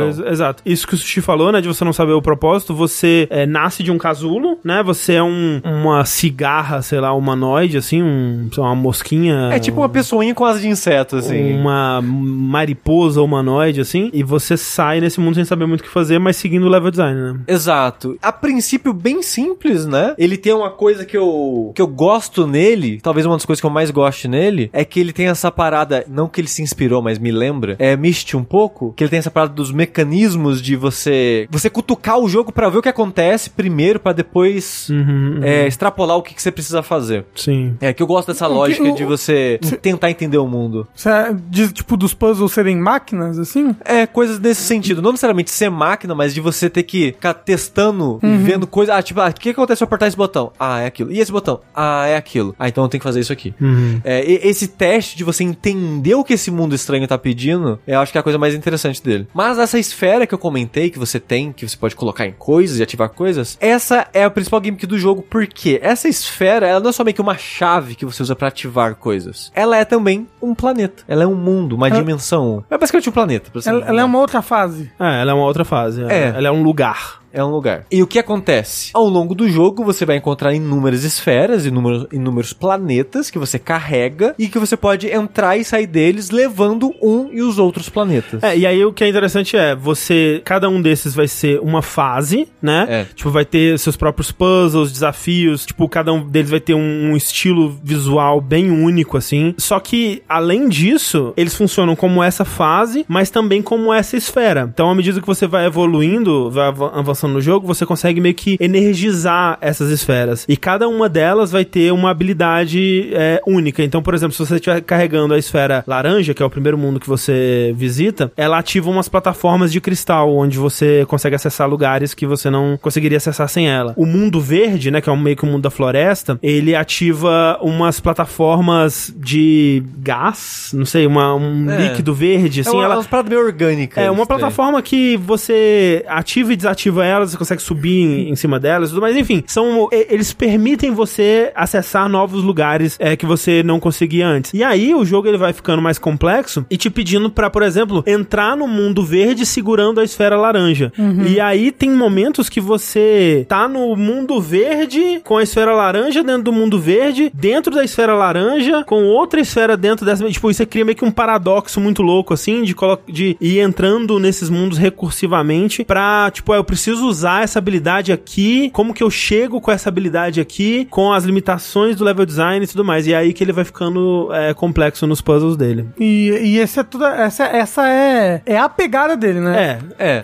coisa. Exato. Isso que o Sushi falou, né, de você não saber o propósito, você nasce de um casulo, né, você é uma cigarra, sei lá, humanoide, assim, uma mosquinha... É tipo uma pessoinha com asa de inseto, assim. Uma mariposa humanoide, assim, e você sai nesse mundo sem saber muito o que fazer, mas seguindo o level design, né? Exato. A princípio, bem simples, né? Ele tem uma coisa que eu gosto nele, talvez uma das coisas que eu mais gosto nele, é que ele tem essa parada, não que ele se inspirou, mas me lembra, Myst um pouco, que ele tem essa parada dos mecanismos de você cutucar o jogo pra ver o que acontece primeiro, pra depois extrapolar o que você precisa fazer. Sim. É que eu gosto dessa lógica de você tentar entender o mundo. Você diz, tipo, dos puzzles serem máquinas, assim? É, coisas nesse sentido. Não necessariamente ser máquina, mas de você ter que ficar testando e vendo coisas. O que acontece se eu apertar esse botão? É aquilo. E esse botão? É aquilo. Então eu tenho que fazer isso aqui. Esse teste de você entender o que esse mundo estranho tá pedindo, eu acho que é a coisa mais interessante dele. Mas essa esfera que eu comentei, que você tem, que você pode colocar em coisas e ativar coisas, essa é a principal gimmick do jogo, porque essa esfera, ela não é somente uma chave que você usa pra ativar coisas. Ela é também um planeta. Ela é um mundo, uma dimensão. É basicamente um planeta. Ela é uma outra fase. Ela é uma outra fase. Ela é um lugar. É um lugar. E o que acontece? Ao longo do jogo, você vai encontrar inúmeras esferas, inúmeros planetas que você carrega e que você pode entrar e sair deles levando um e os outros planetas. E aí o que é interessante cada um desses vai ser uma fase, né? Tipo, vai ter seus próprios puzzles, desafios, tipo, cada um deles vai ter um estilo visual bem único, assim. Só que, além disso, eles funcionam como essa fase, mas também como essa esfera. Então, à medida que você vai evoluindo, vai avançando no jogo, você consegue meio que energizar essas esferas. E cada uma delas vai ter uma habilidade única. Então, por exemplo, se você estiver carregando a esfera laranja, que é o primeiro mundo que você visita, ela ativa umas plataformas de cristal, onde você consegue acessar lugares que você não conseguiria acessar sem ela. O mundo verde, né, que é meio que o mundo da floresta, ele ativa umas plataformas de gás, não sei, um líquido verde, assim. Umas paradas meio orgânicas. Uma plataforma que você ativa e desativa elas, você consegue subir em cima delas e tudo mais. Enfim, eles permitem você acessar novos lugares que você não conseguia antes. E aí o jogo ele vai ficando mais complexo e te pedindo pra, por exemplo, entrar no mundo verde segurando a esfera laranja. E aí tem momentos que você tá no mundo verde com a esfera laranja dentro do mundo verde, dentro da esfera laranja com outra esfera dentro dessa... Tipo, isso cria meio que um paradoxo muito louco, assim, de ir entrando nesses mundos recursivamente pra, tipo, eu preciso usar essa habilidade aqui, como que eu chego com essa habilidade aqui, com as limitações do level design e tudo mais. E é aí que ele vai ficando complexo nos puzzles dele. E essa é a pegada dele, né?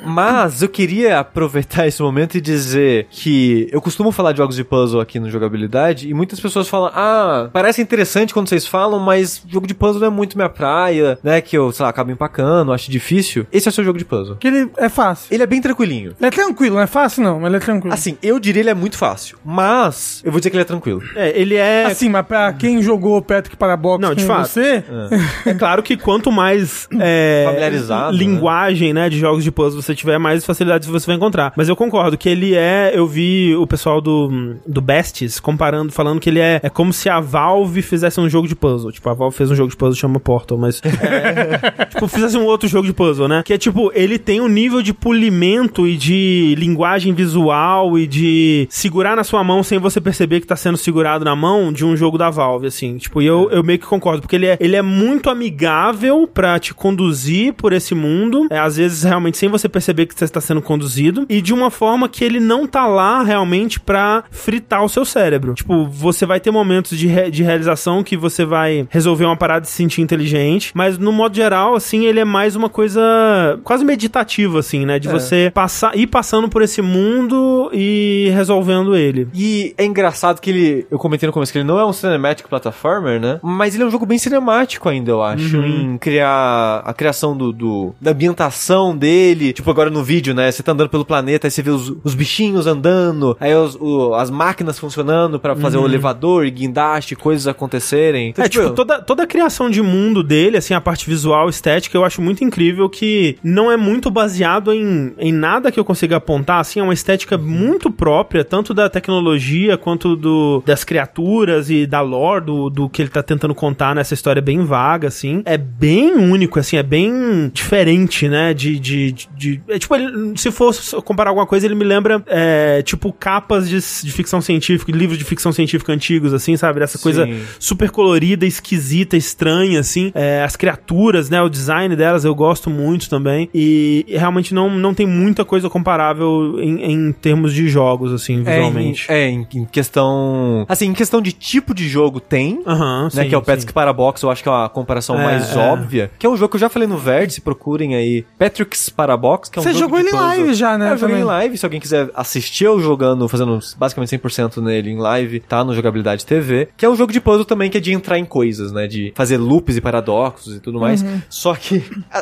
Mas eu queria aproveitar esse momento e dizer que eu costumo falar de jogos de puzzle aqui no Jogabilidade e muitas pessoas falam, parece interessante quando vocês falam, mas jogo de puzzle não é muito minha praia, né, que eu, sei lá, acabo empacando, acho difícil. Esse é o seu jogo de puzzle. Que ele é fácil. Ele é bem tranquilinho. Ele é tranquilo, não é fácil não, mas ele é tranquilo. Assim, eu diria ele é muito fácil, mas eu vou dizer que ele é tranquilo. Ele é... Assim, mas pra quem jogou Patrick Parabox não, de fato. você... É claro que quanto mais familiarizado, linguagem, né, de jogos de puzzle você tiver, mais facilidades você vai encontrar. Mas eu concordo que ele eu vi o pessoal do Besties falando que ele é como se a Valve fizesse um jogo de puzzle. Tipo, a Valve fez um jogo de puzzle que chama Portal, mas tipo, fizesse um outro jogo de puzzle, né? Que é tipo, ele tem um nível de polimento e de linguagem visual e de segurar na sua mão sem você perceber que tá sendo segurado na mão de um jogo da Valve, assim. Tipo, e eu meio que concordo, porque ele é muito amigável pra te conduzir por esse mundo, às vezes realmente sem você perceber que você está sendo conduzido, e de uma forma que ele não tá lá realmente pra fritar o seu cérebro. Tipo, você vai ter momentos de realização que você vai resolver uma parada e se sentir inteligente, mas no modo geral, assim, ele é mais uma coisa quase meditativa, assim, né? De você ir passando por esse mundo e resolvendo ele. E é engraçado que eu comentei no começo que ele não é um cinematic platformer, né? Mas ele é um jogo bem cinemático ainda, eu acho, em criar a criação da ambientação dele. Tipo, agora no vídeo, né? Você tá andando pelo planeta, aí você vê os bichinhos andando, aí as máquinas funcionando pra fazer o elevador e guindaste, coisas acontecerem. Então, tipo, toda a criação de mundo dele, assim, a parte visual, estética, eu acho muito incrível que não é muito baseado em nada que eu consiga apontar, assim, é uma estética muito própria, tanto da tecnologia quanto das criaturas e da lore do que ele tá tentando contar nessa história bem vaga, assim. É bem único, assim, é bem diferente, né? Tipo, se fosse comparar alguma coisa, ele me lembra, tipo, capas de ficção científica, livros de ficção científica antigos, assim, sabe? Essa coisa super colorida, esquisita, estranha, assim. As criaturas, né? O design delas eu gosto muito também. E realmente não tem muita coisa comparável em termos de jogos, assim, visualmente. Em questão... Assim, em questão de tipo de jogo tem, né? Sim, que é o Patrick's Parabox, eu acho que é uma comparação mais óbvia. Que é um jogo que eu já falei no Vértice, procurem aí. Patrick's Parabox, que é um Você jogo jogou ele em live já, né? Eu joguei em live, se alguém quiser assistir eu jogando, fazendo basicamente 100% nele em live, tá no Jogabilidade TV, que é um jogo de puzzle também, que é de entrar em coisas, né? De fazer loops e paradoxos e tudo mais. Só que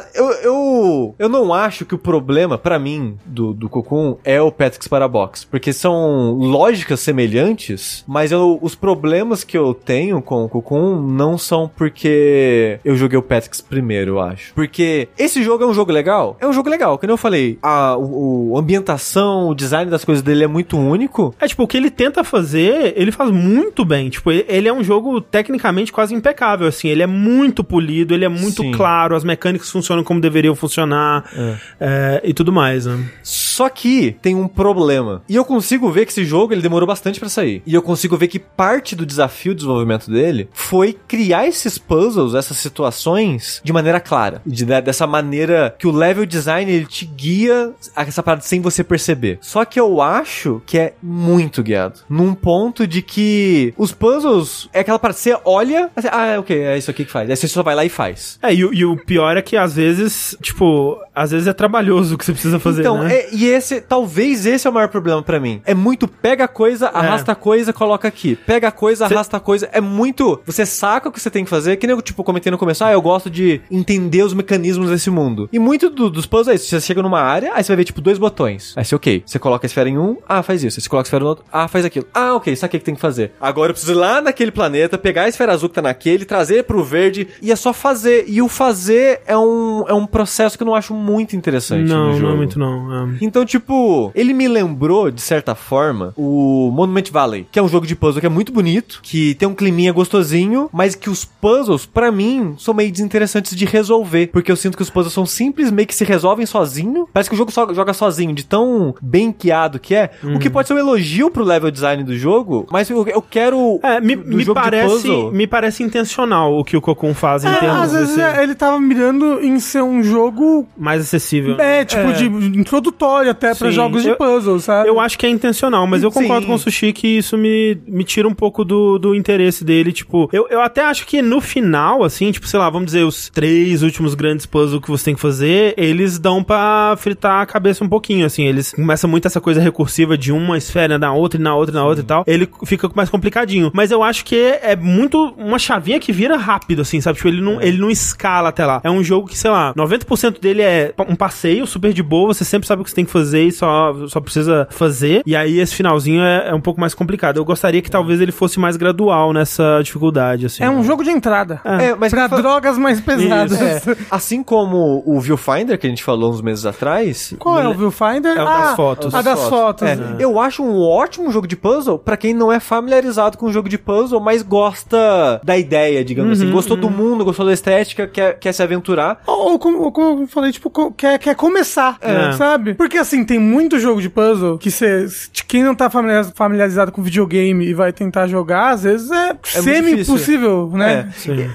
eu não acho que o problema, pra mim, do Cocoon é o Patrick's Parabox, porque são lógicas semelhantes, mas os problemas que eu tenho com o Cocoon não são porque eu joguei o Patrick's primeiro, eu acho. Porque esse jogo é um jogo legal? É um jogo legal, como eu falei, a ambientação, o design das coisas dele é muito único. Tipo, o que ele tenta fazer, ele faz muito bem. Tipo, ele é um jogo tecnicamente quase impecável, assim. Ele é muito polido, ele é muito claro, as mecânicas funcionam como deveriam funcionar e tudo mais, né? Só que tem um problema. E eu consigo ver que esse jogo, ele demorou bastante pra sair. E eu consigo ver que parte do desafio de desenvolvimento dele foi criar esses puzzles, essas situações, de maneira clara. Dessa maneira que o level design, ele te guia a essa parada sem você perceber. Só que eu acho que é muito guiado. Num ponto de que os puzzles é aquela parte, você olha, assim, ok, é isso aqui que faz. Aí você só vai lá e faz. E o pior é que às vezes, tipo, às vezes é trabalhoso o que você precisa fazer, então, né? Talvez esse é o maior problema pra mim. É muito pega a coisa, arrasta a coisa, coloca aqui. Pega a coisa, arrasta a coisa. É muito... Você saca o que você tem que fazer, que nem eu, tipo, comentei no começo, eu gosto de entender os mecanismos desse mundo. E muito dos puzzles é isso. Você chega numa área, aí você vai ver, tipo, 2 botões. Aí você, ok, você coloca a esfera em um, faz isso. Aí você coloca a esfera no outro, faz aquilo. Ok, saquei o que tem que fazer. Agora eu preciso ir lá naquele planeta, pegar a esfera azul que tá naquele, trazer pro verde, e é só fazer. E o fazer é um processo que eu não acho muito interessante no jogo. Não é muito não. Então, tipo, ele me lembrou, de certa forma, o Monument Valley, que é um jogo de puzzle que é muito bonito, que tem um climinha gostosinho, mas que os puzzles, pra mim, são meio desinteressantes de resolver, porque eu sinto que os puzzles são simples, meio que se resolvem sozinho. Parece que o jogo só joga sozinho, de tão bem guiado que é. O que pode ser um elogio pro level design do jogo, mas eu quero me parece intencional o que o Cocoon faz em termos às vezes ele tava mirando em ser um jogo mais acessível. De introdutório até pra jogos de puzzle, sabe? Eu acho que é intencional, mas eu concordo com o Sushi que isso me tira um pouco do interesse dele, tipo, eu até acho que no final, assim, tipo, sei lá, vamos dizer, os 3 últimos grandes puzzles que você tem que fazer, eles dão pra fritar a cabeça um pouquinho, assim, eles começam muito essa coisa recursiva de uma esfera na outra, e na outra, e na outra e tal, ele fica mais complicadinho, mas eu acho que é muito uma chavinha que vira rápido, assim, sabe, tipo, ele não escala até lá, é um jogo que, sei lá, 90% dele é um passeio super de boa, você sempre sabe o que você tem que fazer e só precisa fazer, e aí esse finalzinho é um pouco mais complicado. Eu gostaria que talvez ele fosse mais gradual nessa dificuldade, assim. É um jogo de entrada. Mas pra drogas mais pesadas. Assim como o Viewfinder, que a gente falou uns meses atrás. Qual é o Viewfinder? É o das fotos. Das fotos. Eu acho um ótimo jogo de puzzle pra quem não é familiarizado com o jogo de puzzle, mas gosta da ideia, digamos assim. Gostou do mundo, gostou da estética, quer se aventurar. Ou como eu falei, tipo, quer começar, sabe? Porque assim, tem muito jogo de puzzle que quem não tá familiarizado com videogame e vai tentar jogar, às vezes é semi-impossível, né?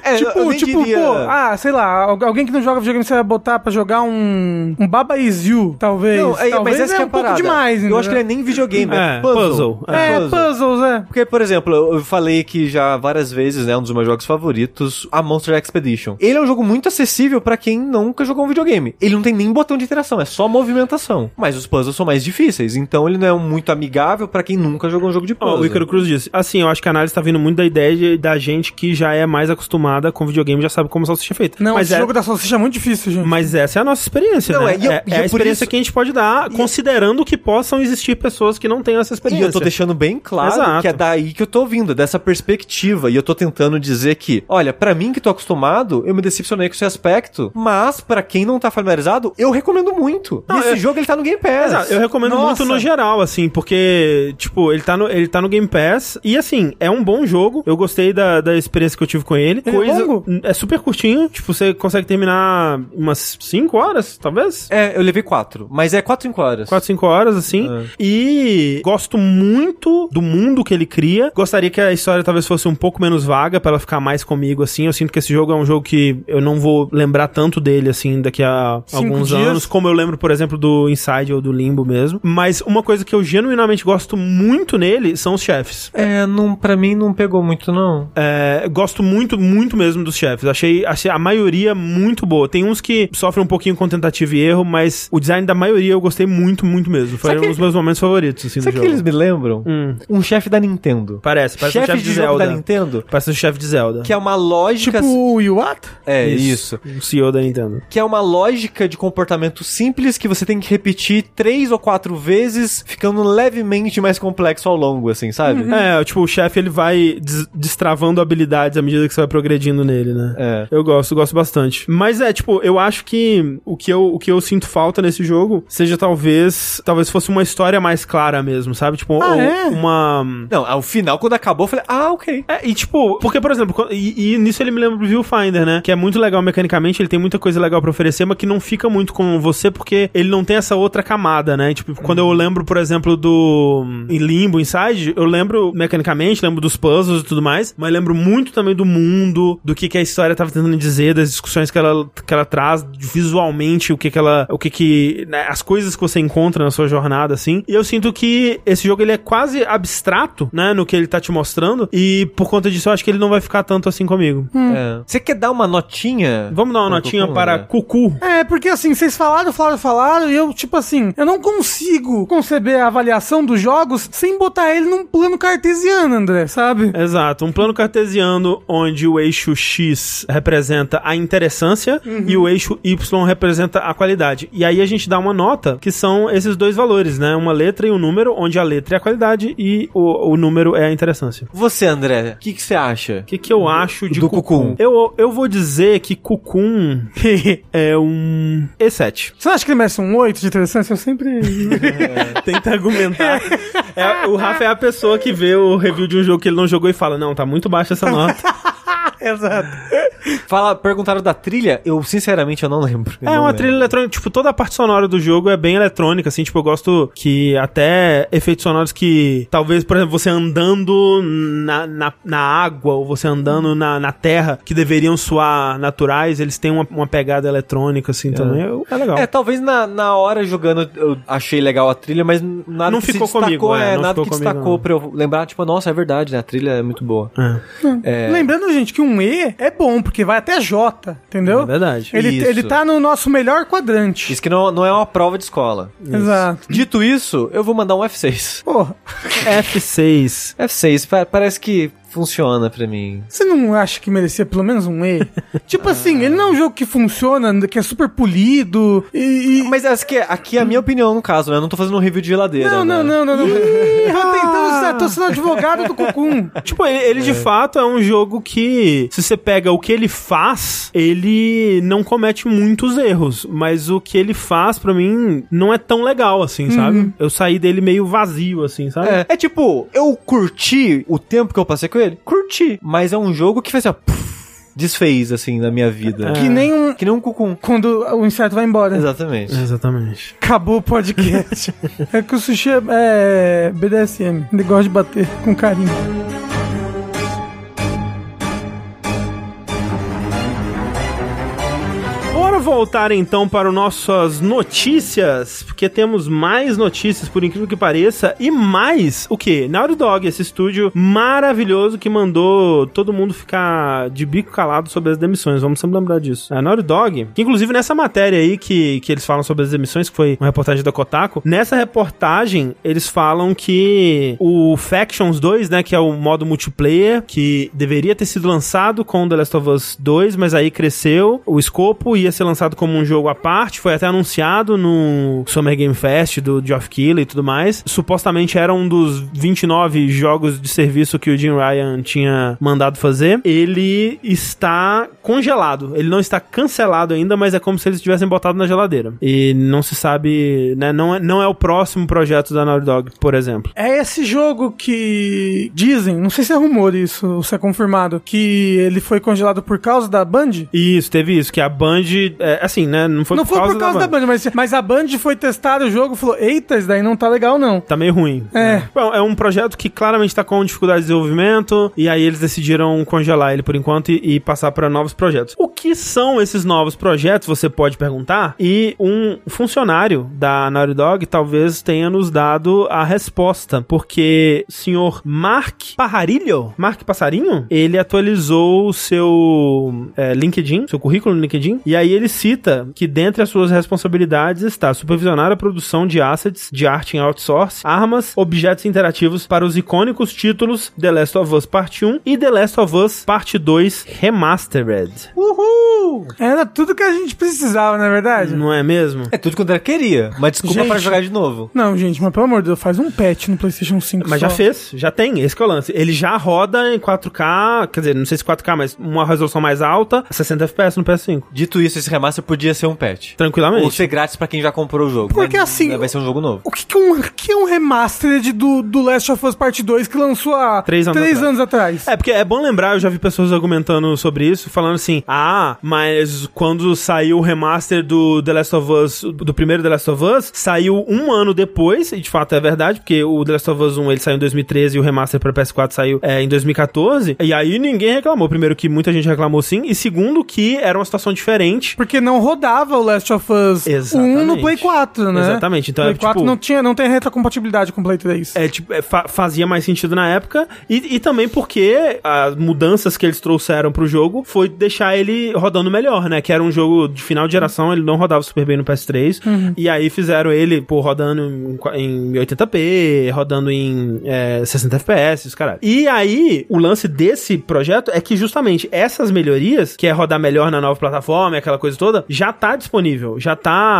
Sei lá, alguém que não joga videogame, você vai botar pra jogar um Baba Is You, talvez. Não, talvez mas essa é um pouco demais, eu acho que ele é nem videogame, é puzzle. Puzzles. Porque, por exemplo, eu falei que já várias vezes, né, um dos meus jogos favoritos, a Monster Expedition. Ele é um jogo muito acessível pra quem nunca jogou um videogame. Ele não tem nem botão de interação, é só movimentação. Mas os puzzles são mais difíceis, então ele não é muito amigável pra quem nunca jogou um jogo de puzzle. O Ícaro Cruz disse, assim, eu acho que a análise tá vindo muito da ideia da gente que já é mais acostumada com videogame, já sabe como a salsicha é feita. Não, esse jogo da salsicha é muito difícil, gente. Mas essa é a nossa experiência, né? É a experiência que a gente pode dar, considerando que possam existir pessoas que não tenham essa experiência. E eu tô deixando bem claro que é daí que eu tô vindo, dessa perspectiva, e eu tô tentando dizer que, olha, pra mim que tô acostumado, eu me decepcionei com esse aspecto, mas pra quem não tá familiarizado, eu recomendo muito. E esse jogo, ele tá no Game Pass. Exato, eu recomendo muito no geral, assim, porque, tipo, ele tá no Game Pass e, assim, é um bom jogo. Eu gostei da experiência que eu tive com ele. É super curtinho, tipo, você consegue terminar umas 5 horas, talvez? Eu levei 4, mas é 4, 5 horas. 4, 5 horas, assim. E gosto muito do mundo que ele cria. Gostaria que a história talvez fosse um pouco menos vaga pra ela ficar mais comigo, assim. Eu sinto que esse jogo é um jogo que eu não vou lembrar tanto dele, assim, daqui a alguns anos, como eu lembro, por exemplo, do Inside ou do Limbo mesmo. Mas uma coisa que eu genuinamente gosto muito nele são os chefes. Pra mim não pegou muito, não. Gosto muito, muito mesmo dos chefes. Achei a maioria muito boa. Tem uns que sofrem um pouquinho com tentativa e erro, mas o design da maioria eu gostei muito, muito mesmo. Foi um dos meus momentos favoritos, assim, do jogo. Sabe que eles me lembram? Um chefe da Nintendo. Parece um chefe de jogo Zelda. Da Nintendo. Parece um chefe de Zelda. Que é uma lógica... Tipo o Iwata? Isso. O CEO da Nintendo. Que é uma lógica de comportamento simples que você tem que repetir 3 ou 4 vezes, ficando levemente mais complexo ao longo, assim, sabe? Tipo, o chefe, ele vai destravando habilidades à medida que você vai progredindo nele, né? Eu gosto bastante. Mas tipo, eu acho que o que eu sinto falta nesse jogo seja talvez fosse uma história mais clara mesmo, sabe? Tipo, uma... Não, ao final, quando acabou, eu falei, ok. E tipo, porque, por exemplo, e nisso ele me lembra do Viewfinder, né? Que é muito legal mecanicamente, ele tem muita coisa legal pra oferecer, mas que não fica muito com você, porque ele não tem essa outra camada, né? Tipo, quando eu lembro, por exemplo, do Limbo, Inside, eu lembro mecanicamente, lembro dos puzzles e tudo mais, mas lembro muito também do mundo, do que a história tava tentando dizer, das discussões que ela traz visualmente, né, as coisas que você encontra na sua jornada, assim. E eu sinto que esse jogo, ele é quase abstrato, né, no que ele tá te mostrando, e por conta disso eu acho que ele não vai ficar tanto assim comigo. Você quer dar uma notinha? Vamos dar uma notinha para Cucu. Porque assim, vocês falaram, e eu, tipo assim, eu não consigo conceber a avaliação dos jogos sem botar ele num plano cartesiano, André, sabe? Exato, um plano cartesiano onde o eixo X representa a interessância e o eixo Y representa a qualidade. E aí a gente dá uma nota que são esses dois valores, né? Uma letra e um número, onde a letra é a qualidade e o número é a interessância. Você, André, o que você acha? O que eu acho de Cocoon? Eu vou dizer que Cocoon é um E7. Você acha que ele merece um 8 de interessância? Eu sempre... Tenta argumentar. O Rafa é a pessoa que vê o review de um jogo que ele não jogou e fala, não, tá muito baixa essa nota. Exato. Perguntaram da trilha, eu sinceramente eu não lembro. Trilha eletrônica, tipo, toda a parte sonora do jogo é bem eletrônica, assim, tipo, eu gosto que até efeitos sonoros que talvez, por exemplo, você andando na água ou você andando na terra, que deveriam soar naturais, eles têm uma pegada eletrônica, assim, também, é legal. Talvez na hora jogando eu achei legal a trilha, mas nada não que ficou se destacou, comigo, nada ficou que comigo, destacou pra eu lembrar, tipo, nossa, é verdade, né, a trilha é muito boa. Lembrando, gente, que um E é bom, porque vai até J, entendeu? É verdade. Ele tá no nosso melhor quadrante. Isso que não é uma prova de escola. Isso. Exato. Dito isso, eu vou mandar um F6. Porra. F6. F6, parece que funciona pra mim. Você não acha que merecia pelo menos um E? Tipo assim, ele não é um jogo que funciona, que é super polido Mas aqui é a minha opinião no caso, né? Eu não tô fazendo um review de geladeira. Não. Tô sendo advogado do Cocoon. Tipo, ele de fato é um jogo que, se você pega o que ele faz, ele não comete muitos erros, mas o que ele faz, pra mim, não é tão legal, assim, sabe? Eu saí dele meio vazio, assim, sabe? É tipo, eu curti o tempo que eu passei com ele? Curti. Mas é um jogo que fez assim, ó, desfez, assim, na minha vida. Que nem um Cocoon. Quando o inseto vai embora. Exatamente. Acabou o podcast. É que o sushi é BDSM. Ele gosta de bater com carinho. Bora voltar então para as nossas notícias, porque temos mais notícias, por incrível que pareça, e mais o quê? Naughty Dog, esse estúdio maravilhoso que mandou todo mundo ficar de bico calado sobre as demissões, vamos sempre lembrar disso. A Naughty Dog, que inclusive nessa matéria aí que eles falam sobre as demissões, que foi uma reportagem da Kotaku, nessa reportagem eles falam que o Factions 2, né, que é o modo multiplayer, que deveria ter sido lançado com The Last of Us 2, mas aí cresceu o escopo e ia ser lançado como um jogo à parte, foi até anunciado no Summer Game Fest do Geoff Keighley e tudo mais. Supostamente era um dos 29 jogos de serviço que o Jim Ryan tinha mandado fazer. Ele está congelado. Ele não está cancelado ainda, mas é como se eles tivessem botado na geladeira. E não se sabe, né? Não é o próximo projeto da Naughty Dog, por exemplo. É esse jogo que dizem, não sei se é rumor isso, ou se é confirmado, que ele foi congelado por causa da Band? Isso, teve isso, que a Band, assim, né? Não foi por causa da Band, mas a Band foi testar o jogo e falou, eita, isso daí não tá legal não. Tá meio ruim. Bom, é um projeto que claramente tá com dificuldade de desenvolvimento, e aí eles decidiram congelar ele por enquanto e passar para novos projetos. O que são esses novos projetos, você pode perguntar, e um funcionário da Naughty Dog talvez tenha nos dado a resposta, porque o senhor Mark Passarinho, ele atualizou o seu LinkedIn, seu currículo no LinkedIn, e aí ele cita que dentre as suas responsabilidades está supervisionar a produção de assets de arte em outsource, armas, objetos interativos para os icônicos títulos The Last of Us Part 1 e The Last of Us Part 2 Remastered. Uhul! Era tudo que a gente precisava, não é verdade? Não é mesmo? É tudo quando ela queria, mas desculpa para jogar de novo. Não, gente, mas pelo amor de Deus, faz um patch no PlayStation 5 Mas só. já fez, já tem, esse que é o lance. Ele já roda em 4K, quer dizer, não sei se 4K, mas uma resolução mais alta, 60 FPS no PS5. Dito isso, esse remaster podia ser um patch. Tranquilamente. Ou ser grátis pra quem já comprou o jogo. Porque assim... vai ser um jogo novo. O que é um remastered do Last of Us Part 2 que lançou há 3 anos atrás? É, porque é bom lembrar, eu já vi pessoas argumentando sobre isso, falando assim, mas quando saiu o remaster do The Last of Us, do primeiro The Last of Us, saiu um ano depois, e de fato é verdade, porque o The Last of Us 1 ele saiu em 2013 e o remaster para PS4 saiu em 2014, e aí ninguém reclamou. Primeiro que muita gente reclamou sim, e segundo que era uma situação diferente. Porque não rodava o Last of Us 1 no Play 4, né? Exatamente. Então, Play 4 não tem retrocompatibilidade com o Play 3. Fazia mais sentido na época, e também porque as mudanças que eles trouxeram pro jogo foi deixar ele rodando melhor, né? Que era um jogo de final de geração, ele não rodava super bem no PS3, e aí fizeram ele, rodando em 1080p, rodando em 60 FPS, caralho. E aí, o lance desse projeto é que justamente essas melhorias, que é rodar melhor na nova plataforma, aquela coisa toda, já tá disponível, já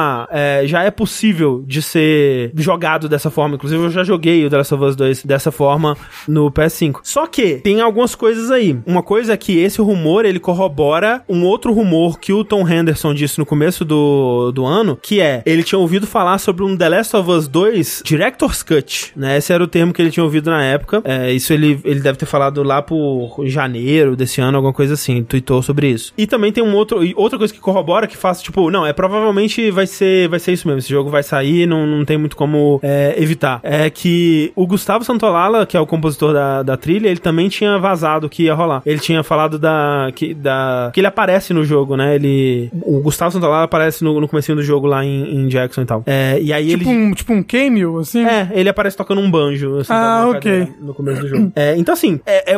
é possível de ser jogado dessa forma. Inclusive, eu já joguei o The Last of Us 2 dessa forma no PS5. Só que tem algumas coisas aí. Uma coisa é que esse rumor, ele corrobora um outro rumor que o Tom Henderson disse no começo do ano, que ele tinha ouvido falar sobre um The Last of Us 2 Director's Cut, né? Esse era o termo que ele tinha ouvido na época. Isso ele deve ter falado lá por janeiro desse ano, alguma coisa assim, tweetou sobre isso. E também tem outra coisa que corrobora, que faz, provavelmente vai ser isso mesmo, esse jogo vai sair, não tem muito como evitar. É que o Gustavo Santaolalla, que é o compositor da trilha, ele também tinha vazado que ia rolar. Ele tinha falado que ele aparece no jogo, né? O Gustavo Santaolalla aparece no comecinho do jogo lá em Jackson e tal. E aí tipo um cameo, assim? Ele aparece tocando um banjo, assim, ok. no começo do jogo. Então, assim,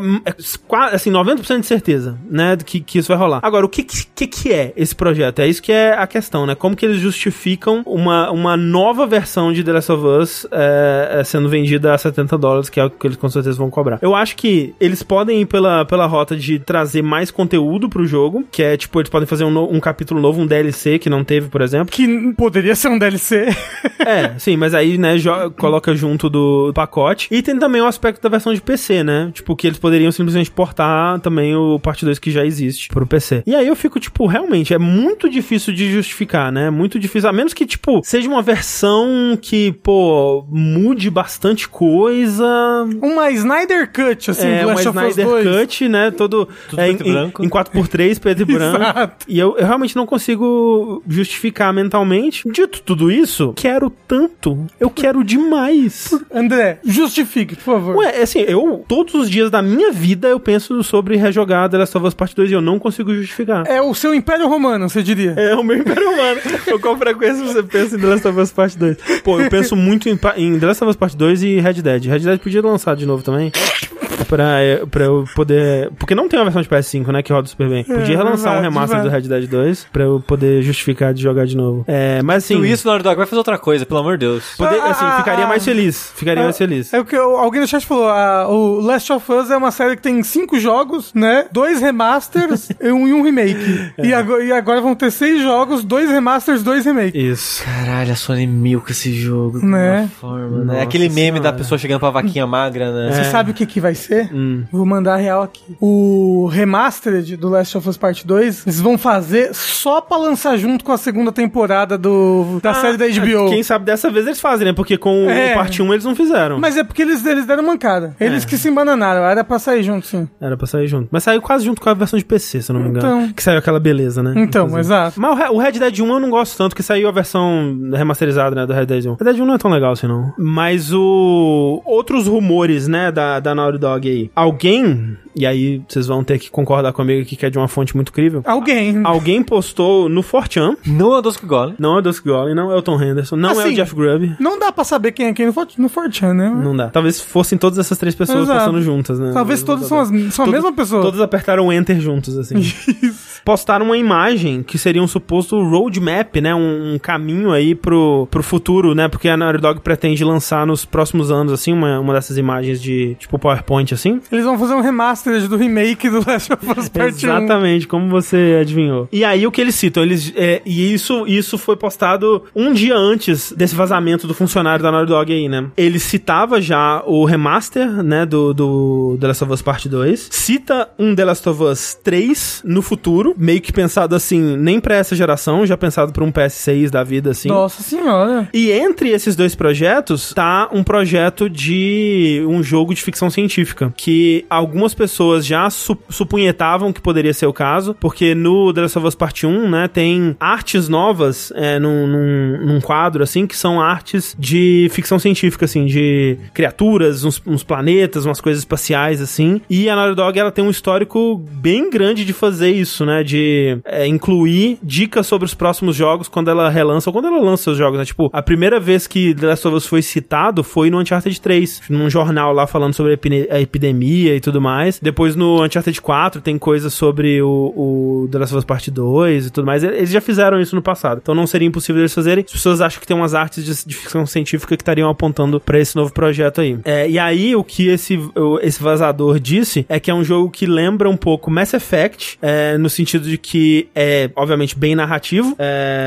quase, assim, 90% de certeza, né, que isso vai rolar. Agora, o que é esse projeto? É isso que é a questão, né? Como que eles justificam uma nova versão de The Last of Us sendo vendida a $70, que é o que eles com certeza vão cobrar. Eu acho que eles podem ir pela rota de trazer mais conteúdo pro jogo, que é, eles podem fazer um capítulo novo, um DLC, que não teve, por exemplo. Que poderia ser um DLC. Sim, mas aí, né, coloca junto do pacote. E tem também o aspecto da versão de PC, né? Que eles poderiam simplesmente portar também o Parte 2 que já existe pro PC. E aí eu fico, realmente, é muito difícil de justificar, né? Muito difícil, a menos que, seja uma versão que, mude bastante coisa. Uma Snyder Cut, assim, do Last of Us 2. Uma Snyder Cut, né? Tudo preto e branco. Em 4x3, preto e branco. Exato. E eu realmente não consigo justificar mentalmente. Dito tudo isso, quero tanto. Eu quero demais. André, justifique, por favor. Todos os dias da minha vida eu penso sobre rejogar The Last of Us Part 2 e eu não consigo justificar. É o seu Império Romano, você diria? É o meu Império Romano. Com frequência você pensa em The Last of Us Part 2. Eu penso muito em The Last of Us Part 2 e Red Dead. Red Dead podia lançar de novo também. pra eu poder... Porque não tem uma versão de PS5, né, que roda super bem. Podia relançar um remaster do Red Dead 2 pra eu poder justificar de jogar de novo. Mas assim... Tudo isso, Naughty Dog vai fazer outra coisa, pelo amor de Deus. Ficaria mais feliz. Ficaria mais feliz. É o que alguém no chat falou, o Last of Us é uma série que tem 5 jogos, né? 2 remasters e um remake. E agora vão ter 6 jogos, 2 remasters, 2 remakes. Isso. Caralho, a Sony milka esse jogo de né? uma forma, né? Aquele meme da pessoa chegando pra vaquinha magra, né? Você sabe o que vai ser? Vou mandar a real aqui. O Remastered do Last of Us Part 2, eles vão fazer só pra lançar junto com a segunda temporada da série da HBO. Quem sabe dessa vez eles fazem, né? Porque com o Parte 1 eles não fizeram. Mas é porque eles deram mancada. Eles que se embananaram. Era pra sair junto, sim. Era pra sair junto. Mas saiu quase junto com a versão de PC, se eu não me engano. Então. Que saiu aquela beleza, né? Então, inclusive. Exato. Mas o Red Dead 1 eu não gosto tanto, que saiu a versão remasterizada, né, do Red Dead 1. Red Dead 1 não é tão legal assim, não. Mas outros rumores, né, da Naughty Dog aí. Alguém, e aí vocês vão ter que concordar comigo aqui que é de uma fonte muito crível. Alguém postou no 4chan. Não é o Dusk Golem. Não é o Dusk Golem, não é o Tom Henderson, não é o Jeff Grubb. Não dá pra saber quem é quem no 4chan, né? Não dá. Talvez fossem todas essas 3 pessoas postando juntas, né? Talvez todas são a mesma pessoa. Todos apertaram Enter juntos, assim. Isso. Postaram uma imagem que seria um suposto roadmap, né? Um caminho aí pro futuro, né? Porque a Naughty Dog pretende lançar nos próximos anos, assim, uma dessas imagens de, tipo, PowerPoint, assim. Eles vão fazer um remaster do remake do Last of Us Part 1. Exatamente, como você adivinhou. E aí, o que eles citam? E isso foi postado um dia antes desse vazamento do funcionário da Naughty Dog aí, né? Ele citava já o remaster, né? Do The Last of Us Part 2. Cita um The Last of Us 3 no futuro, meio que pensado assim, nem pra essa geração, já pensado pra um PS6 da vida, assim. Nossa senhora. E entre esses 2 projetos, tá um projeto de um jogo de ficção científica, que algumas pessoas já supunhetavam que poderia ser o caso, porque no The Last of Us Part 1, né, tem artes novas num quadro, assim, que são artes de ficção científica, assim, de criaturas, uns planetas, umas coisas espaciais, assim. E a Naughty Dog, ela tem um histórico bem grande de fazer isso, né, de incluir dicas sobre os próximos jogos quando ela relança ou quando ela lança os jogos, né? Tipo, a primeira vez que The Last of Us foi citado foi no Uncharted 3, num jornal lá falando sobre a epidemia e tudo mais. Depois no Uncharted 4 tem coisas sobre o The Last of Us Part 2 e tudo mais. Eles já fizeram isso no passado, então não seria impossível eles fazerem. As pessoas acham que tem umas artes de ficção científica que estariam apontando pra esse novo projeto aí. E aí, o que esse vazador disse é que é um jogo que lembra um pouco Mass Effect, no sentido de que é, obviamente, bem narrativo.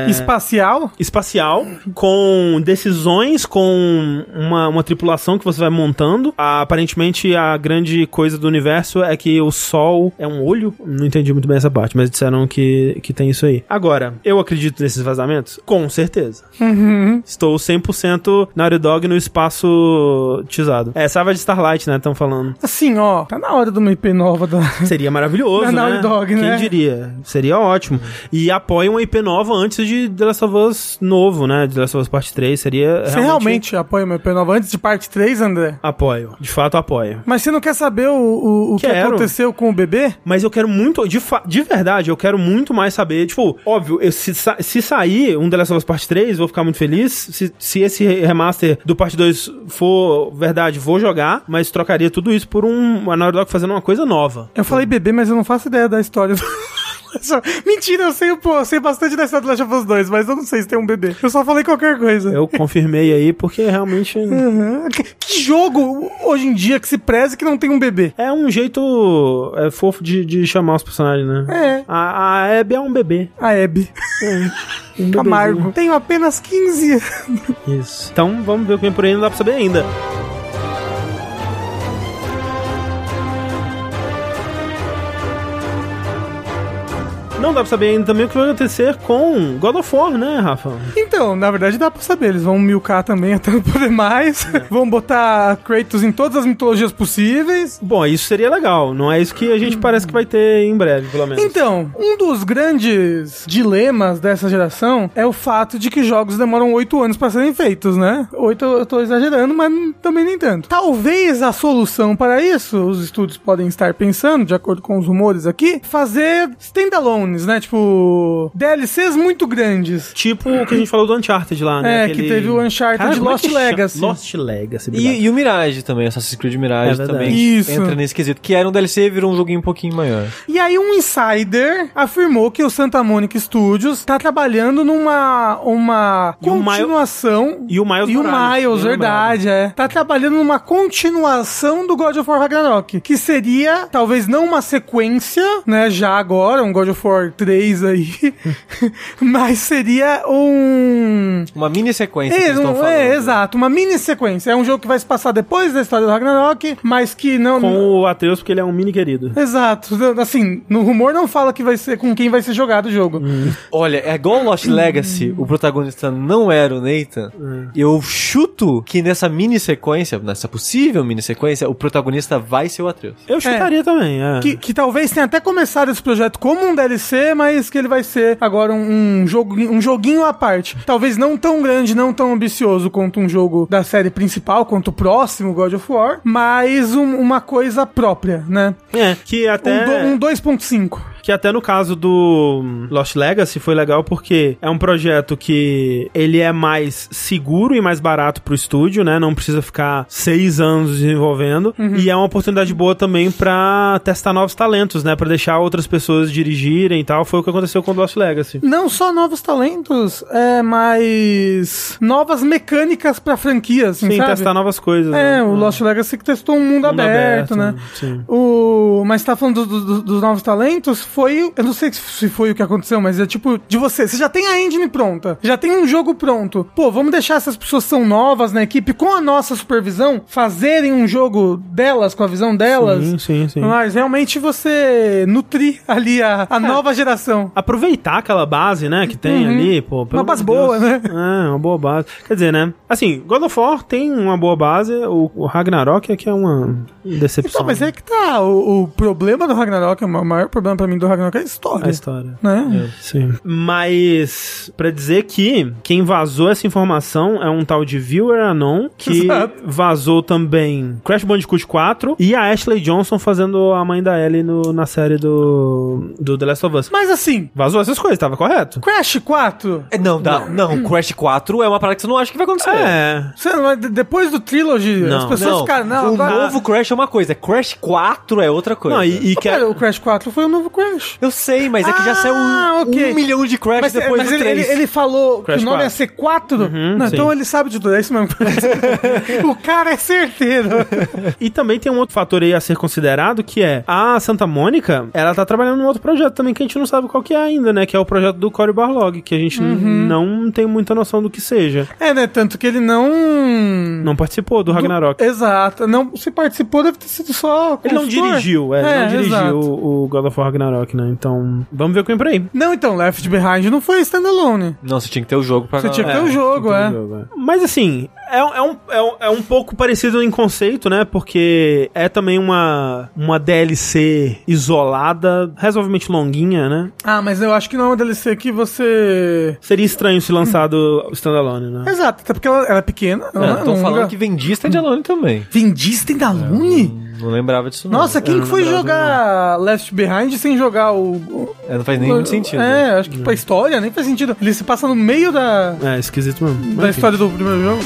Espacial, com decisões, com uma tripulação que você vai montando. Aparentemente, a grande coisa do universo é que o Sol é um olho. Não entendi muito bem essa parte, mas disseram que tem isso aí. Agora, eu acredito nesses vazamentos? Com certeza. Estou 100% Naughty Dog no espaço tizado. Savage Starlight, né? Estão falando. Assim, ó, tá na hora de uma IP nova Seria maravilhoso, da Naughty Dog, né? Quem diria? Seria ótimo. E apoia uma IP nova antes de The Last of Us novo, né? The Last of Us Part 3 seria Você realmente apoia uma IP nova antes de Parte 3, André? Apoio. De fato, apoio. Mas você não quer saber o que aconteceu com o bebê? Mas eu quero muito... De verdade, eu quero muito mais saber. Tipo, óbvio, se sair um The Last of Us Part 3, vou ficar muito feliz. Se esse remaster do Part 2 for verdade, vou jogar. Mas trocaria tudo isso por a Naughty Dog fazendo uma coisa nova. Eu falei bebê, mas eu não faço ideia da história do... Mentira, eu sei bastante da história do Last of Us 2, mas eu não sei se tem um bebê. Eu só falei qualquer coisa. Eu confirmei aí, porque realmente... Que jogo, hoje em dia, que se preze que não tem um bebê? É um jeito fofo de chamar os personagens, né? A Abby é um bebê. A Abby. Um Camargo. Tenho apenas 15 anos. Isso. Então, vamos ver o que vem por aí, não dá pra saber ainda. Não dá pra saber ainda também o que vai acontecer com God of War, né, Rafa? Então, na verdade dá pra saber. Eles vão milcar também até não poder mais. Vão botar Kratos em todas as mitologias possíveis. Bom, isso seria legal. Não é isso que a gente parece que vai ter em breve, pelo menos. Então, um dos grandes dilemas dessa geração é o fato de que jogos demoram 8 anos pra serem feitos, né? 8 eu tô exagerando, mas também nem tanto. Talvez a solução para isso, os estúdios podem estar pensando, de acordo com os rumores aqui, fazer standalone, standalones, né? Tipo, DLCs muito grandes. Tipo o que a gente falou do Uncharted lá, né? Que teve o Uncharted Lost Legacy. Lost Legacy. E o Mirage também, Assassin's Creed Mirage também entra nesse quesito, que era um DLC e virou um joguinho um pouquinho maior. E aí um insider afirmou que o Santa Monica Studios tá trabalhando numa continuação... E o Miles, verdade, Tá trabalhando numa continuação do God of War Ragnarok, que seria, talvez não uma sequência, né, já agora, um God of War 3 aí, mas seria uma mini sequência que eles estão falando. Exato, uma mini sequência. É um jogo que vai se passar depois da história do Ragnarok, mas que não... Com o Atreus, porque ele é um mini querido. Exato. Assim, no rumor não fala que vai ser com quem vai ser jogado o jogo. Olha, é igual o Lost Legacy, o protagonista não era o Nathan. Eu chuto que nessa mini sequência, nessa possível mini sequência, o protagonista vai ser o Atreus. Eu chutaria também, Que talvez tenha até começado esse projeto como um DLC, mas que ele vai ser agora um joguinho à parte. Talvez não tão grande, não tão ambicioso quanto um jogo da série principal, quanto o próximo God of War, mas uma coisa própria, né? Que até... Um 2.5. Que até no caso do Lost Legacy foi legal porque é um projeto que ele é mais seguro e mais barato pro estúdio, né? Não precisa ficar 6 anos desenvolvendo. E é uma oportunidade boa também pra testar novos talentos, né? Pra deixar outras pessoas dirigirem e tal. Foi o que aconteceu com o Lost Legacy. Não só novos talentos, mas novas mecânicas pra franquias, sim, sabe? Testar novas coisas. O Lost Legacy que testou um mundo aberto, né? Sim. Mas tá falando dos novos talentos, eu não sei se foi o que aconteceu, mas é tipo, você já tem a engine pronta, já tem um jogo pronto, pô, vamos deixar essas pessoas que são novas na equipe, com a nossa supervisão, fazerem um jogo delas, com a visão delas. Sim. Mas realmente você nutrir ali a nova geração. Aproveitar aquela base, né, que tem ali, pô. Uma base boa, né? Uma boa base. Quer dizer, né, assim, God of War tem uma boa base, o Ragnarok é que é uma decepção. Então, mas é que tá, o problema do Ragnarok, o maior problema pra mim do Ragnarok é a história. A história. Né? Sim. Mas, pra dizer que quem vazou essa informação é um tal de Viewer Anon, que vazou também Crash Bandicoot 4 e a Ashley Johnson fazendo a mãe da Ellie na série do The Last of Us. Mas assim... Vazou essas coisas, tava correto? Crash 4? Não, Crash 4 é uma parada que você não acha que vai acontecer. Depois do Trilogy, as pessoas ficaram... Novo Crash é uma coisa, Crash 4 é outra coisa. O Crash 4 foi o novo Crash. Eu sei, mas é que já saiu um milhão de Crash depois do 3. Ele falou Crash que o nome 4. ia ser 4? Então ele sabe de tudo, é isso mesmo. O cara é certeiro. E também tem um outro fator aí a ser considerado, que é a Santa Mônica, ela tá trabalhando num outro projeto também que a gente não sabe qual que é ainda, né? Que é o projeto do Cory Barlog, que a gente não tem muita noção do que seja. Né? Tanto que ele não participou do Ragnarok. Exato. Não, se participou, deve ter sido só ele não dirigiu, o God of War Ragnarok, né? Então, vamos ver o que vem por aí. Não, então, Left Behind não foi standalone. Não, você tinha que ter o jogo pra... Você tinha que ter o jogo, Mas assim, é um pouco parecido em conceito, né? Porque é também uma DLC isolada, razoavelmente longuinha, né? Mas eu acho que não é uma DLC que você... Seria estranho se lançado standalone, né? Exato, até porque ela é pequena. Tô falando que vendia standalone também. Vendia standalone? Não lembrava disso, não. Nossa, quem que foi jogar Left Behind sem jogar o... Não faz nem muito sentido. Acho que pra história nem faz sentido. Ele se passa no meio da... esquisito mesmo. Da história do primeiro jogo.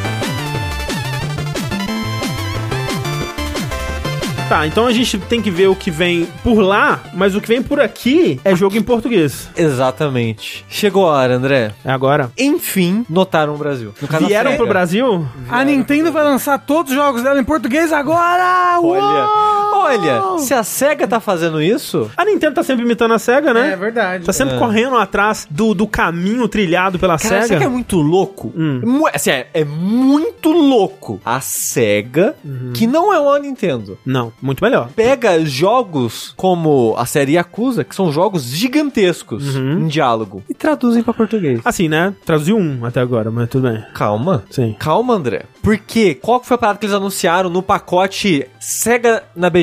Tá, então a gente tem que ver o que vem por lá, mas o que vem por aqui é jogo em português. Exatamente. Chegou a hora, André. É agora. Enfim, notaram o Brasil. Vieram pro Brasil? A Nintendo vai lançar todos os jogos dela em português agora! Olha, se a SEGA tá fazendo isso... A Nintendo tá sempre imitando a SEGA, né? É verdade. Tá sempre correndo atrás do caminho trilhado pela SEGA. Cara, SEGA é muito louco. Assim, é muito louco. A SEGA, que não é uma Nintendo. Não, muito melhor. Pega jogos como a série Yakuza, que são jogos gigantescos em diálogo, e traduzem pra português. Assim, né? Traduziu um até agora, mas tudo bem. Calma. Sim. Calma, André. Porque qual que foi a parada que eles anunciaram no pacote SEGA na BGS?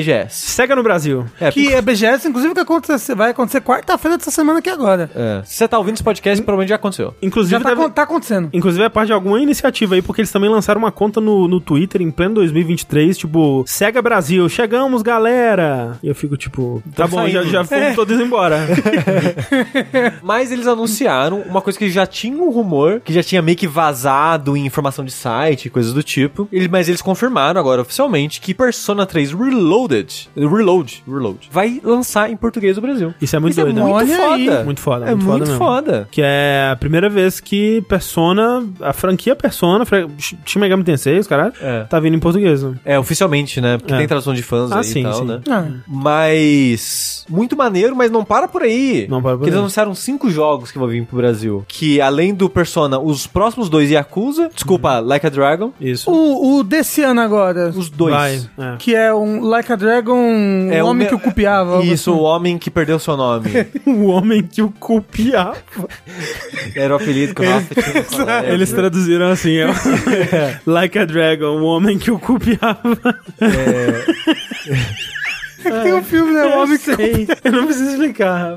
BGS. Sega no Brasil. Que é BGS, inclusive, que vai acontecer quarta-feira dessa semana aqui agora. Se você tá ouvindo esse podcast, provavelmente já aconteceu. Inclusive, já tá acontecendo. Inclusive é parte de alguma iniciativa aí, porque eles também lançaram uma conta no Twitter em pleno 2023, tipo, Sega Brasil, chegamos, galera! E eu fico tipo, tá bom, já fomos todos embora. Mas eles anunciaram uma coisa que já tinha um rumor, que já tinha meio que vazado em informação de site, coisas do tipo. Mas eles confirmaram agora oficialmente que Persona 3 Reload vai lançar em português do Brasil. Isso é muito doido. É muito foda. Muito foda. É muito foda. Que é a primeira vez que Persona, a franquia Persona, Shin Megami Tensei, os caralho, tá vindo em português. Né? Oficialmente, né? Porque tem tradução de fãs aí sim, e tal, sim. né? Mas muito maneiro, mas não para por aí. Não para por aí. Eles anunciaram 5 jogos que vão vir pro Brasil. Que além do Persona, os próximos 2 Yakuza, Like a Dragon. Isso. O desse ano agora. Os 2. Que é um Like a Dragon, o homem que o copiava. Isso, o homem que perdeu seu nome. O homem que o copiava. Era o apelido que o Rafa tinha. Eles traduziram assim, Like a Dragon, o homem que o copiava. Tem um filme, né? O homem que copiava. Eu não preciso explicar,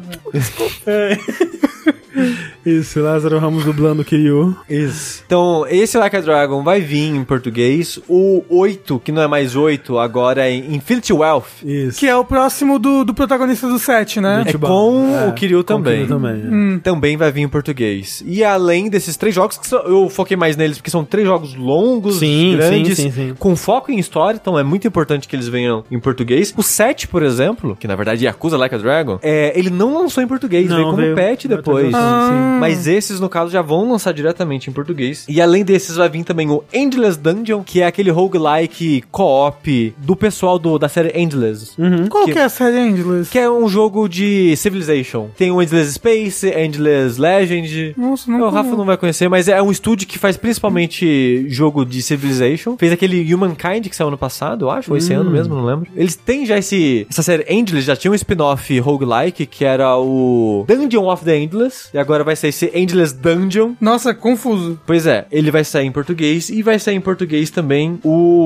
Rafa. Isso, Lázaro Ramos dublando Kiryu. Isso. Então, esse Like a Dragon vai vir em português. O 8, que não é mais 8, agora é Infinity Wealth. Isso. Que é o próximo do protagonista do 7, né? É com o Kiryu também. Também vai vir em português. E além desses 3 jogos, que eu foquei mais neles, porque são 3 jogos longos, grandes, com foco em história, então é muito importante que eles venham em português. O 7, por exemplo, que na verdade Yakuza Like a Dragon, ele não lançou em português, veio como patch depois. Mas esses, no caso, já vão lançar diretamente em português. E além desses, vai vir também o Endless Dungeon, que é aquele roguelike co-op do pessoal da série Endless. Qual que é a série Endless? Que é um jogo de Civilization. Tem o Endless Space, Endless Legend. Nossa, não. O Rafa não vai conhecer, mas é um estúdio que faz principalmente jogo de Civilization. Fez aquele Humankind que saiu ano passado, eu acho, ou esse ano mesmo, não lembro. Eles têm já essa série Endless, já tinha um spin-off roguelike, que era o Dungeon of the Endless. E agora vai sair esse Endless Dungeon. Nossa, confuso. Pois é, ele vai sair em português e vai sair em português também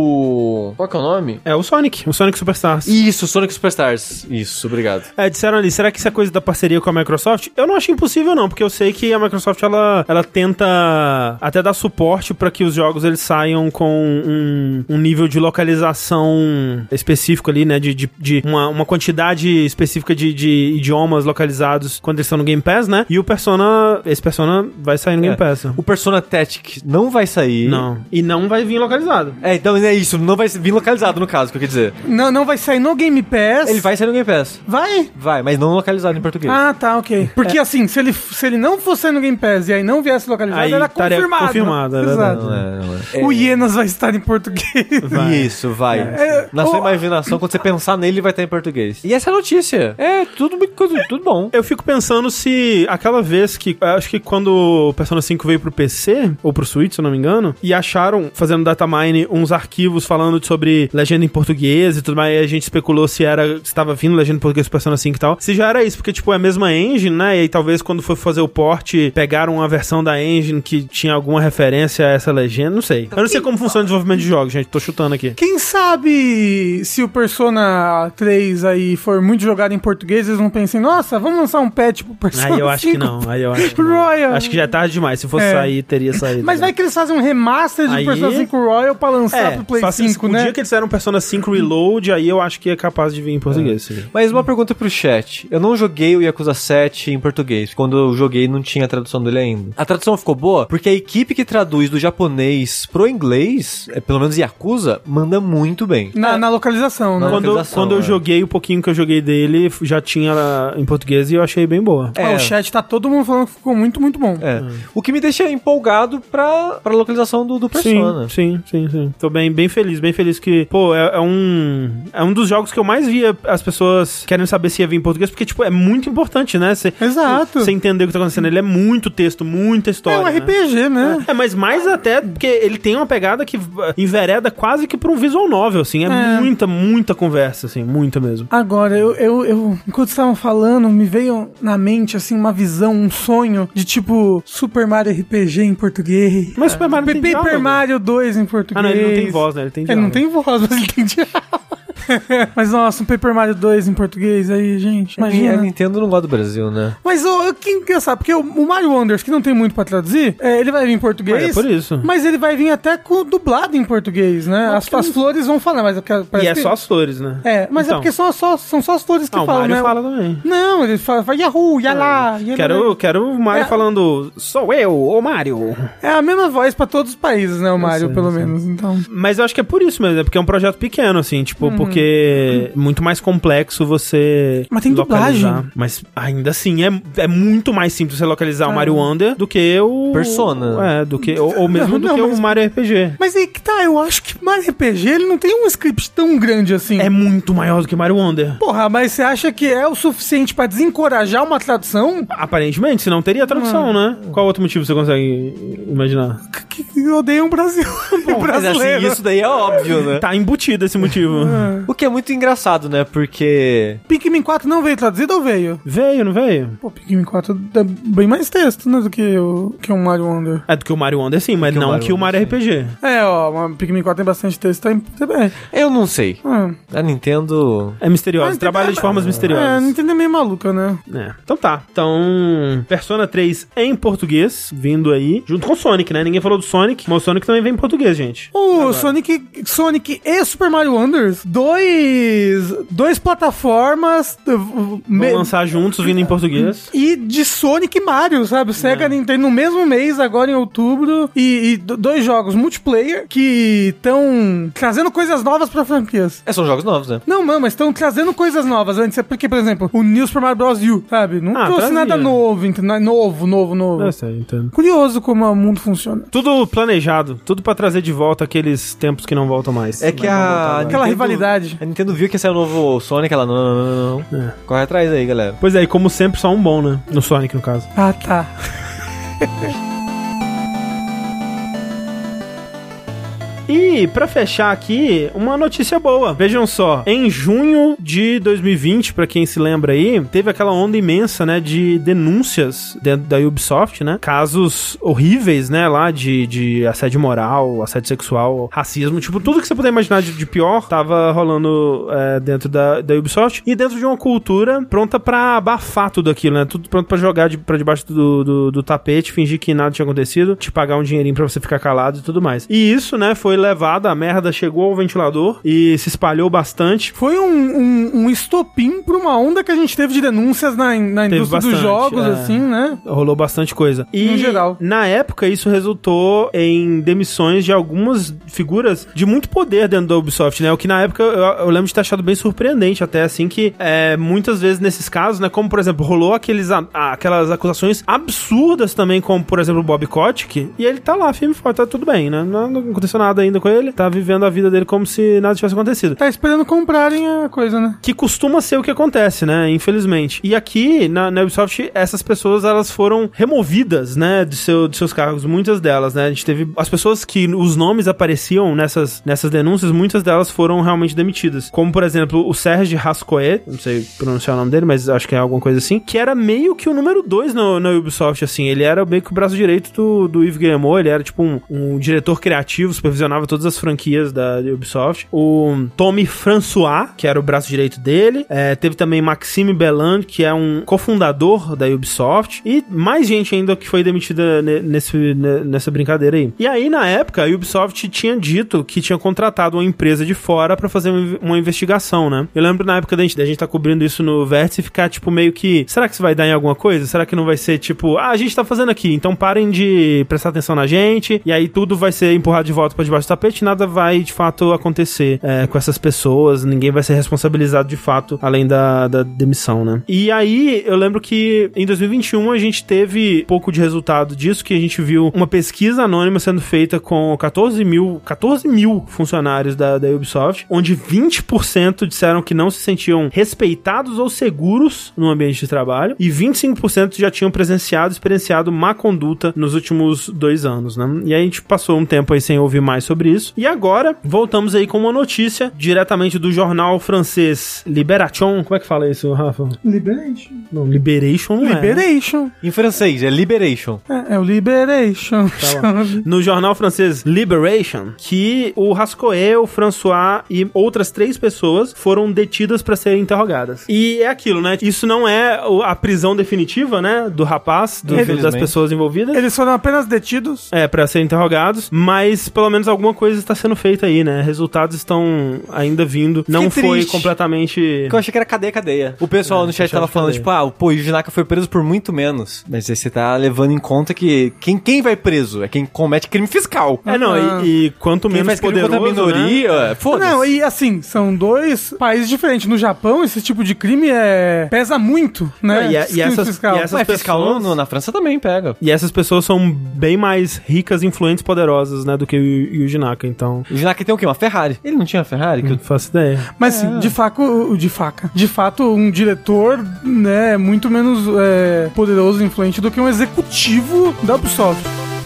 o... Qual que é o nome? É o Sonic Superstars. Isso, Sonic Superstars. Isso, obrigado. Disseram ali, será que isso é coisa da parceria com a Microsoft? Eu não acho impossível não, porque eu sei que a Microsoft, ela tenta até dar suporte para que os jogos eles saiam com um nível de localização específico ali, né, de uma quantidade específica de idiomas localizados quando eles estão no Game Pass, né? E esse Persona vai sair no Game Pass. O Persona Tactics não vai sair. Não. E não vai vir localizado. Então é isso. Não vai vir localizado, no caso, que eu quero dizer. Não vai sair no Game Pass. Ele vai sair no Game Pass. Vai? Vai, mas não localizado em português. Ah, tá, ok. Porque assim, se ele não fosse no Game Pass e aí não viesse localizado, aí era confirmado. Exato. O Hienas vai estar em português. Vai. Isso, vai. Na sua imaginação, quando você pensar nele, ele vai estar em português. E essa é a notícia. Tudo bom. Eu fico pensando se aquela vez que, acho que quando o Persona 5 veio pro PC, ou pro Switch, se eu não me engano, e acharam, fazendo datamine, uns arquivos falando sobre legenda em português e tudo mais, e a gente especulou se estava vindo legenda em português pro Persona 5 e tal. Se já era isso, porque, tipo, é a mesma engine, né? E aí talvez quando for fazer o port, pegaram uma versão da engine que tinha alguma referência a essa legenda, não sei. Eu não sei como funciona o desenvolvimento de jogos, gente, tô chutando aqui. Quem sabe se o Persona 3 aí for muito jogado em português, eles não pensem, nossa, vamos lançar um patch pro Persona 5. Aí eu acho que não. Royal. Acho que já é tarde demais. Se fosse sair, teria saído. Mas vai que eles fazem um remaster de Persona 5 Royal pra lançar pro Play 5, né? O dia que eles fizeram Persona 5 Reload, aí eu acho que é capaz de vir em português. Sim. Mas uma pergunta pro chat. Eu não joguei o Yakuza 7 em português. Quando eu joguei, não tinha a tradução dele ainda. A tradução ficou boa porque a equipe que traduz do japonês pro inglês, pelo menos Yakuza, manda muito bem. Na localização, né? Quando eu joguei, o pouquinho que eu joguei dele, já tinha em português e eu achei bem boa. O chat tá todo mundo falando que ficou muito, muito bom. O que me deixa empolgado pra localização do Persona. Sim. Tô bem feliz que, pô, é um dos jogos que eu mais via as pessoas querendo saber se ia vir em português, porque, tipo, é muito importante, né? Exato. Você entender o que tá acontecendo. Ele é muito texto, muita história. É um RPG, né? Mas mais até, porque ele tem uma pegada que envereda quase que pra um visual novel, assim. Muita conversa, assim, muita mesmo. Agora, eu enquanto estavam falando, me veio na mente, assim, uma visão, um sonho de, tipo, Super Mario RPG em português. Mas Super Mario tem Paper Mario 2 em português. Não, ele não tem voz, né? Ele tem diálogo. Ele não tem voz, mas ele tem diálogo. Mas nossa, um Paper Mario 2 em português aí, gente. Imagina. A Nintendo não gosta do Brasil, né? Mas que engraçado, porque o Mario Wonders, que não tem muito pra traduzir, ele vai vir em português. Mas é por isso. Mas ele vai vir até dublado em português, né? As flores vão falar, mas e é só as flores, né? Mas então. É porque são só as flores que falam, o Mario né? fala também. Não, ele fala Yahoo, Yalá. Quero o Mario falando, sou eu, o Mario. É a mesma voz pra todos os países, né? O Mario, pelo menos, então. Mas eu acho que é por isso mesmo, é porque é um projeto pequeno, assim, tipo, porque é muito mais complexo você Mas tem localizar. dublagem. Mas ainda assim, é muito mais simples você localizar o Mario Wonder do que o... Persona. do que, ou mesmo do que o Mario RPG. Mas aí que tá, eu acho que o Mario RPG, ele não tem um script tão grande assim. É muito maior do que Mario Wonder. Porra, mas você acha que é o suficiente pra desencorajar uma tradução? Aparentemente, senão teria tradução, né? Qual outro motivo você consegue imaginar? Que odeia um Brasil. Mas assim, isso daí é óbvio, né? Tá embutido esse motivo. O que é muito engraçado, né? Porque... Pikmin 4 não veio traduzido ou veio? Veio, não veio? Pô, Pikmin 4 dá bem mais texto, né? Do que o Mario Wonder. É do que o Mario Wonder, sim, mas não que o Mario RPG. O Pikmin 4 tem bastante texto, tá bem. Eu não sei. A Nintendo... É misteriosa, trabalha de formas misteriosas. A Nintendo é meio maluca, né? Então tá. Então, Persona 3 em português, vindo aí, junto com o Sonic, né? Ninguém falou do Sonic, mas o Sonic também vem em português, gente. O Sonic e Super Mario Wonders, dois plataformas... Vão lançar juntos, vindo em português. E de Sonic e Mario, sabe? O Sega Nintendo no mesmo mês, agora em outubro, e dois jogos multiplayer que estão trazendo coisas novas pra franquias. São jogos novos, né? Não, mas estão trazendo coisas novas antes. É porque, por exemplo, o New Super Mario Bros. U, sabe? Não trouxe nada novo, novo. Eu sei, entendo. Curioso como o mundo funciona. Tudo planejado, tudo pra trazer de volta aqueles tempos que não voltam mais. É que aquela rivalidade. A Nintendo viu que ia sair o novo Sonic, ela não. Corre atrás aí, galera. Pois é, e como sempre, só um bom, né? No Sonic, no caso. Ah, tá. E, pra fechar aqui, uma notícia boa. Vejam só, em junho de 2020, pra quem se lembra aí, teve aquela onda imensa, né, de denúncias dentro da Ubisoft, né? Casos horríveis, né, lá de assédio moral, assédio sexual, racismo, tipo, tudo que você puder imaginar de pior tava rolando dentro da Ubisoft e dentro de uma cultura pronta pra abafar tudo aquilo, né? Tudo pronto pra jogar pra debaixo do tapete, fingir que nada tinha acontecido, te pagar um dinheirinho pra você ficar calado e tudo mais. E isso, né, foi levado, a merda chegou ao ventilador e se espalhou bastante. Foi um estopim pra uma onda que a gente teve de denúncias na indústria dos jogos, assim, né? Rolou bastante coisa. E, em geral, na época, isso resultou em demissões de algumas figuras de muito poder dentro da Ubisoft, né? O que na época eu lembro de ter achado bem surpreendente, até assim, que muitas vezes nesses casos, né? Como, por exemplo, rolou aquelas acusações absurdas também, como, por exemplo, o Bob Kotick, e ele tá lá, firme e forte, tá tudo bem, né? Não aconteceu nada ainda com ele, tá vivendo a vida dele como se nada tivesse acontecido. Tá esperando comprarem a coisa, né? Que costuma ser o que acontece, né? Infelizmente. E aqui, na Ubisoft, essas pessoas, elas foram removidas, né? De seus cargos, muitas delas, né? A gente teve as pessoas que os nomes apareciam nessas denúncias, muitas delas foram realmente demitidas. Como, por exemplo, o Serge Hascoët, não sei pronunciar o nome dele, mas acho que é alguma coisa assim, que era meio que o número 2 na Ubisoft, assim. Ele era meio que o braço direito do Yves Guillemot, ele era tipo um diretor criativo, supervisionava todas as franquias da Ubisoft. O Tommy François, que era o braço direito dele. Teve também Maxime Belland, que é um cofundador da Ubisoft. E mais gente ainda que foi demitida nessa brincadeira aí. E aí, na época, a Ubisoft tinha dito que tinha contratado uma empresa de fora pra fazer uma investigação, né? Eu lembro na época da gente tá cobrindo isso no Vértice e ficar, tipo, meio que... Será que isso vai dar em alguma coisa? Será que não vai ser, tipo... a gente tá fazendo aqui, então parem de prestar atenção na gente. E aí tudo vai ser empurrado de volta pra debaixo do tapete, nada vai de fato acontecer com essas pessoas, ninguém vai ser responsabilizado de fato, além da demissão, né? E aí, eu lembro que em 2021 a gente teve pouco de resultado disso, que a gente viu uma pesquisa anônima sendo feita com 14 mil funcionários da Ubisoft, onde 20% disseram que não se sentiam respeitados ou seguros no ambiente de trabalho, e 25% já tinham experienciado má conduta nos últimos 2 anos, né? E aí a gente passou um tempo aí sem ouvir mais sobre sobre isso. E agora, voltamos aí com uma notícia diretamente do jornal francês Libération. Como é que fala isso, Rafa? Liberation. Não, Liberation não Liberation. Em francês, é Liberation. É o Liberation. Tá no jornal francês Liberation, que o Rascoët, o François e outras 3 pessoas foram detidas para serem interrogadas. E é aquilo, né? Isso não é a prisão definitiva, né? Do rapaz, das pessoas envolvidas. Eles foram apenas detidos. Para serem interrogados, mas pelo menos alguma coisa está sendo feita aí, né? Resultados estão ainda vindo. Não foi completamente... Porque eu achei que era cadeia. O pessoal no chat tava falando, tipo, o Yuji Naka foi preso por muito menos. Mas aí você tá levando em conta que quem vai preso é quem comete crime fiscal. E quanto menos faz poderoso, crime contra a minoria, né? Foda-se. Não, e assim, são 2 países diferentes. No Japão, esse tipo de crime pesa muito, né? E essas Mas fiscal na França também pega. E essas pessoas são bem mais ricas, influentes, poderosas, né, do que o Yuji Naka, então... O Yuji Naka tem o quê? Uma Ferrari? Ele não tinha uma Ferrari? Não faço ideia. Mas sim, de fato, um diretor, né, muito menos poderoso e influente do que um executivo da Ubisoft.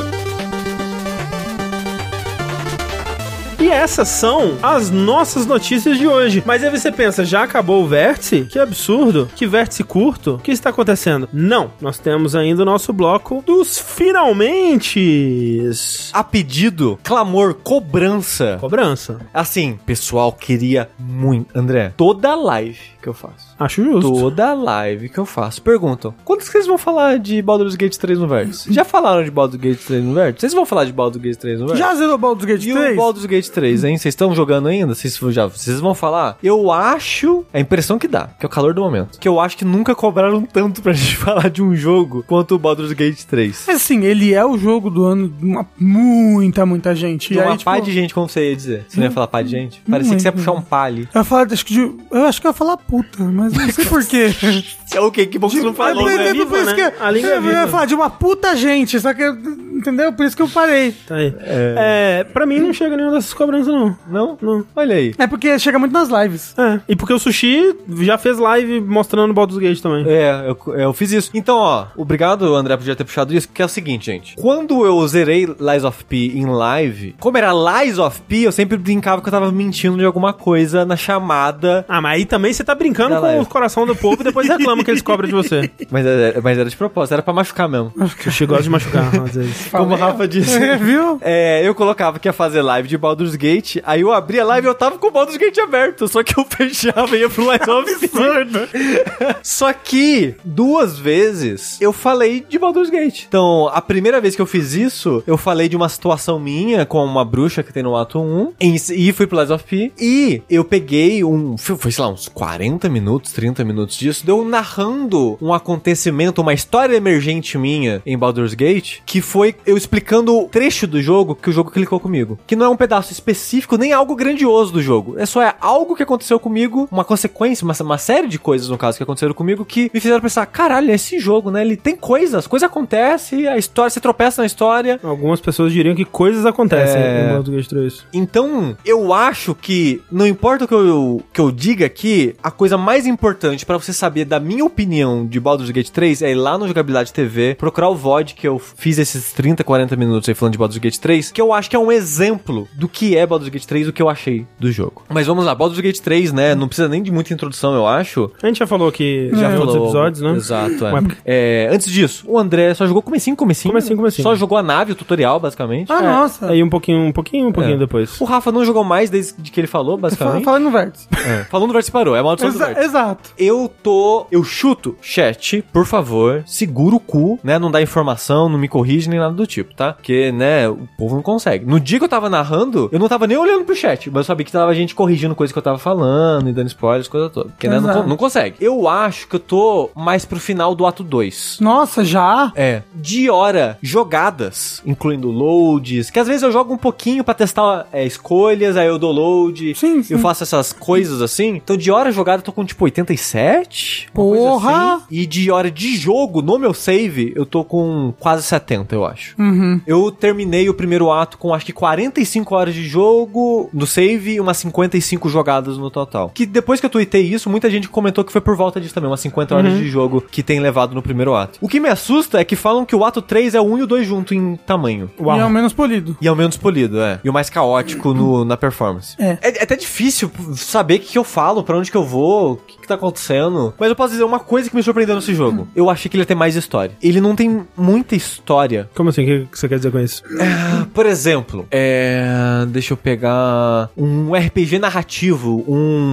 E essas são as nossas notícias de hoje. Mas aí você pensa, já acabou o vértice? Que absurdo. Que vértice curto. O que está acontecendo? Não. Nós temos ainda o nosso bloco dos finalmente. A pedido, clamor, cobrança. Assim, pessoal queria muito. André, toda live que eu faço. Acho justo. Toda live que eu faço. Perguntam, quando que vocês vão falar de Baldur's Gate 3 no Vértice? Já falaram de Baldur's Gate 3 no Vértice? Vocês vão falar de Baldur's Gate 3 no Vértice? Já zerou Baldur's Gate 3? E o Baldur's Gate 3, hein? Vocês estão jogando ainda? Vocês vão falar? Eu acho... A impressão que dá, que é o calor do momento, que eu acho que nunca cobraram tanto pra gente falar de um jogo quanto o Baldur's Gate 3. Assim, ele é o jogo do ano de muita gente. De uma pá de gente, como você ia dizer? Você não ia falar pá de gente? Parecia que você ia puxar um palhe. Eu acho que eu ia falar puta, mas não sei porquê. É o quê? Que bom que você não falou, né? A língua eu ia falar de uma puta gente, só que, entendeu? Por isso que eu parei. Tá aí. Pra mim não chega nenhuma dessas cobranças, não. Não? Olha aí. É porque chega muito nas lives. E porque o Sushi já fez live mostrando Baldur's Gate também. Eu fiz isso. Então, obrigado, André, por já ter puxado isso, que é o seguinte, gente. Quando eu zerei Lies of P em live, como era Lies of P, eu sempre brincava que eu tava mentindo de alguma coisa na chamada. Mas aí também você tá brincando com o coração do povo e depois reclama que eles cobram de você. Mas era de propósito, era pra machucar mesmo. O Sushi gosta de machucar, às vezes. Como o Rafa disse. Viu? Eu colocava que ia fazer live de Baldur's Gate, aí eu abria a live e eu tava com o Baldur's Gate aberto, só que eu fechava e ia pro Lies of P. Só que 2 vezes eu falei de Baldur's Gate. Então, a primeira vez que eu fiz isso, eu falei de uma situação minha com uma bruxa que tem no ato 1 e fui pro Lies of P. E eu peguei foi, sei lá, uns 40 minutos, 30 minutos disso, deu narrando um acontecimento, uma história emergente minha em Baldur's Gate, que foi eu explicando o trecho do jogo que o jogo clicou comigo. Que não é um pedaço específico, nem algo grandioso do jogo. É algo que aconteceu comigo, uma consequência, uma série de coisas, no caso, que aconteceram comigo, que me fizeram pensar, caralho, esse jogo, né, ele tem coisas acontecem, a história, você tropeça na história. Algumas pessoas diriam que coisas acontecem no Baldur's Gate 3. Então, eu acho que, não importa o que eu diga aqui, a coisa mais importante pra você saber da minha opinião de Baldur's Gate 3 é ir lá no Jogabilidade TV, procurar o VOD que eu fiz esses 30, 40 minutos aí falando de Baldur's Gate 3, que eu acho que é um exemplo do que é Baldur's Gate 3, do que eu achei do jogo. Mas vamos lá, Baldur's Gate 3, né, não precisa nem de muita introdução, eu acho. A gente já falou que já falou dos episódios, né? Exato, antes disso, o André só jogou comecinho. Só jogou a nave, o tutorial, basicamente. Nossa. Aí um pouquinho depois. O Rafa não jogou mais desde que ele falou, basicamente. Falando no Vértice. Falando no Vértice parou, é a maldição do Vértice. Exato. Eu chuto, chat, por favor, segura o cu, né, não dá informação, não me corrige nem nada do tipo, tá? Porque, né, o povo não consegue. No dia que eu tava narrando, eu não tava nem olhando pro chat, mas eu sabia que tava gente corrigindo coisa que eu tava falando e dando spoilers, coisa toda. Porque, né, não consegue. Eu acho que eu tô mais pro final do ato 2. Nossa, já? De hora jogadas, incluindo loads, que às vezes eu jogo um pouquinho pra testar escolhas, aí eu dou load, sim. Eu faço essas coisas assim. Então de hora jogada eu tô com tipo 87. Porra! Assim. E de hora de jogo, no meu save, eu tô com quase 70, eu acho. Uhum. Eu terminei o primeiro ato com acho que 45 horas de jogo, no save, umas 55 jogadas no total. Que depois que eu tuitei isso, muita gente comentou que foi por volta disso também, umas 50 horas de jogo que tem levado no primeiro ato. O que me assusta é que falam que o ato 3 é o 1 e o 2 junto em tamanho. Uau. E é o menos polido. E é o menos polido, é. E o mais caótico na performance. É até difícil saber o que eu falo, pra onde que eu vou, o que tá acontecendo. Mas eu posso dizer uma coisa que me surpreendeu nesse jogo. Eu achei que ele ia ter mais história. Ele não tem muita história. Como assim? O que você quer dizer com isso? Por exemplo, deixa eu pegar um RPG narrativo,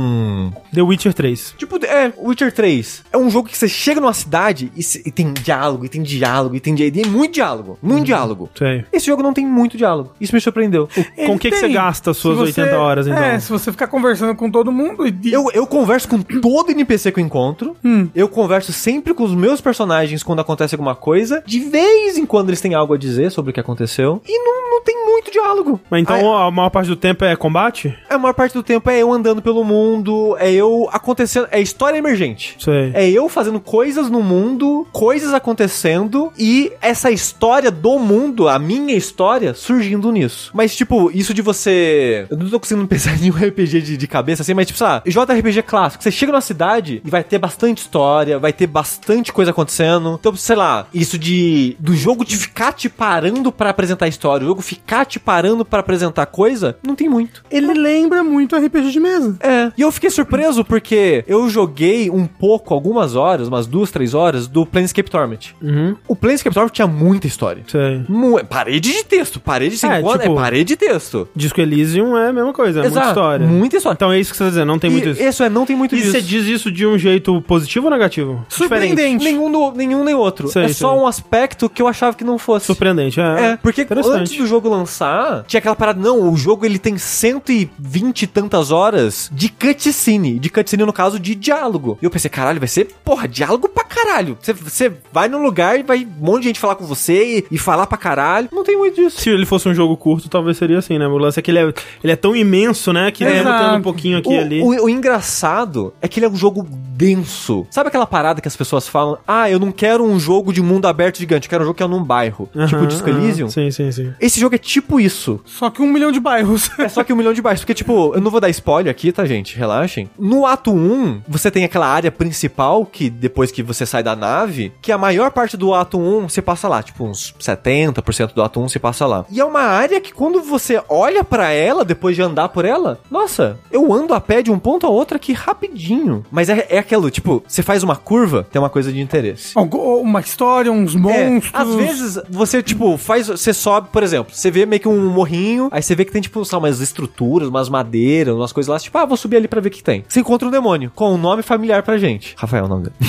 The Witcher 3. Tipo, Witcher 3. É um jogo que você chega numa cidade e tem diálogo, e tem diálogo, e tem muito diálogo. Muito diálogo. Sei. Esse jogo não tem muito diálogo. Isso me surpreendeu. Com o que você gasta as suas 80 horas, então? Se você ficar conversando com todo mundo Eu converso com todo NPC que eu encontro. Eu converso sempre com os meus personagens quando acontece alguma coisa. De vez em quando eles têm algo a dizer sobre o que aconteceu. E não tem muito diálogo. Mas então a maior parte do tempo é combate? A maior parte do tempo é eu andando pelo mundo, é eu acontecendo, é história emergente. Sei. É eu fazendo coisas no mundo, coisas acontecendo e essa história do mundo, a minha história, surgindo nisso. Mas tipo, isso de você... Eu não tô conseguindo pensar em nenhum RPG de cabeça assim, mas tipo, sabe, JRPG clássico, você chega numa cidade e vai ter bastante história, vai ter bastante coisa acontecendo. Então, sei lá, isso do jogo de ficar te parando pra apresentar a história, o jogo ficar te parando pra apresentar coisa, não tem muito. Ele lembra muito RPG de mesa. E eu fiquei surpreso porque eu joguei um pouco, algumas horas, umas 2, 3 horas, do Planescape Torment. O Planescape Torment tinha muita história. Sei. Parede de texto, parede de 5 anos, tipo, parede de texto. Disco Elysium é a mesma coisa, Exato, muita história. Muita história. Então é isso que você tá dizendo, não tem muito isso. Isso não tem muito disso. E você diz isso de um jeito positivo ou negativo? Surpreendente. Nenhum nem outro. Sei, só um aspecto que eu achava que não fosse. Surpreendente, porque antes do jogo lançar, tinha aquela parada, não, o jogo ele tem 120 e tantas horas de cutscene. De cutscene, no caso, de diálogo. E eu pensei, caralho, vai ser, diálogo pra caralho. Você vai num lugar e vai um monte de gente falar com você e falar pra caralho. Não tem muito disso. Se ele fosse um jogo curto, talvez seria assim, né? O lance é que ele é tão imenso, né? Que mesmo tendo um pouquinho aqui e ali. O engraçado é que ele é um jogo denso. Sabe aquela parada que as pessoas falam, eu não quero um jogo de mundo aberto gigante, eu quero um jogo que é num bairro. Tipo Disco Elysium. Sim. Esse jogo é tipo isso. Só que 1 milhão de bairros. É só que 1 milhão de bairros. Porque, tipo, eu não vou dar spoiler aqui, tá, gente? Relaxem. No ato 1, você tem aquela área principal, que depois que você sai da nave, que a maior parte do ato 1 você passa lá. Tipo, uns 70% do ato 1 você passa lá. E é uma área que quando você olha pra ela, depois de andar por ela, nossa, eu ando a pé de um ponto a outro aqui rapidinho. Mas é aquilo, tipo, você faz uma curva, tem uma coisa de interesse. Uma história, uns monstros. Às vezes, você, tipo, você sobe, por exemplo, você vê meio que um morrinho, aí você vê que tem, tipo, sabe, umas estruturas, umas madeiras, umas coisas lá, tipo, vou subir ali pra ver o que tem. Você encontra um demônio, com um nome familiar pra gente. Rafael, o nome dele.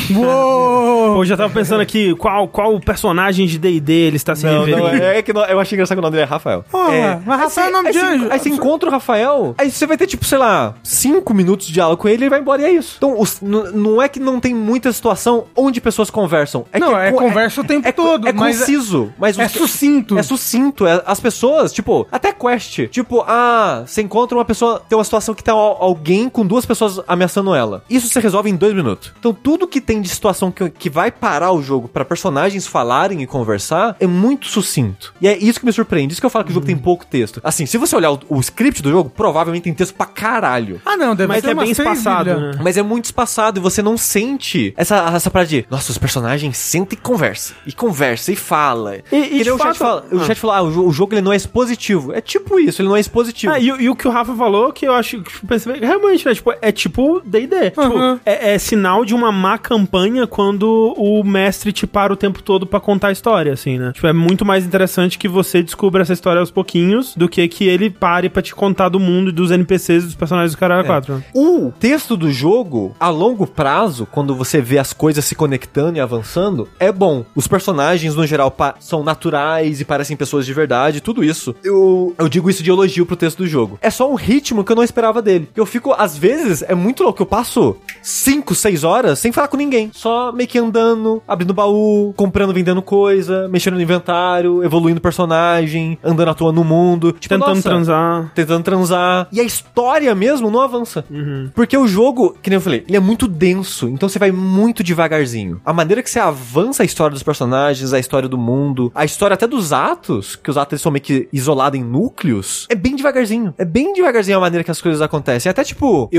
Uou! Pô, já tava pensando aqui, qual personagem de D&D ele está se referindo. Eu achei engraçado que o nome dele é Rafael. Mas Rafael é nome de anjo. Aí você encontra o Rafael, aí você vai ter, tipo, sei lá, 5 minutos de diálogo com ele e ele vai embora e é isso. Então, não é que não tem muita situação onde pessoas conversam. Conversa o tempo todo. É conciso. Mas é sucinto. É sucinto. As pessoas, tipo, até quest. Tipo, você encontra uma pessoa, tem uma situação que tá alguém com 2 pessoas ameaçando ela. Isso você resolve em 2 minutos. Então, tudo que tem de situação que vai parar o jogo pra personagens falarem e conversar é muito sucinto. E é isso que me surpreende. Isso que eu falo que o jogo tem pouco texto. Assim, se você olhar o script do jogo, provavelmente tem texto pra caralho. Não, deve mas ser bem espaçado, né? Mas é muito espaçado e você não sente essa parada de, nossa, os personagens sentem e conversa. E conversa e fala. E de fato, o chat falou, o jogo ele não é expositivo. É tipo isso, ele não é expositivo. E o que o Rafa falou, que eu acho que realmente, né? Tipo, é tipo D&D. Tipo, é sinal de uma má campanha quando o mestre te para o tempo todo pra contar a história, assim, né? Tipo, é muito mais interessante que você descubra essa história aos pouquinhos do que ele pare pra te contar do mundo e dos NPCs e dos personagens do Caralho 4. Né? O texto do jogo, a longo prazo, quando você vê as coisas se conectando e avançando, é bom. Os personagens, no geral, são naturais e parecem pessoas de verdade, tudo isso. Eu digo isso de elogio pro texto do jogo. É só um ritmo que eu não esperava dele. Eu fico, às vezes, é muito louco, eu passo 5, 6 horas sem falar com ninguém. Só meio que andando andando, abrindo baú, comprando, vendendo coisa, mexendo no inventário, evoluindo personagem, andando à toa no mundo. Tipo, tentando transar. E a história mesmo não avança. Porque o jogo, que nem eu falei, ele é muito denso, então você vai muito devagarzinho. A maneira que você avança a história dos personagens, a história do mundo, a história até dos atos, que os atos eles são meio que isolados em núcleos, é bem devagarzinho. É bem devagarzinho a maneira que as coisas acontecem. Até, tipo,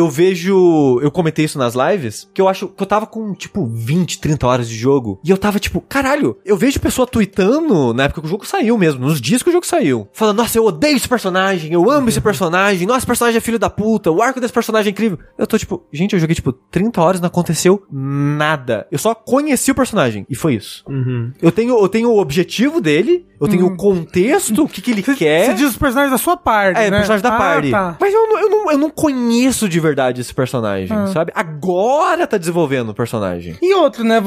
eu comentei isso nas lives, que eu acho que eu tava com, tipo, 20, 30 horas de jogo, e eu tava, tipo, caralho, eu vejo pessoa tweetando, na época que o jogo saiu mesmo, nos dias que o jogo saiu, falando, nossa, eu odeio esse personagem, eu amo esse personagem, nossa, esse personagem é filho da puta, o arco desse personagem é incrível. Eu tô, tipo, gente, eu joguei, tipo, 30 horas, não aconteceu nada. Eu só conheci o personagem, e foi isso. Eu tenho o objetivo dele, eu tenho o contexto, o que ele quer. Você diz os personagens da sua parte, né? Personagem da party. Tá. Mas eu não conheço de verdade esse personagem, sabe? Agora tá desenvolvendo o personagem. E outro, né?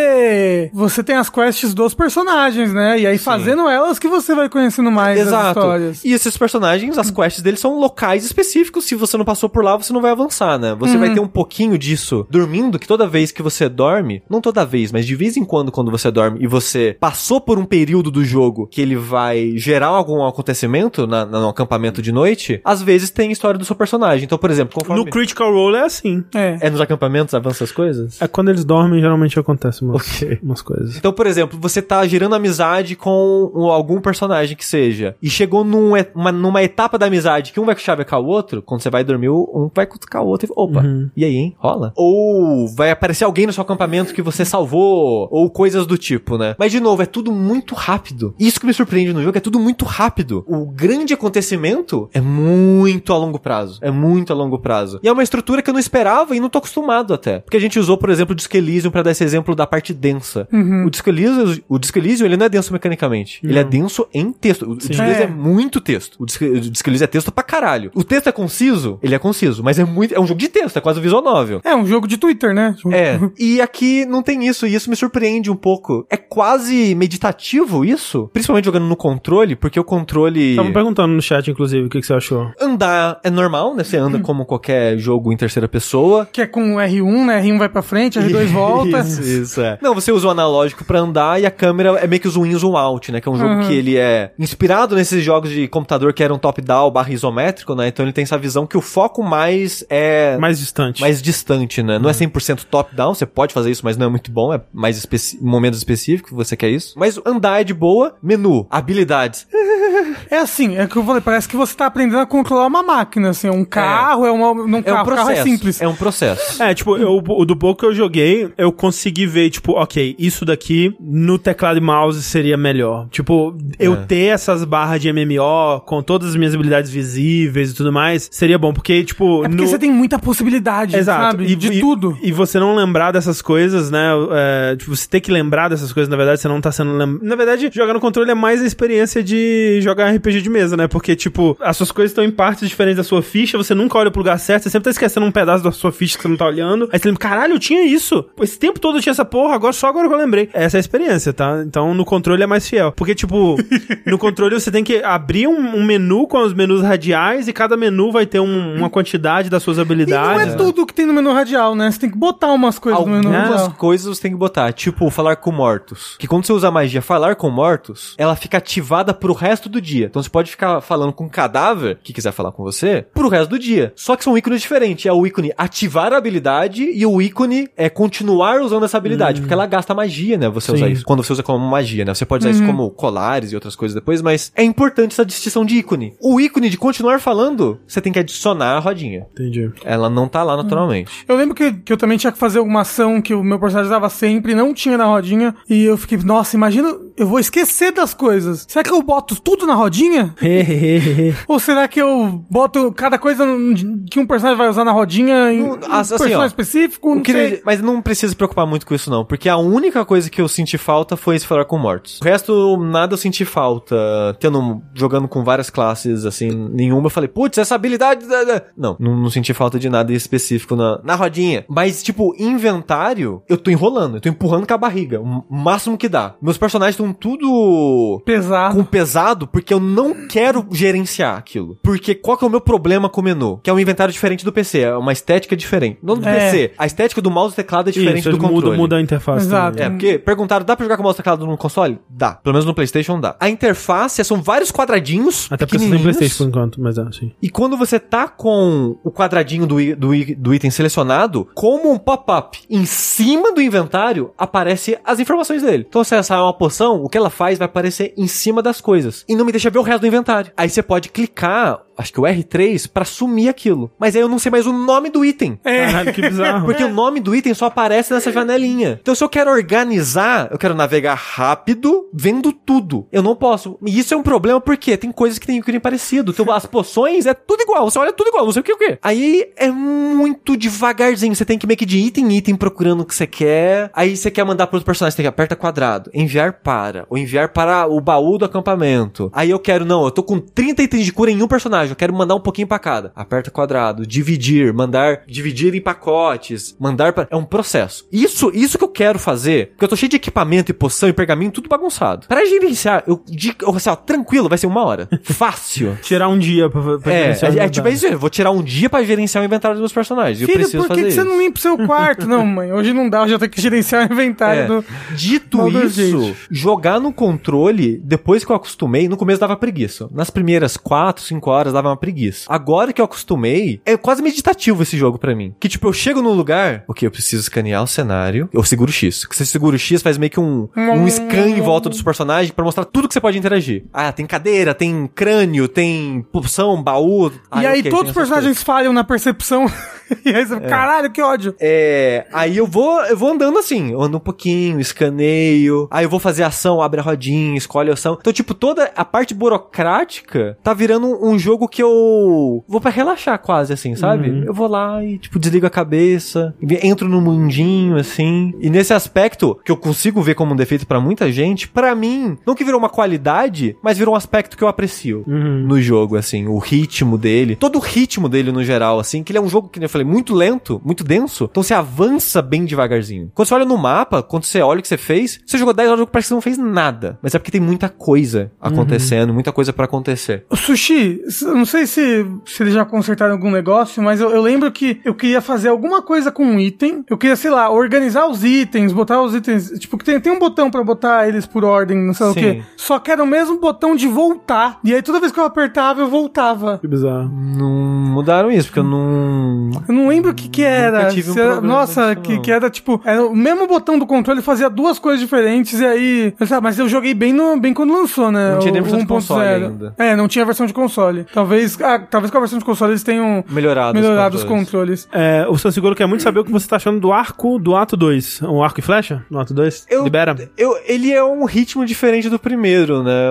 Você tem as quests dos personagens, né? E aí, fazendo elas que você vai conhecendo mais as histórias. E esses personagens, as quests deles são locais específicos. Se você não passou por lá, você não vai avançar, né? Você vai ter um pouquinho disso dormindo, que toda vez que você dorme, não toda vez, mas de vez em quando você dorme e você passou por um período do jogo que ele vai gerar algum acontecimento no acampamento de noite, às vezes tem história do seu personagem. Então, por exemplo, conforme... No Critical Role é assim. É nos acampamentos avança as coisas? É quando eles dormem, geralmente acontece umas coisas. Então, por exemplo, você tá gerando amizade com algum personagem que seja, e chegou numa etapa da amizade que um vai chavecar o outro, quando você vai dormir, um vai cutucar o outro e opa, e aí, hein? Rola? Ou vai aparecer alguém no seu acampamento que você salvou, ou coisas do tipo, né? Mas, de novo, é tudo muito rápido. Isso que me surpreende no jogo, é tudo muito rápido. O grande acontecimento é muito a longo prazo. É muito a longo prazo. E é uma estrutura que eu não esperava e não tô acostumado até. Porque a gente usou, por exemplo, o Disco Elysium pra dar esse exemplo da parte densa. O Disco Elysium, ele não é denso mecanicamente. Ele é denso em texto. O Disco Elysium é muito texto. O Disco Elysium é texto pra caralho. O texto é conciso? Ele é conciso, mas é um jogo de texto, é quase um visual novel. É um jogo de Twitter, né? E aqui não tem isso, e isso me surpreende um pouco. É quase meditativo isso, principalmente jogando no controle, porque o controle... Estavam perguntando no chat, inclusive, o que você achou. Andar é normal, né? Você anda como qualquer jogo em terceira pessoa. Que é com R1, né? R1 vai pra frente, R2 volta. Isso, é. Não, você usa o analógico pra andar e a câmera é meio que o zoom in, zoom out, né? Que é um jogo que ele é inspirado nesses jogos de computador que eram top-down / isométrico, né? Então ele tem essa visão que o foco mais é... mais distante. Mais distante, né? Não é 100% top-down, você pode fazer isso, mas não é muito bom, é mais momentos específicos que você quer isso. Mas andar é de boa, menu, habilidades. É assim, é que eu falei, parece que você tá aprendendo a controlar uma máquina, assim, um carro, um carro é simples. É um processo. Tipo, do pouco que eu joguei, eu consegui ver, tipo, ok, isso daqui no teclado e mouse seria melhor. Tipo, eu ter essas barras de MMO com todas as minhas habilidades visíveis e tudo mais, seria bom, porque, tipo... É porque você tem muita possibilidade, sabe? De tudo. E você não lembrar dessas coisas, né? Tipo, você ter que lembrar dessas coisas, na verdade, você não tá sendo... Na verdade, jogar no controle é mais a experiência de jogar RPG de mesa, né? Porque, tipo, as suas coisas estão em partes diferentes da sua ficha, você nunca olha pro lugar certo, você sempre tá esquecendo um pedaço da sua ficha que você não tá olhando. Aí você lembra, caralho, eu tinha isso. Esse tempo todo eu tinha essa porra, só agora que eu lembrei. Essa é a experiência, tá? Então, no controle é mais fiel. Porque, tipo, no controle você tem que abrir um menu com os menus radiais e cada menu vai ter uma quantidade das suas habilidades. E não é tudo que tem no menu radial, né? Você tem que botar umas coisas no menu radial. Algumas coisas você tem que botar, tipo, falar com mortos. Que quando você usa a magia falar com mortos, ela fica ativada pro resto do dia. Então você pode ficar falando com um cadáver que quiser falar com você pro resto do dia. Só que são ícones diferentes. É o ícone ativar a habilidade e o ícone é continuar usando essa habilidade. Porque ela gasta magia, né? Você usar isso. Quando você usa como magia, né? Você pode usar isso como colares e outras coisas depois, mas é importante essa distinção de ícone. O ícone de continuar falando, você tem que adicionar a rodinha. Entendi. Ela não tá lá naturalmente. Eu lembro que eu também tinha que fazer alguma ação que o meu personagem usava sempre, não tinha na rodinha, e eu fiquei, nossa, imagina, eu vou esquecer das coisas. Será que eu boto tudo na rodinha? Ou será que eu boto cada coisa que um personagem vai usar na rodinha em um personagem específico? Mas não precisa se preocupar muito com isso não, porque a única coisa que eu senti falta foi esse falar com mortos. O resto, nada eu senti falta. Jogando com várias classes, assim, nenhuma eu falei, putz, essa habilidade... Não senti falta de nada específico na rodinha. Mas, tipo, inventário, eu tô enrolando, eu tô empurrando com a barriga, o máximo que dá. Meus personagens estão com tudo... Pesado. Com pesado, porque eu não quero gerenciar aquilo. Porque qual que é o meu problema com o menu? Que é um inventário diferente do PC, é uma estética diferente. Não do PC, a estética do mouse e teclado é diferente do controle. Muda a interface. Exato. É, porque perguntaram, dá pra jogar com o mouse e teclado no console? Dá. Pelo menos no PlayStation dá. A interface são vários quadradinhos até porque você tem PlayStation por enquanto, mas sim. E quando você tá com o quadradinho do item selecionado, como um pop-up em cima do inventário, aparece as informações dele. Então, se essa é uma poção, o que ela faz vai aparecer em cima das coisas. E não me deixa ver o resto do inventário. Aí você pode clicar, acho que o R3, pra sumir aquilo. Mas aí eu não sei mais o nome do item. Caralho, que bizarro. Porque o nome do item só aparece nessa janelinha. Então, se eu quero organizar, eu quero navegar rápido, vendo tudo. Eu não posso. E isso é um problema porque tem coisas que tem ícone parecido. Então, as poções é tudo igual. Você olha tudo igual, não sei o que. Aí é muito devagarzinho. Você tem que meio que de item em item procurando o que você quer. Aí você quer mandar para outro personagem, você tem que aperta quadrado, enviar para, ou enviar para o baú do acampamento. Aí eu quero, não, eu tô com 30 itens de cura em um personagem, eu quero mandar um pouquinho pra cada. Aperta quadrado, dividir, mandar, dividir em pacotes, mandar para... É um processo. Isso que eu quero fazer, porque eu tô cheio de equipamento e poção e pergaminho, tudo bagunçado. Para gerenciar, assim, ó, tranquilo, vai ser 1 hora. Fácil. Tirar um dia pra gerenciar. Tipo isso, eu vou tirar um dia pra gerenciar o inventário dos meus personagens. Filho, eu preciso fazer isso. Por que você não limpa o seu quarto? Não, mãe, hoje não dá, eu já tenho que gerenciar o inventário do... Dito isso, jogar no controle, depois que eu acostumei, no começo dava preguiça. Nas primeiras 4, 5 horas dava uma preguiça. Agora que eu acostumei, é quase meditativo esse jogo pra mim. Que tipo, eu chego num lugar, ok, eu preciso escanear o cenário, eu seguro X. Se você segura o X, faz meio que um scan em volta dos personagens pra mostrar tudo que você pode interagir. Ah, tem cadeira, tem crânio, tem poção, baú... E aí okay, todos os personagens falham na percepção. E aí você, caralho, que ódio. Aí eu vou andando assim, eu ando um pouquinho, escaneio, aí eu vou fazer ação, abre a rodinha, escolhe a ação. Então, tipo, toda a parte burocrática tá virando um jogo que eu vou pra relaxar quase, assim, sabe? Eu vou lá e, tipo, desligo a cabeça, entro no mundinho, assim. E nesse aspecto, que eu consigo ver como um defeito pra muita gente, pra mim, não que virou uma qualidade, mas virou um aspecto que eu aprecio no jogo, assim, o ritmo dele, todo o ritmo dele no geral, assim, que ele é um jogo que eu falei, muito lento, muito denso, então você avança bem devagarzinho. Quando você olha no mapa, quando você olha o que você fez, você jogou 10 horas, parece que você não fez nada. Mas é porque tem muita coisa acontecendo, muita coisa pra acontecer. O Sushi, não sei se eles já consertaram algum negócio, mas eu lembro que eu queria fazer alguma coisa com um item, eu queria, sei lá, organizar os itens, botar os itens, tipo, que tem um botão pra botar eles por ordem, não sei o que, só que era o mesmo botão de voltar, e aí toda vez que eu apertava, eu voltava. Que bizarro. Não mudaram isso, porque eu não lembro o que era. Nossa, que era tipo, era o mesmo botão do controle, fazia duas coisas diferentes, e aí, mas eu joguei bem quando lançou, né? Não tinha nem versão de console ainda. Não tinha versão de console. Talvez com a versão de console eles tenham melhorado os controles. O San Seguro quer muito saber o que você tá achando do arco do ato 2. Um arco e flecha no ato 2? Libera. Ele é um ritmo diferente do primeiro, né?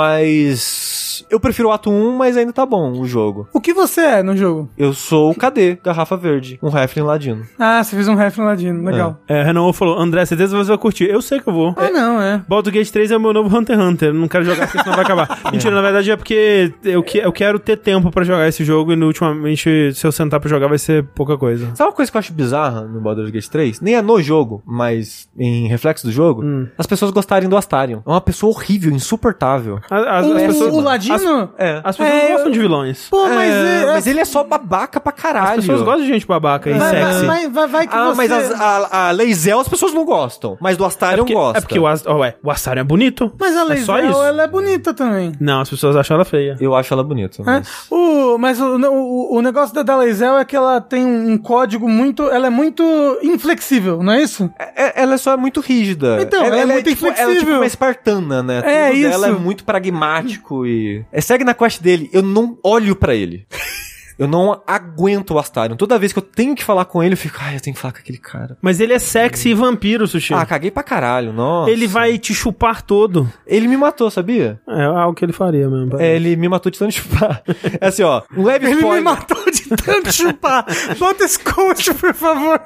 Mas eu prefiro o ato 1, mas ainda tá bom o jogo. O que você é no jogo? Eu sou o KD, Garrafa Verde, um Halfling Ladino. Ah, você fez um Halfling Ladino, legal. Renan falou, André, certeza você vai curtir. Eu sei que eu vou. Baldur's Gate 3 é o meu novo Hunter x Hunter, não quero jogar porque senão vai acabar. Mentira, na verdade é porque eu quero ter tempo pra jogar esse jogo e ultimamente se eu sentar pra jogar vai ser pouca coisa. Sabe uma coisa que eu acho bizarra no Baldur's Gate 3? Nem é no jogo, mas em reflexo do jogo, as pessoas gostarem do Astarion. É uma pessoa horrível, insuportável. O Ladino? As pessoas gostam de vilões. Pô, mas ele é só babaca pra caralho. As pessoas gostam de gente babaca e sexy. Vai que você... Mas a Lae'zel as pessoas não gostam. Mas do Astarion gostam. É porque o Astarion é bonito. Mas a Lae'zel, ela é bonita também. Não, as pessoas acham ela feia. Eu acho ela bonita. Mas o negócio da Lae'zel é que ela tem um código muito... Ela é muito inflexível, não é isso? Ela só é muito rígida. Então, ela é muito inflexível. Ela é tipo uma espartana, né? Tudo isso. Dela é muito pragmático e... Segue na quest dele, eu não olho pra ele. Eu não aguento o Astarion. Toda vez que eu tenho que falar com ele, eu fico, eu tenho que falar com aquele cara. Mas ele é sexy e vampiro, Sushi. Caguei pra caralho, nossa. Ele vai te chupar todo. Ele me matou, sabia? É algo que ele faria mesmo. Ele me matou de tanto chupar. É assim, ó, um leve spoiler. Ele me matou de tanto chupar. Bota esse coach, por favor.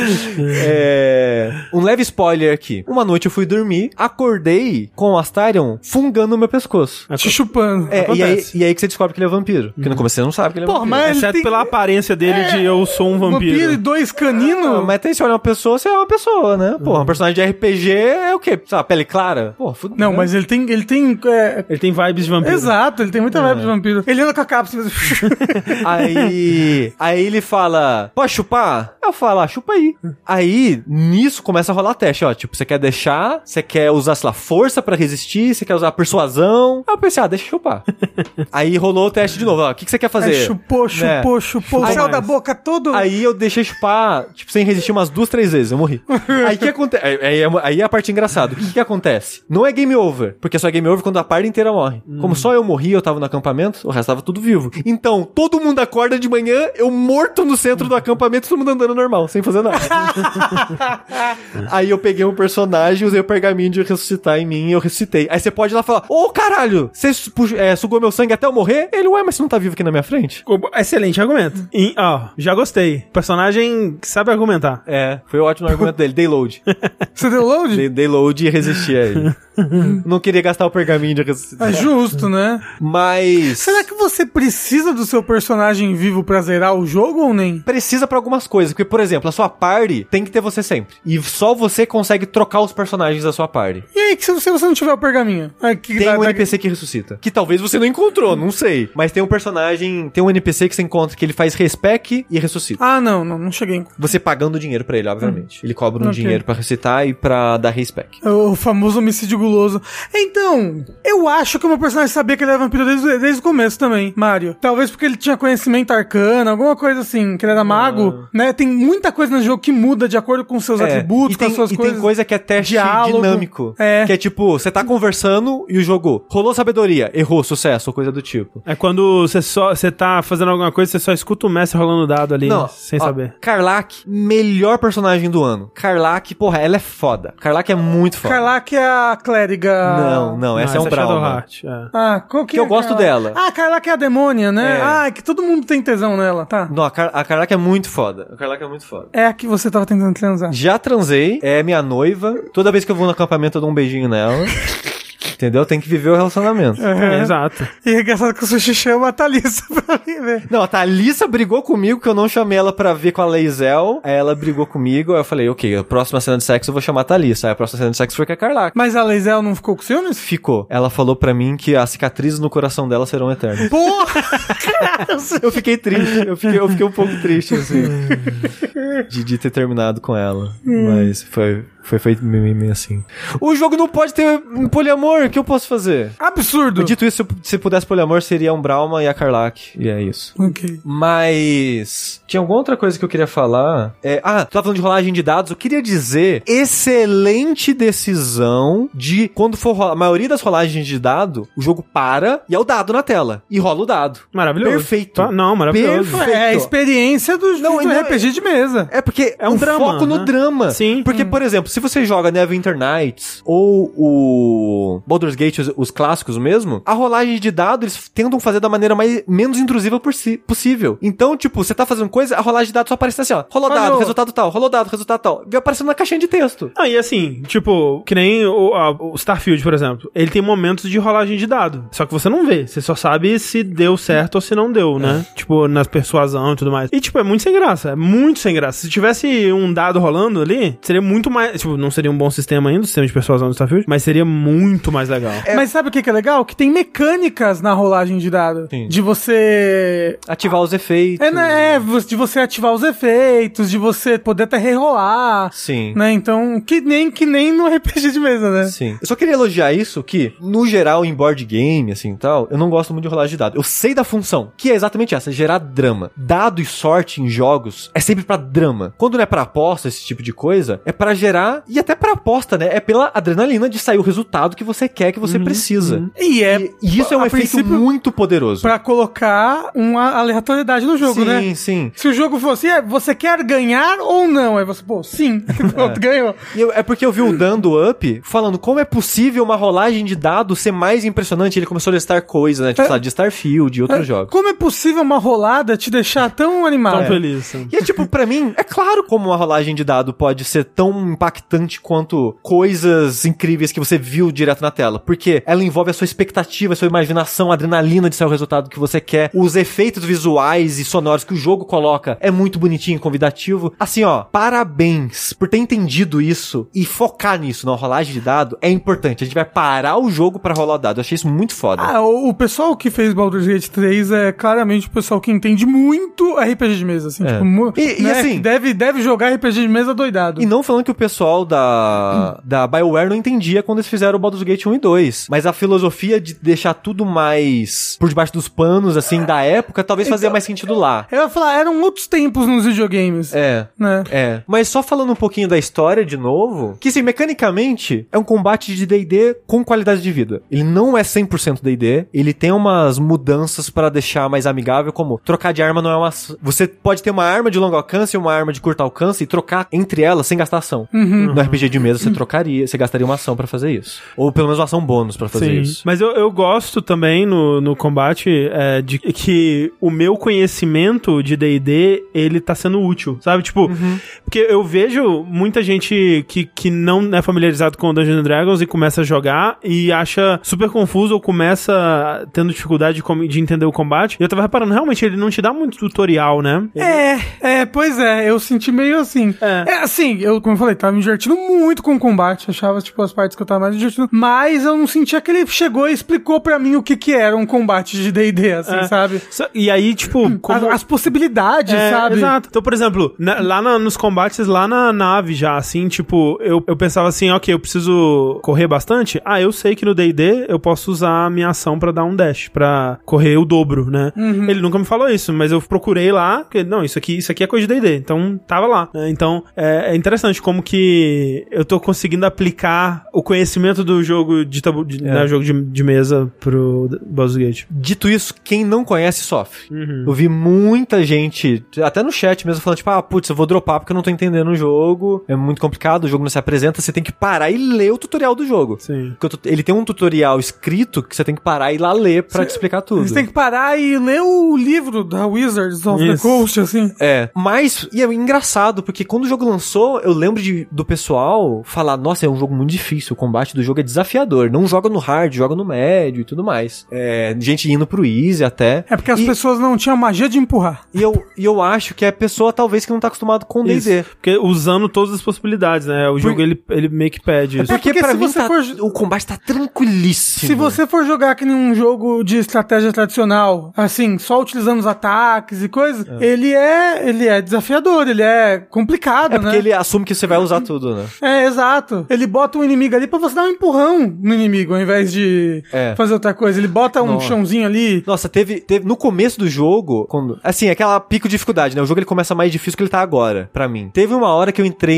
Um leve spoiler aqui. Uma noite eu fui dormir, acordei com o Astarion fungando o meu pescoço. Te chupando. E aí que você descobre que ele é vampiro. Porque no começo você não sabe que ele é vampiro. Mas né? Exceto pela aparência dele de eu sou um vampiro. E 2 caninos. Mas tem se olhar uma pessoa, você é uma pessoa, né? Pô, um personagem de RPG é o quê? Sabe, pele clara? Pô, fudeu. Não, mas ele tem... Ele tem vibes de vampiro. Exato, ele tem muita vibe de vampiro. Ele anda com a cápsula. Aí ele fala, pode chupar? Eu falo, chupa aí. Aí, nisso, começa a rolar teste, ó. Tipo, você quer deixar, você quer usar, sei lá, força pra resistir, você quer usar persuasão. Aí eu pensei, deixa eu chupar. Aí rolou o teste de novo, ó. O que você quer fazer? Aí chupou. O céu da boca todo. Aí eu deixei chupar, tipo, sem resistir umas 2, 3 vezes, eu morri. Aí o que acontece? Aí é a parte engraçada. O que acontece? Não é game over, porque só é game over quando a parte inteira morre. Como só eu morri, eu tava no acampamento, o resto tava tudo vivo. Então, todo mundo acorda de manhã, eu morto no centro do acampamento, todo mundo andando normal, sem fazer nada. Aí eu peguei um personagem, usei o pergaminho de ressuscitar em mim e eu ressuscitei. Aí você pode ir lá falar, caralho, você sugou meu sangue até eu morrer? Ele, mas você não tá vivo aqui na minha frente? Excelente argumento. Já gostei. Personagem que sabe argumentar. Foi o ótimo argumento dele. Dei load. Você deu load? Dei load e resisti a ele. Não queria gastar o pergaminho de ressuscitar. É justo, né? Mas... Será que você precisa do seu personagem vivo pra zerar o jogo ou nem? Precisa pra algumas coisas. Porque, por exemplo, a sua party tem que ter você sempre. E só você consegue trocar os personagens da sua party. E aí, se você não tiver o pergaminho? Tem um NPC que ressuscita. Que talvez você não encontrou, não sei. Mas tem um personagem, tem um NPC que você encontra que ele faz respec e ressuscita. Não cheguei. Você pagando dinheiro pra ele, obviamente. Ele cobra um dinheiro pra ressuscitar e pra dar respec. O famoso homicídio guloso. Então, eu acho que o meu personagem sabia que ele era vampiro desde o começo também, Mario. Talvez porque ele tinha conhecimento arcano, alguma coisa assim, que ele era mago, né? Tem muita coisa no jogo que muda de acordo com seus atributos, com as suas coisas. E tem coisa que é teste dinâmico. Que é tipo, você tá conversando e o jogo rolou sabedoria, errou, sucesso, ou coisa do tipo. É quando você tá fazendo alguma coisa, você só escuta o mestre rolando o dado ali, sem saber. Karlach, melhor personagem do ano. Karlach, porra, ela é foda. Karlach é muito foda. Karlach é a clériga... Não, essa é um Brauma. Qual que eu gosto dela. Karlach é a demônia, né? É que todo mundo tem tesão nela, tá? Não, a Karlach é muito foda. A Karlach é muito foda. É a que você tava tentando transar. Já transei, é minha noiva. Toda vez que eu vou no acampamento eu dou um beijinho nela. Entendeu? Tem que viver o relacionamento. Exato. E é engraçado que o Sushi chama a Thalissa pra mim, velho. Não, a Thalissa brigou comigo que eu não chamei ela pra ver com a Laezel. Aí ela brigou comigo, aí eu falei, ok, a próxima cena de sexo eu vou chamar a Thalissa. Aí a próxima cena de sexo foi com a Karlach. Mas a Laezel não ficou com ciúmes? Ficou. Ela falou pra mim que as cicatrizes no coração dela serão eternas. Porra! Eu fiquei triste. Eu fiquei um pouco triste, assim. de ter terminado com ela. Mas foi feito meio assim. O jogo não pode ter um poliamor, o que eu posso fazer? Absurdo! Dito isso, se pudesse poliamor, seria um Brauma e a Karlach. E é isso. Ok. Mas... tinha alguma outra coisa que eu queria falar? Tu tava falando de rolagem de dados. Eu queria dizer, excelente decisão de quando for a maioria das rolagens de dado, o jogo para e é o dado na tela. E rola o dado. Maravilhoso. Perfeito. Maravilhoso. Perfeito. É a experiência do RPG de mesa. É porque é um drama, foco no drama. Sim. Porque, por exemplo, se você joga Neverwinter Nights ou o Baldur's Gate, os clássicos mesmo, a rolagem de dado eles tentam fazer da maneira menos intrusiva possível. Então, tipo, você tá fazendo coisa, a rolagem de dado só aparece assim, ó. Rolou dado, resultado tal, rolou dado, resultado tal. Vai aparecendo na caixinha de texto. E assim, tipo, que nem o Starfield, por exemplo. Ele tem momentos de rolagem de dado. Só que você não vê. Você só sabe se deu certo ou se não deu, né? Tipo, nas persuasão e tudo mais. E, tipo, é muito sem graça. É muito sem graça. Se tivesse um dado rolando ali, seria muito mais... Tipo, não seria um bom sistema ainda, o sistema de persuasão do Starfield, mas seria muito mais legal. Mas sabe o que é legal? Que tem mecânicas na rolagem de dado. Sim. De você... ativar os efeitos. De você ativar os efeitos, de você poder até rerolar. Sim. Né? Então, que nem no RPG de mesa, né? Sim. Eu só queria elogiar isso, que, no geral, em board game, assim, e tal, eu não gosto muito de rolagem de dado. Eu sei da função, que é exatamente essa, gerar drama. Dado e sorte em jogos é sempre pra drama. Quando não é pra aposta, esse tipo de coisa, é pra gerar, e até pra aposta, né? É pela adrenalina de sair o resultado que você quer, que você precisa. E isso é um efeito muito poderoso. Pra colocar uma aleatoriedade no jogo, né? Sim, sim. Se o jogo fosse, você quer ganhar ou não? Aí você, sim. Pronto, ganhou. É porque eu vi o Dan do Up falando como é possível uma rolagem de dados ser mais impressionante. Ele começou a listar coisas, né? Tipo, de Starfield e outros jogos. Como é possível uma rolada te deixar tão animado? Tão feliz. E é tipo, pra mim, é claro como uma rolagem de dado pode ser tão impactante impactante quanto coisas incríveis que você viu direto na tela. Porque ela envolve a sua expectativa, a sua imaginação, a adrenalina de sair o resultado que você quer. Os efeitos visuais e sonoros que o jogo coloca é muito bonitinho, convidativo. Assim, ó, parabéns por ter entendido isso e focar nisso, na rolagem de dado, é importante. A gente vai parar o jogo pra rolar o dado. Eu achei isso muito foda. O pessoal que fez Baldur's Gate 3 é claramente o pessoal que entende muito RPG de mesa, assim, tipo, e assim, deve jogar RPG de mesa doidado. E não falando que o pessoal da BioWare não entendia quando eles fizeram o Baldur's Gate 1 e 2, mas a filosofia de deixar tudo mais por debaixo dos panos, assim, da época, talvez fazia mais sentido lá. Eu ia falar, eram outros tempos nos videogames. Né? Mas só falando um pouquinho da história de novo, que assim, mecanicamente, é um combate de D&D com qualidade de vida. Ele não é 100% D&D, ele tem umas mudanças pra deixar mais amigável, como trocar de arma não é uma... Você pode ter uma arma de longo alcance e uma arma de curto alcance e trocar entre elas sem gastar ação. No RPG de mesa, você gastaria uma ação pra fazer isso. Ou pelo menos uma ação bônus pra fazer isso. Mas eu gosto também no combate de que o meu conhecimento de D&D, ele tá sendo útil, sabe? Tipo, porque eu vejo muita gente que não é familiarizado com Dungeons & Dragons e começa a jogar e acha super confuso ou começa tendo dificuldade de entender o combate. E eu tava reparando, realmente, ele não te dá muito tutorial, né? Pois é, eu senti meio assim. Assim, como eu falei, tava me divertindo muito com o combate, achava, tipo, as partes que eu tava mais divertindo, mas eu não sentia que ele chegou e explicou pra mim o que era um combate de D&D, assim, sabe? E aí, tipo... As possibilidades, sabe? Exato. Então, por exemplo, lá nos combates, lá na nave já, assim, tipo, eu pensava assim, ok, eu preciso correr bastante? Eu sei que no D&D eu posso usar a minha ação pra dar um dash, pra correr o dobro, né? Ele nunca me falou isso, mas eu procurei lá, porque, não, isso aqui é coisa de D&D, então tava lá, né? Então, é interessante como que eu tô conseguindo aplicar o conhecimento do jogo jogo de mesa pro Baldur's Gate. Dito isso, quem não conhece sofre. Eu vi muita gente, até no chat mesmo, falando tipo, putz, eu vou dropar porque eu não tô entendendo o jogo, é muito complicado, o jogo não se apresenta, você tem que parar e ler o tutorial do jogo. Sim. Ele tem um tutorial escrito que você tem que parar e ir lá ler pra te explicar tudo. Você tem que parar e ler o livro da Wizards of the Coast, assim. Mas, e é engraçado, porque quando o jogo lançou, eu lembro do pessoal falar, nossa, é um jogo muito difícil, o combate do jogo é desafiador, não joga no hard, joga no médio e tudo mais. Gente indo pro easy até. Porque as pessoas não tinham magia de empurrar. E eu acho que é a pessoa, talvez, que não tá acostumado com D&D. Porque usando todas as possibilidades, né? O jogo, ele meio que pede isso. Porque pra mim, o combate tá tranquilíssimo. Se você for jogar que nem um jogo de estratégia tradicional, assim, só utilizando os ataques e coisas, ele é desafiador, ele é complicado, né? Porque ele assume que você vai usar tudo, né? Exato. Ele bota um inimigo ali pra você dar um empurrão no inimigo, ao invés de fazer outra coisa. Ele bota um chãozinho ali. Nossa, teve no começo do jogo, assim, aquela pico de dificuldade, né? O jogo ele começa mais difícil que ele tá agora, pra mim. Teve uma hora que eu entrei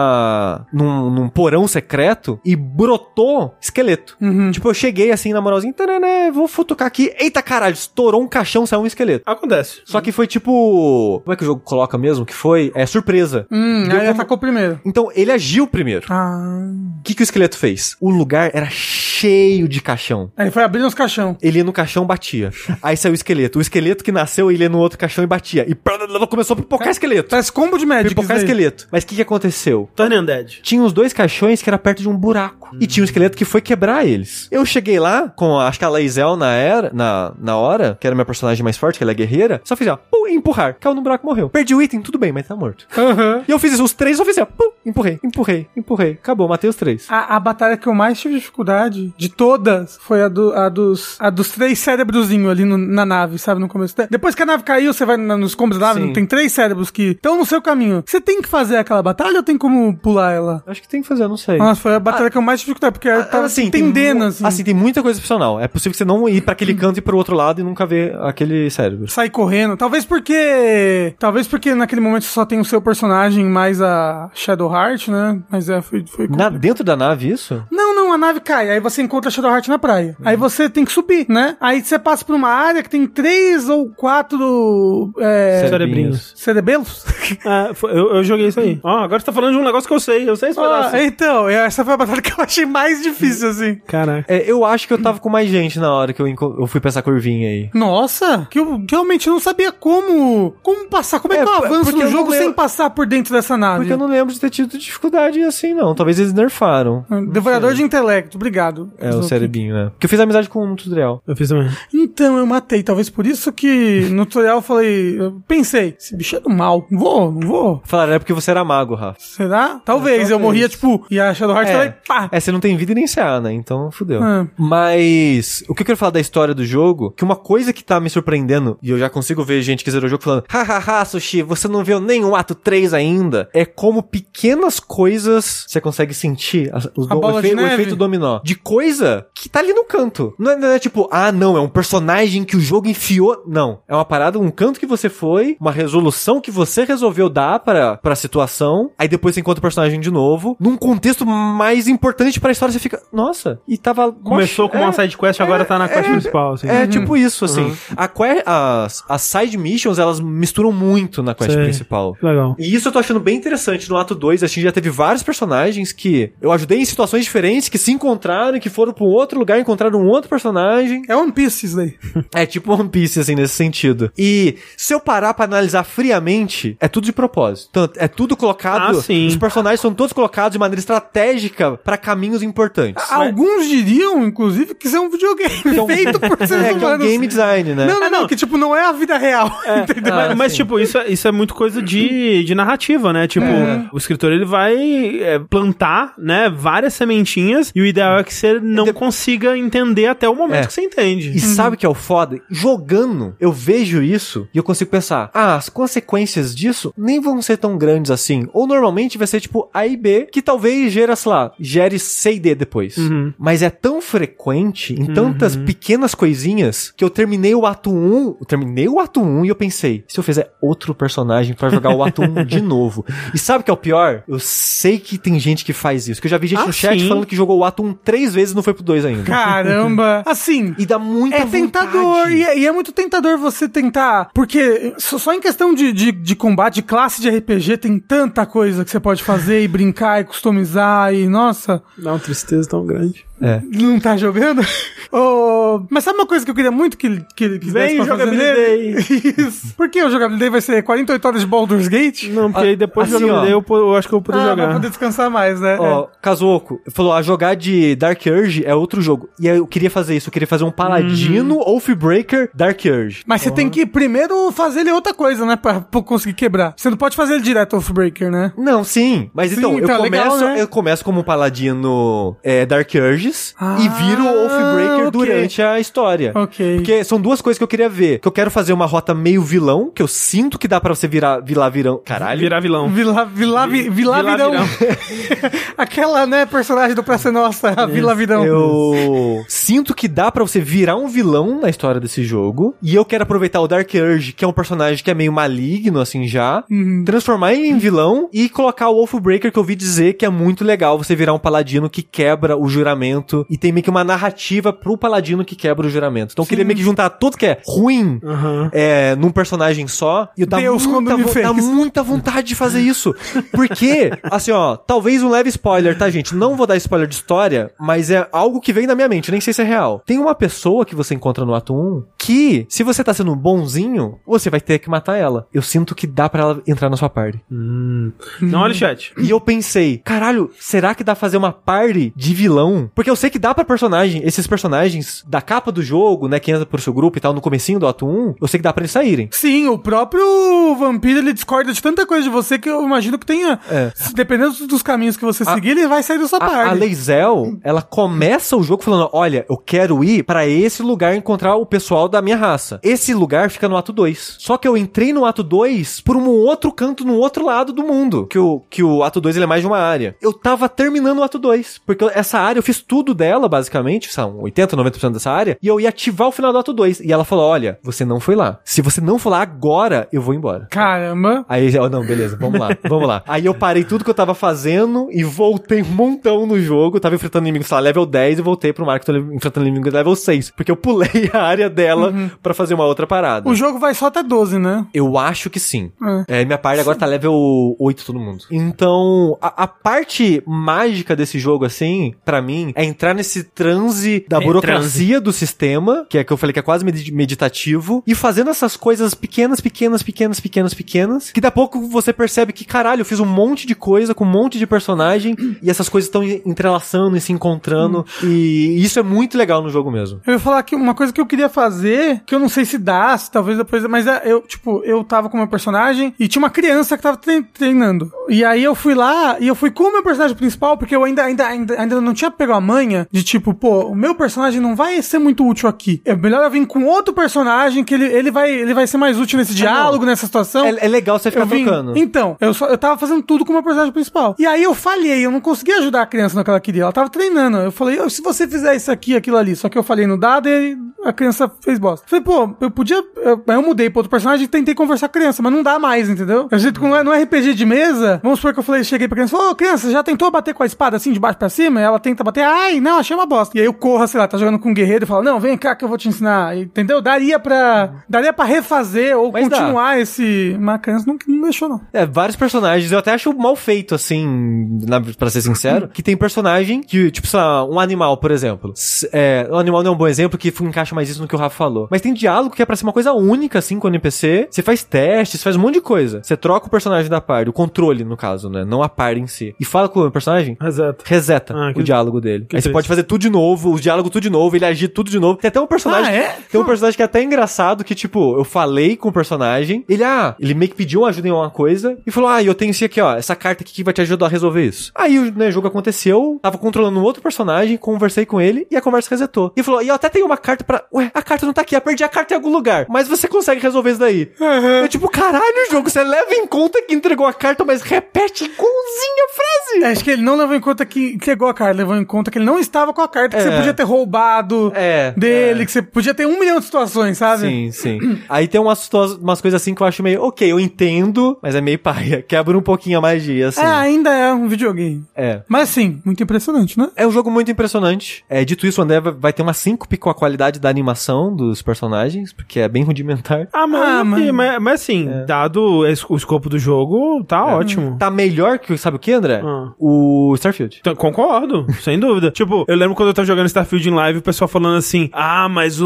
num porão secreto e brotou esqueleto. Tipo, eu cheguei assim na moralzinha, vou futucar aqui. Eita caralho, estourou um caixão, saiu um esqueleto. Acontece. Só que foi tipo... Como é que o jogo coloca mesmo? Que foi? Surpresa. Aí ele atacou primeiro. Então, ele agiu primeiro. O que o esqueleto fez? O lugar era cheio de caixão. Aí ele foi abrindo os caixão. Ele ia no caixão, batia. Aí saiu o esqueleto. O esqueleto que nasceu, ele ia no outro caixão e batia. E começou a pipocar esqueleto. Parece combo de Magic. Pipocar esqueleto. Mas o que aconteceu? Turn Undead. Tinha os dois caixões que era perto de um buraco. E tinha um esqueleto que foi quebrar eles. Eu cheguei lá com, acho que a Lae'zel na hora, que era minha personagem mais forte, que ela é guerreira, só fiz, empurrar. Caiu no buraco e morreu. Perdi o item, tudo bem, mas tá morto. E eu fiz isso, os três, só fiz, empurrei. Acabou, matei os três. A batalha que eu mais tive dificuldade de todas foi a dos três cérebrozinhos ali na nave, sabe, no começo. Depois que a nave caiu, você vai nos combos da nave, tem três cérebros que estão no seu caminho. Você tem que fazer aquela batalha ou tem como pular ela? Acho que tem que fazer, eu não sei. Nossa, foi a batalha que eu mais tive dificuldade, porque eu tava assim, entendendo, assim. Assim, tem muita coisa opcional. É possível que você não ir pra aquele canto e pro outro lado e nunca ver aquele cérebro. Sair correndo. Talvez porque naquele momento você só tem o seu personagem mais a Shadowheart, né? Mas foi dentro da nave, isso? Não, a nave cai. Aí você encontra a Shadowheart na praia. Aí você tem que subir, né? Aí você passa por uma área que tem 3 ou 4 cerebrinhos. Cerebelos? Eu joguei isso aí. Agora você tá falando de um negócio que eu sei esse pedaço. Então, essa foi a batalha que eu achei mais difícil, assim. Caraca. Eu acho que eu tava com mais gente na hora que eu fui pra essa curvinha aí. Nossa, que eu realmente não sabia como passar. Como é que eu avanço no jogo sem passar por dentro dessa nave? Porque eu não lembro de ter tido de dificuldade assim, não. Talvez eles nerfaram. Devorador de intelecto, obrigado. É, o cerebinho, né? Porque eu fiz amizade com um tutorial. Eu fiz também. Então, eu matei. Talvez por isso que no tutorial eu falei... Eu pensei, esse bicho é do mal. Não vou. Falaram, é porque você era mago, Rafa. Será? Talvez. Eu morria, tipo... E a Shadowheart falei, pá! Você não tem vida e nem CA, né? Então, fudeu. Mas... O que eu quero falar da história do jogo... Que uma coisa que tá me surpreendendo... E eu já consigo ver gente que zerou o jogo falando... Hahaha, Sushi, você não viu nem o ato 3 ainda. É como pequenas coisas... Você consegue sentir o efeito dominó. De coisa que tá ali no canto. Não é tipo... não, é um personagem que o jogo enfiou. Não. É uma parada, um canto que você foi... Uma resolução que você resolveu dar pra situação. Aí depois você encontra o personagem de novo. Num contexto mais importante pra história, você fica... Nossa, e tava... Começou com uma side quest, agora tá na quest principal. Assim. Tipo isso, assim. As side missions, elas misturam muito na quest principal. Legal. E isso eu tô achando bem interessante. No ato 2, a gente já teve vários personagens que eu ajudei em situações diferentes, que se encontraram, que foram pra um outro lugar, encontraram um outro personagem. É One Piece isso daí. É tipo One Piece, assim, nesse sentido. E se eu parar pra analisar friamente, é tudo de propósito. Tanto, é tudo colocado... Os personagens são todos colocados de maneira estratégica pra caminhos importantes. Alguns diriam, inclusive, que isso é um videogame feito por seres humanos. Que é um game design, né? Não, que tipo, não é a vida real. Entendeu? Mas tipo, isso é muito coisa de narrativa, né? Tipo, o escritor, ele vai plantar, né, várias sementinhas, e o ideal é que você não consiga entender até o momento que você entende. E sabe o que é o foda? Jogando, eu vejo isso e eu consigo pensar, as consequências disso nem vão ser tão grandes assim. Ou normalmente vai ser tipo A e B, que talvez gere C e D depois. Mas é tão frequente, em tantas pequenas coisinhas, que eu terminei o ato 1 e eu pensei, se eu fizer outro personagem pra jogar o ato 1 de novo. E sabe o que é o pior? Eu sei que tem gente que faz isso, que eu já vi gente no chat falando que jogou o ato 1 3 vezes e não foi pro 2 ainda. Caramba! Assim... E dá muita vontade. Tentador, e é muito tentador você tentar, porque só em questão de combate, de classe de RPG, tem tanta coisa que você pode fazer e brincar e customizar e, nossa... Dá uma tristeza tão grande. Não tá jogando? Mas sabe uma coisa que eu queria muito que ele quisesse pra fazer nele? Isso. Por que o jogabilidade vai ser 48 horas de Baldur's Gate? Não, porque aí depois do jogabilidade eu acho que eu vou poder jogar. Vai poder descansar mais, né? Kazuoko falou, a jogar de Dark Urge é outro jogo. E aí eu queria fazer isso, eu queria fazer um Paladino Oathbreaker Dark Urge. Mas você tem que primeiro fazer ele outra coisa, né? Pra conseguir quebrar. Você não pode fazer ele direto Oathbreaker, né? Não, sim. Mas então, eu começo como um Paladino Dark Urge e viro o Oathbreaker durante a história. Porque são duas coisas que eu queria ver. Que eu quero fazer uma rota meio vilão, que eu sinto que dá pra você virar vilão. Caralho. Virar vilão. Virão. Aquela, né, personagem do Praça Nossa, a Vila Virão. Eu sinto que dá pra você virar um vilão na história desse jogo. E eu quero aproveitar o Dark Urge, que é um personagem que é meio maligno, assim, já. Transformar ele em vilão e colocar o Oathbreaker, que eu ouvi dizer que é muito legal você virar um paladino que quebra o juramento. E tem meio que uma narrativa pro paladino que quebra o juramento. Então eu queria meio que juntar tudo que é ruim num personagem só. E dá muita vontade de fazer isso. Porque, assim, talvez um leve spoiler, tá, gente? Não vou dar spoiler de história, mas é algo que vem na minha mente, nem sei se é real. Tem uma pessoa que você encontra no ato 1 que, se você tá sendo bonzinho, você vai ter que matar ela. Eu sinto que dá pra ela entrar na sua party. Não olha o chat. E eu pensei, caralho, será que dá pra fazer uma party de vilão? Porque eu sei que dá pra esses personagens da capa do jogo, né, que entra pro seu grupo e tal, no comecinho do ato 1, eu sei que dá pra eles saírem. Sim, o próprio vampiro, ele discorda de tanta coisa de você que eu imagino que tenha, dependendo dos caminhos que você seguir, ele vai sair da sua parte. A Lae'zel, ela começa o jogo falando, olha, eu quero ir pra esse lugar encontrar o pessoal da minha raça. Esse lugar fica no ato 2. Só que eu entrei no ato 2 por um outro canto, no outro lado do mundo. Que o ato 2, ele é mais de uma área. Eu tava terminando o ato 2, porque essa área, eu fiz tudo dela, basicamente, são 80, 90% dessa área, e eu ia ativar o final do ato 2. E ela falou, olha, você não foi lá. Se você não for lá agora, eu vou embora. Caramba. Aí, não, beleza, vamos lá. Aí eu parei tudo que eu tava fazendo e voltei um montão no jogo. Eu tava enfrentando inimigos, sei lá, level 10 e voltei pro Marco enfrentando inimigos level 6. Porque eu pulei a área dela pra fazer uma outra parada. O jogo vai só até 12, né? Eu acho que sim. Minha party agora tá level 8 todo mundo. Então, a parte mágica desse jogo, assim, pra mim, é entrar nesse transe da burocracia do sistema, que eu falei que é quase meditativo, e fazendo essas coisas pequenas, que daqui a pouco você percebe que, caralho, eu fiz um monte de coisa com um monte de personagem, e essas coisas estão entrelaçando e se encontrando, e isso é muito legal no jogo mesmo. Eu ia falar que uma coisa que eu queria fazer, que eu não sei se dá, se talvez depois, mas eu tava com o meu personagem, e tinha uma criança que tava treinando. E aí eu fui lá, e eu fui com o meu personagem principal, porque eu ainda não tinha pego a manha de tipo, pô, o meu personagem não vai ser muito útil aqui. É melhor eu vir com outro personagem, que ele vai ser mais útil nesse diálogo, nessa situação. É legal você ficar trocando. Então, eu tava fazendo tudo com o meu personagem principal. E aí eu falhei, eu não consegui ajudar a criança no que ela queria. Ela tava treinando. Eu falei, se você fizer isso aqui, aquilo ali. Só que eu falei no dado e a criança fez bosta. Eu falei, pô, eu podia... Eu mudei pra outro personagem e tentei conversar com a criança, mas não dá mais, entendeu? Eu sei que no RPG de mesa, vamos supor que eu falei, cheguei pra criança, ô, criança, já tentou bater com a espada assim, de baixo pra cima? E ela tenta bater, ai, não, achei uma bosta. E aí eu corro, sei lá, tá jogando com um guerreiro e falo, não, vem cá que eu vou te ensinar. Entendeu? Daria pra refazer ou mas continuar esse... Mas a criança não deixou, não. Vários personagens, eu até acho mal feito, assim, pra ser sincero, que tem personagem que, tipo, sei lá, um animal, por exemplo. O animal não é um bom exemplo, que encaixa mais isso no que o Rafa falou. Mas tem diálogo que é pra ser uma coisa única, assim, com o NPC. Você faz testes, faz um monte de coisa. Você troca o personagem da party, o controle, no caso, né? Não a party em si. E fala com o personagem, reseta o diálogo dele. Aí você pode fazer tudo de novo, o diálogo tudo de novo, ele agir tudo de novo. Tem até um personagem... Tem um personagem que é até engraçado, que, tipo, eu falei com o personagem, ele meio que pediu ajuda em uma coisa, e falou, eu tenho isso aqui, ó, essa carta aqui que vai te ajudar a resolver isso. Aí, o jogo aconteceu, tava controlando um outro personagem, conversei com ele, e a conversa resetou. E falou, e eu até tenho uma carta pra... Ué, a carta não tá aqui, eu perdi a carta em algum lugar, mas você consegue resolver isso daí. Eu, tipo, caralho, jogo, você leva em conta que entregou a carta, mas repete igualzinho a frase. Acho que ele não levou em conta que entregou a carta, levou em conta que ele não estava com a carta, que você podia ter roubado dele, que você podia ter 1 milhão de situações, sabe? Sim. Aí tem umas coisas assim que eu acho meio, ok, eu entendo, mas é meio paia, quebra um pouquinho a magia, assim. Ainda é um videogame. Mas assim, muito impressionante, né? É um jogo muito impressionante. Dito isso, o André vai ter uma síncope com a qualidade da animação dos personagens, porque é bem rudimentar. Mas assim, dado o escopo do jogo, tá ótimo. Tá melhor que, sabe o que, André? O Starfield. Então, concordo, sem dúvida. Tipo, eu lembro quando eu tava jogando Starfield em live, o pessoal falando assim, mas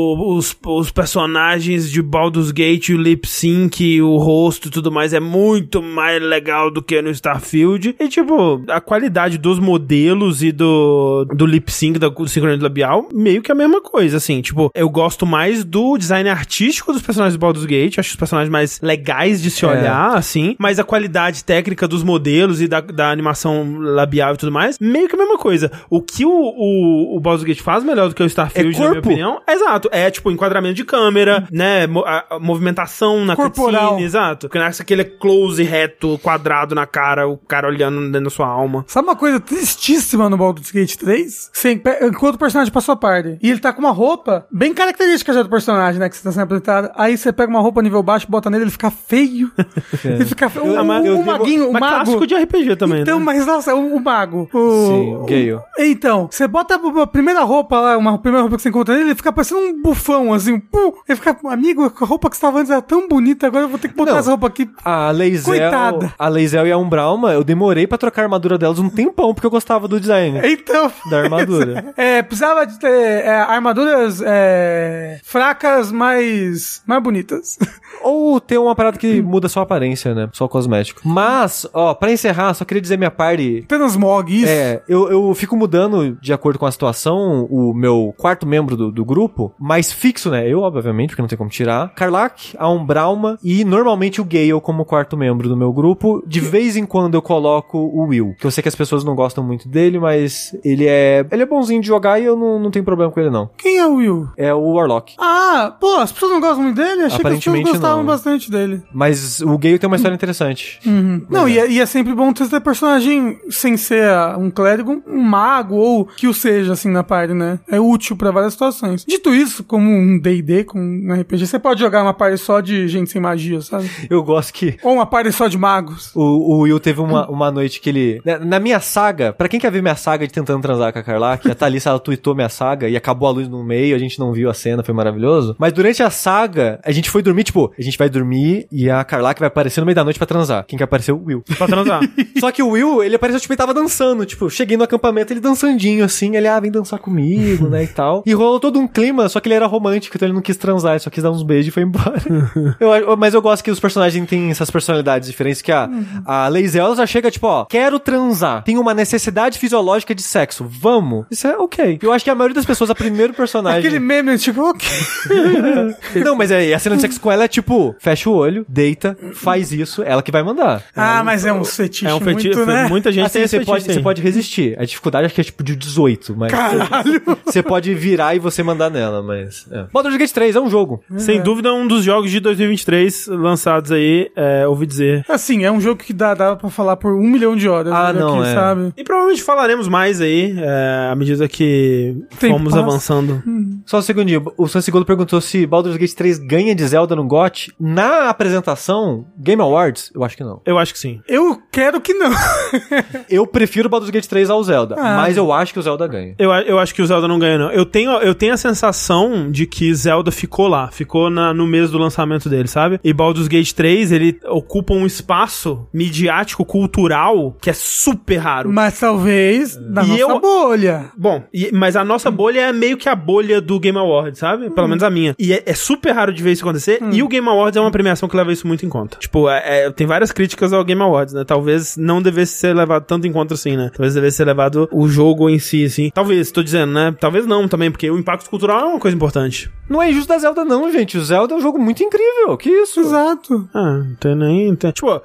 os personagens de Baldur's Gate, o lip sync, o rosto e tudo mais é muito mais legal do que no Starfield. E tipo, a qualidade dos modelos e do lip sync, do sincronismo labial, meio que a mesma coisa, assim. Tipo, eu gosto mais do design artístico dos personagens do Baldur's Gate, acho os personagens mais legais de se olhar, assim, mas a qualidade técnica dos modelos e da animação labial e tudo mais, meio que a mesma coisa. O que o Baldur's Gate faz melhor do que o Starfield, na minha opinião, exato, tipo, enquadramento de câmera, né, a movimentação na cutscene, exato, porque aquele close reto, quadrado na cara, o cara olhando dentro da sua alma. Sabe uma coisa tristíssima no Baldur's Gate 3? Você encontra o personagem pra sua party, e ele tá com uma roupa bem característica já do personagem, né, que você tá sendo apresentado, aí você pega uma roupa nível baixo, bota nele, ele fica feio. Ele fica feio. O maguinho, o mago. Clássico de RPG também, então, né? Mas nossa, o mago. Sim, o Gale. Então, você bota a primeira roupa lá, uma primeira roupa que você encontra nele, ele fica parecendo um bufão, assim, ele fica, amigo, a roupa que você tava antes era tão bonita, agora eu vou ter que botar essa roupa aqui. A Lae'zel, coitada. A Lae'zel e a Umbralma, eu demorei pra trocar a armadura delas um tempão, porque eu gostava do design. Então. Da armadura. Precisava de ter armaduras fracas, mais bonitas. Ou ter uma parada que muda só a aparência, né? Só o cosmético. Mas, pra encerrar, só queria dizer minha party... Transmog, isso. Eu fico mudando de acordo com a situação o meu quarto membro do grupo, mais fixo, né? Eu, obviamente, porque não tem como tirar. Karlach, a Umbralma e normalmente o Gale como quarto membro do meu grupo. De vez em quando eu coloco o Will, que eu sei que as pessoas não gostam muito dele, mas ele é bonzinho de jogar e eu não tenho problema com ele, não. Quem é o Will? É o Warlock. As pessoas não gostam muito dele? Achei que as pessoas gostavam bastante dele. Mas o Gale tem uma história interessante. Não, e é sempre bom ter personagem sem ser um clérigo, um mago ou que o seja, assim, na party, né? É útil pra várias situações. Dito isso, como um D&D, com um RPG, você pode jogar uma party só de gente sem magia, sabe? Eu gosto que... Ou uma party só de magos. O Will teve uma noite que ele... Na minha saga, pra quem quer ver minha saga de tentando transar com a Karlach, a Thalissa, ela tweetou minha saga e acabou a luz no meio, a gente não viu a cena, foi maravilhoso. Mas durante a saga, a gente foi dormir, tipo, a gente vai dormir e a Karlach vai aparecer no meio da noite pra transar. Quem que apareceu? O Will. Pra transar. Só que o Will, ele apareceu, tipo, ele tava dançando. Tipo, eu cheguei no acampamento, ele dançandinho, assim. Ele, vem dançar comigo, né, e tal. E rolou todo um clima, só que ele era romântico, então ele não quis transar, ele só quis dar uns beijos e foi embora. Mas eu gosto que os personagens têm essas personalidades diferentes, que a Lae'zel, ela já chega, tipo, quero transar. Tem uma necessidade fisiológica de sexo. Vamos. Isso é ok. Eu acho que a maioria das pessoas, a primeiro personagem... Aquele meme, tipo, ok. Não, mas a cena de sexo com ela é tipo, fecha o olho, deita, faz isso, ela que vai mandar. Mas é um fetiche fetiche, muito, né? Muita gente assim, você pode resistir. A dificuldade acho que é tipo de 18, mas... Caralho! Você pode virar e você mandar nela, mas... Baldur's Gate 3 é um jogo. Sem dúvida, um dos jogos de 2023 lançados aí, ouvi dizer. Assim, é um jogo que dá pra falar por 1 milhão de horas. Não, aqui, sabe? E provavelmente falaremos mais aí, à medida que fomos avançando. Só um segundinho, o San Segundo perguntou se Baldur's Gate 3 ganha de Zelda no GOT. Na apresentação, Game Awards, eu acho que não. Eu acho que sim. Eu quero que não. Eu prefiro Baldur's Gate 3 ao Zelda, mas eu acho que o Zelda ganha. Eu acho que o Zelda não ganha, não. Eu tenho a sensação de que Zelda ficou lá, ficou no mês do lançamento dele, sabe? E Baldur's Gate 3, ele ocupa um espaço midiático, cultural, que é super raro. Mas talvez da nossa bolha. Bom, mas a nossa bolha é meio que a bolha do Game Awards, sabe? Pelo menos a minha. E é super raro de ver isso acontecer, e o Game Awards é uma premiação que leva isso muito em conta. Tipo, tem várias críticas ao Game Awards, né? Talvez não devesse ser levado tanto em conta assim, né? Talvez devesse ser levado o jogo em si, assim. Talvez, tô dizendo, né? Talvez não também, porque o impacto cultural é uma coisa importante. Não é injusto da Zelda não, gente. O Zelda é um jogo muito incrível. Que isso? Exato. Não tem nem... Tipo,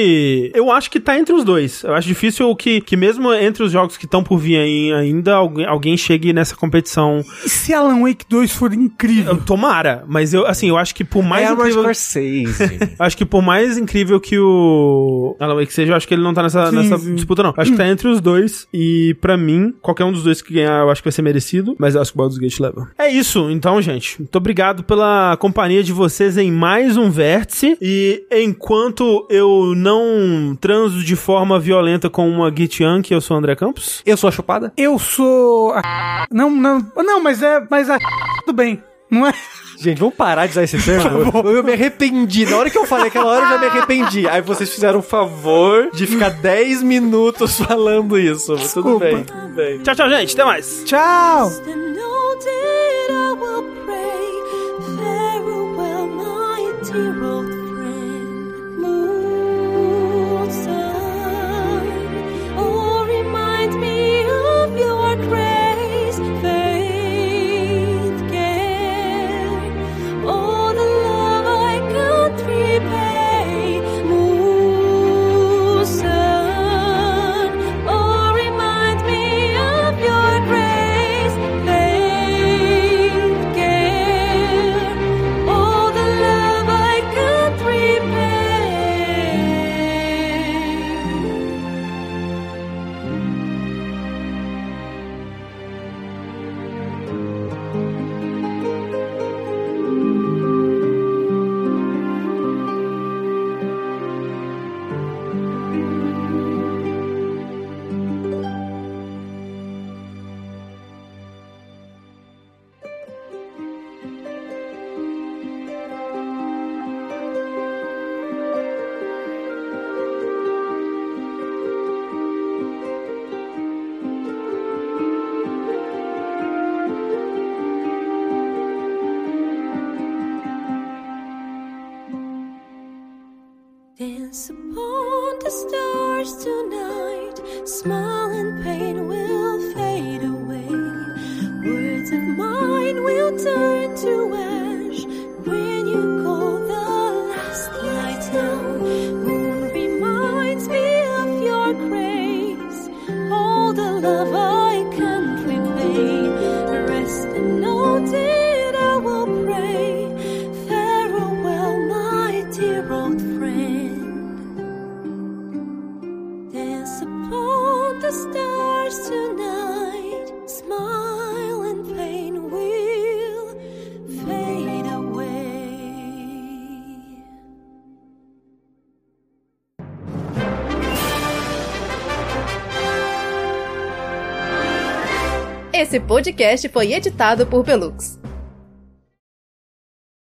eu acho que tá entre os dois. Eu acho difícil que mesmo entre os jogos que estão por vir aí ainda, alguém chegue nessa competição. E se Alan Wake 2 for incrível? Tomara, mas eu acho que por mais incrível... acho que por mais incrível que o Alan Wake seja, eu acho que ele não tá nessa disputa, não. Acho que tá entre os dois, e pra mim, qualquer um dos dois que ganhar, eu acho que vai ser merecido, mas eu acho que o Baldur's Gate leva. É isso, então, gente. Muito obrigado pela companhia de vocês em mais um Vértice, e enquanto eu não transo de forma violenta com uma Git Yankee, eu sou o André Campos. Eu sou a Chupada. Eu sou Não, mas tudo bem, não é? Gente, vamos parar de usar esse termo? Eu me arrependi. Na hora que eu falei aquela hora, eu já me arrependi. Aí vocês fizeram o favor de ficar 10 minutos falando isso. Desculpa. Tudo bem. Tchau, tchau, gente. Até mais. Tchau! Dance upon the stars tonight, smile and pain will fade away. Words of mine will turn to ash when you call the last light down. Moon reminds me of your grace, all the love I can't repay. Rest and know that I will pray. Farewell, my dear old friend. The stars tonight, smile and pain will fade away. Esse podcast foi editado por Belux.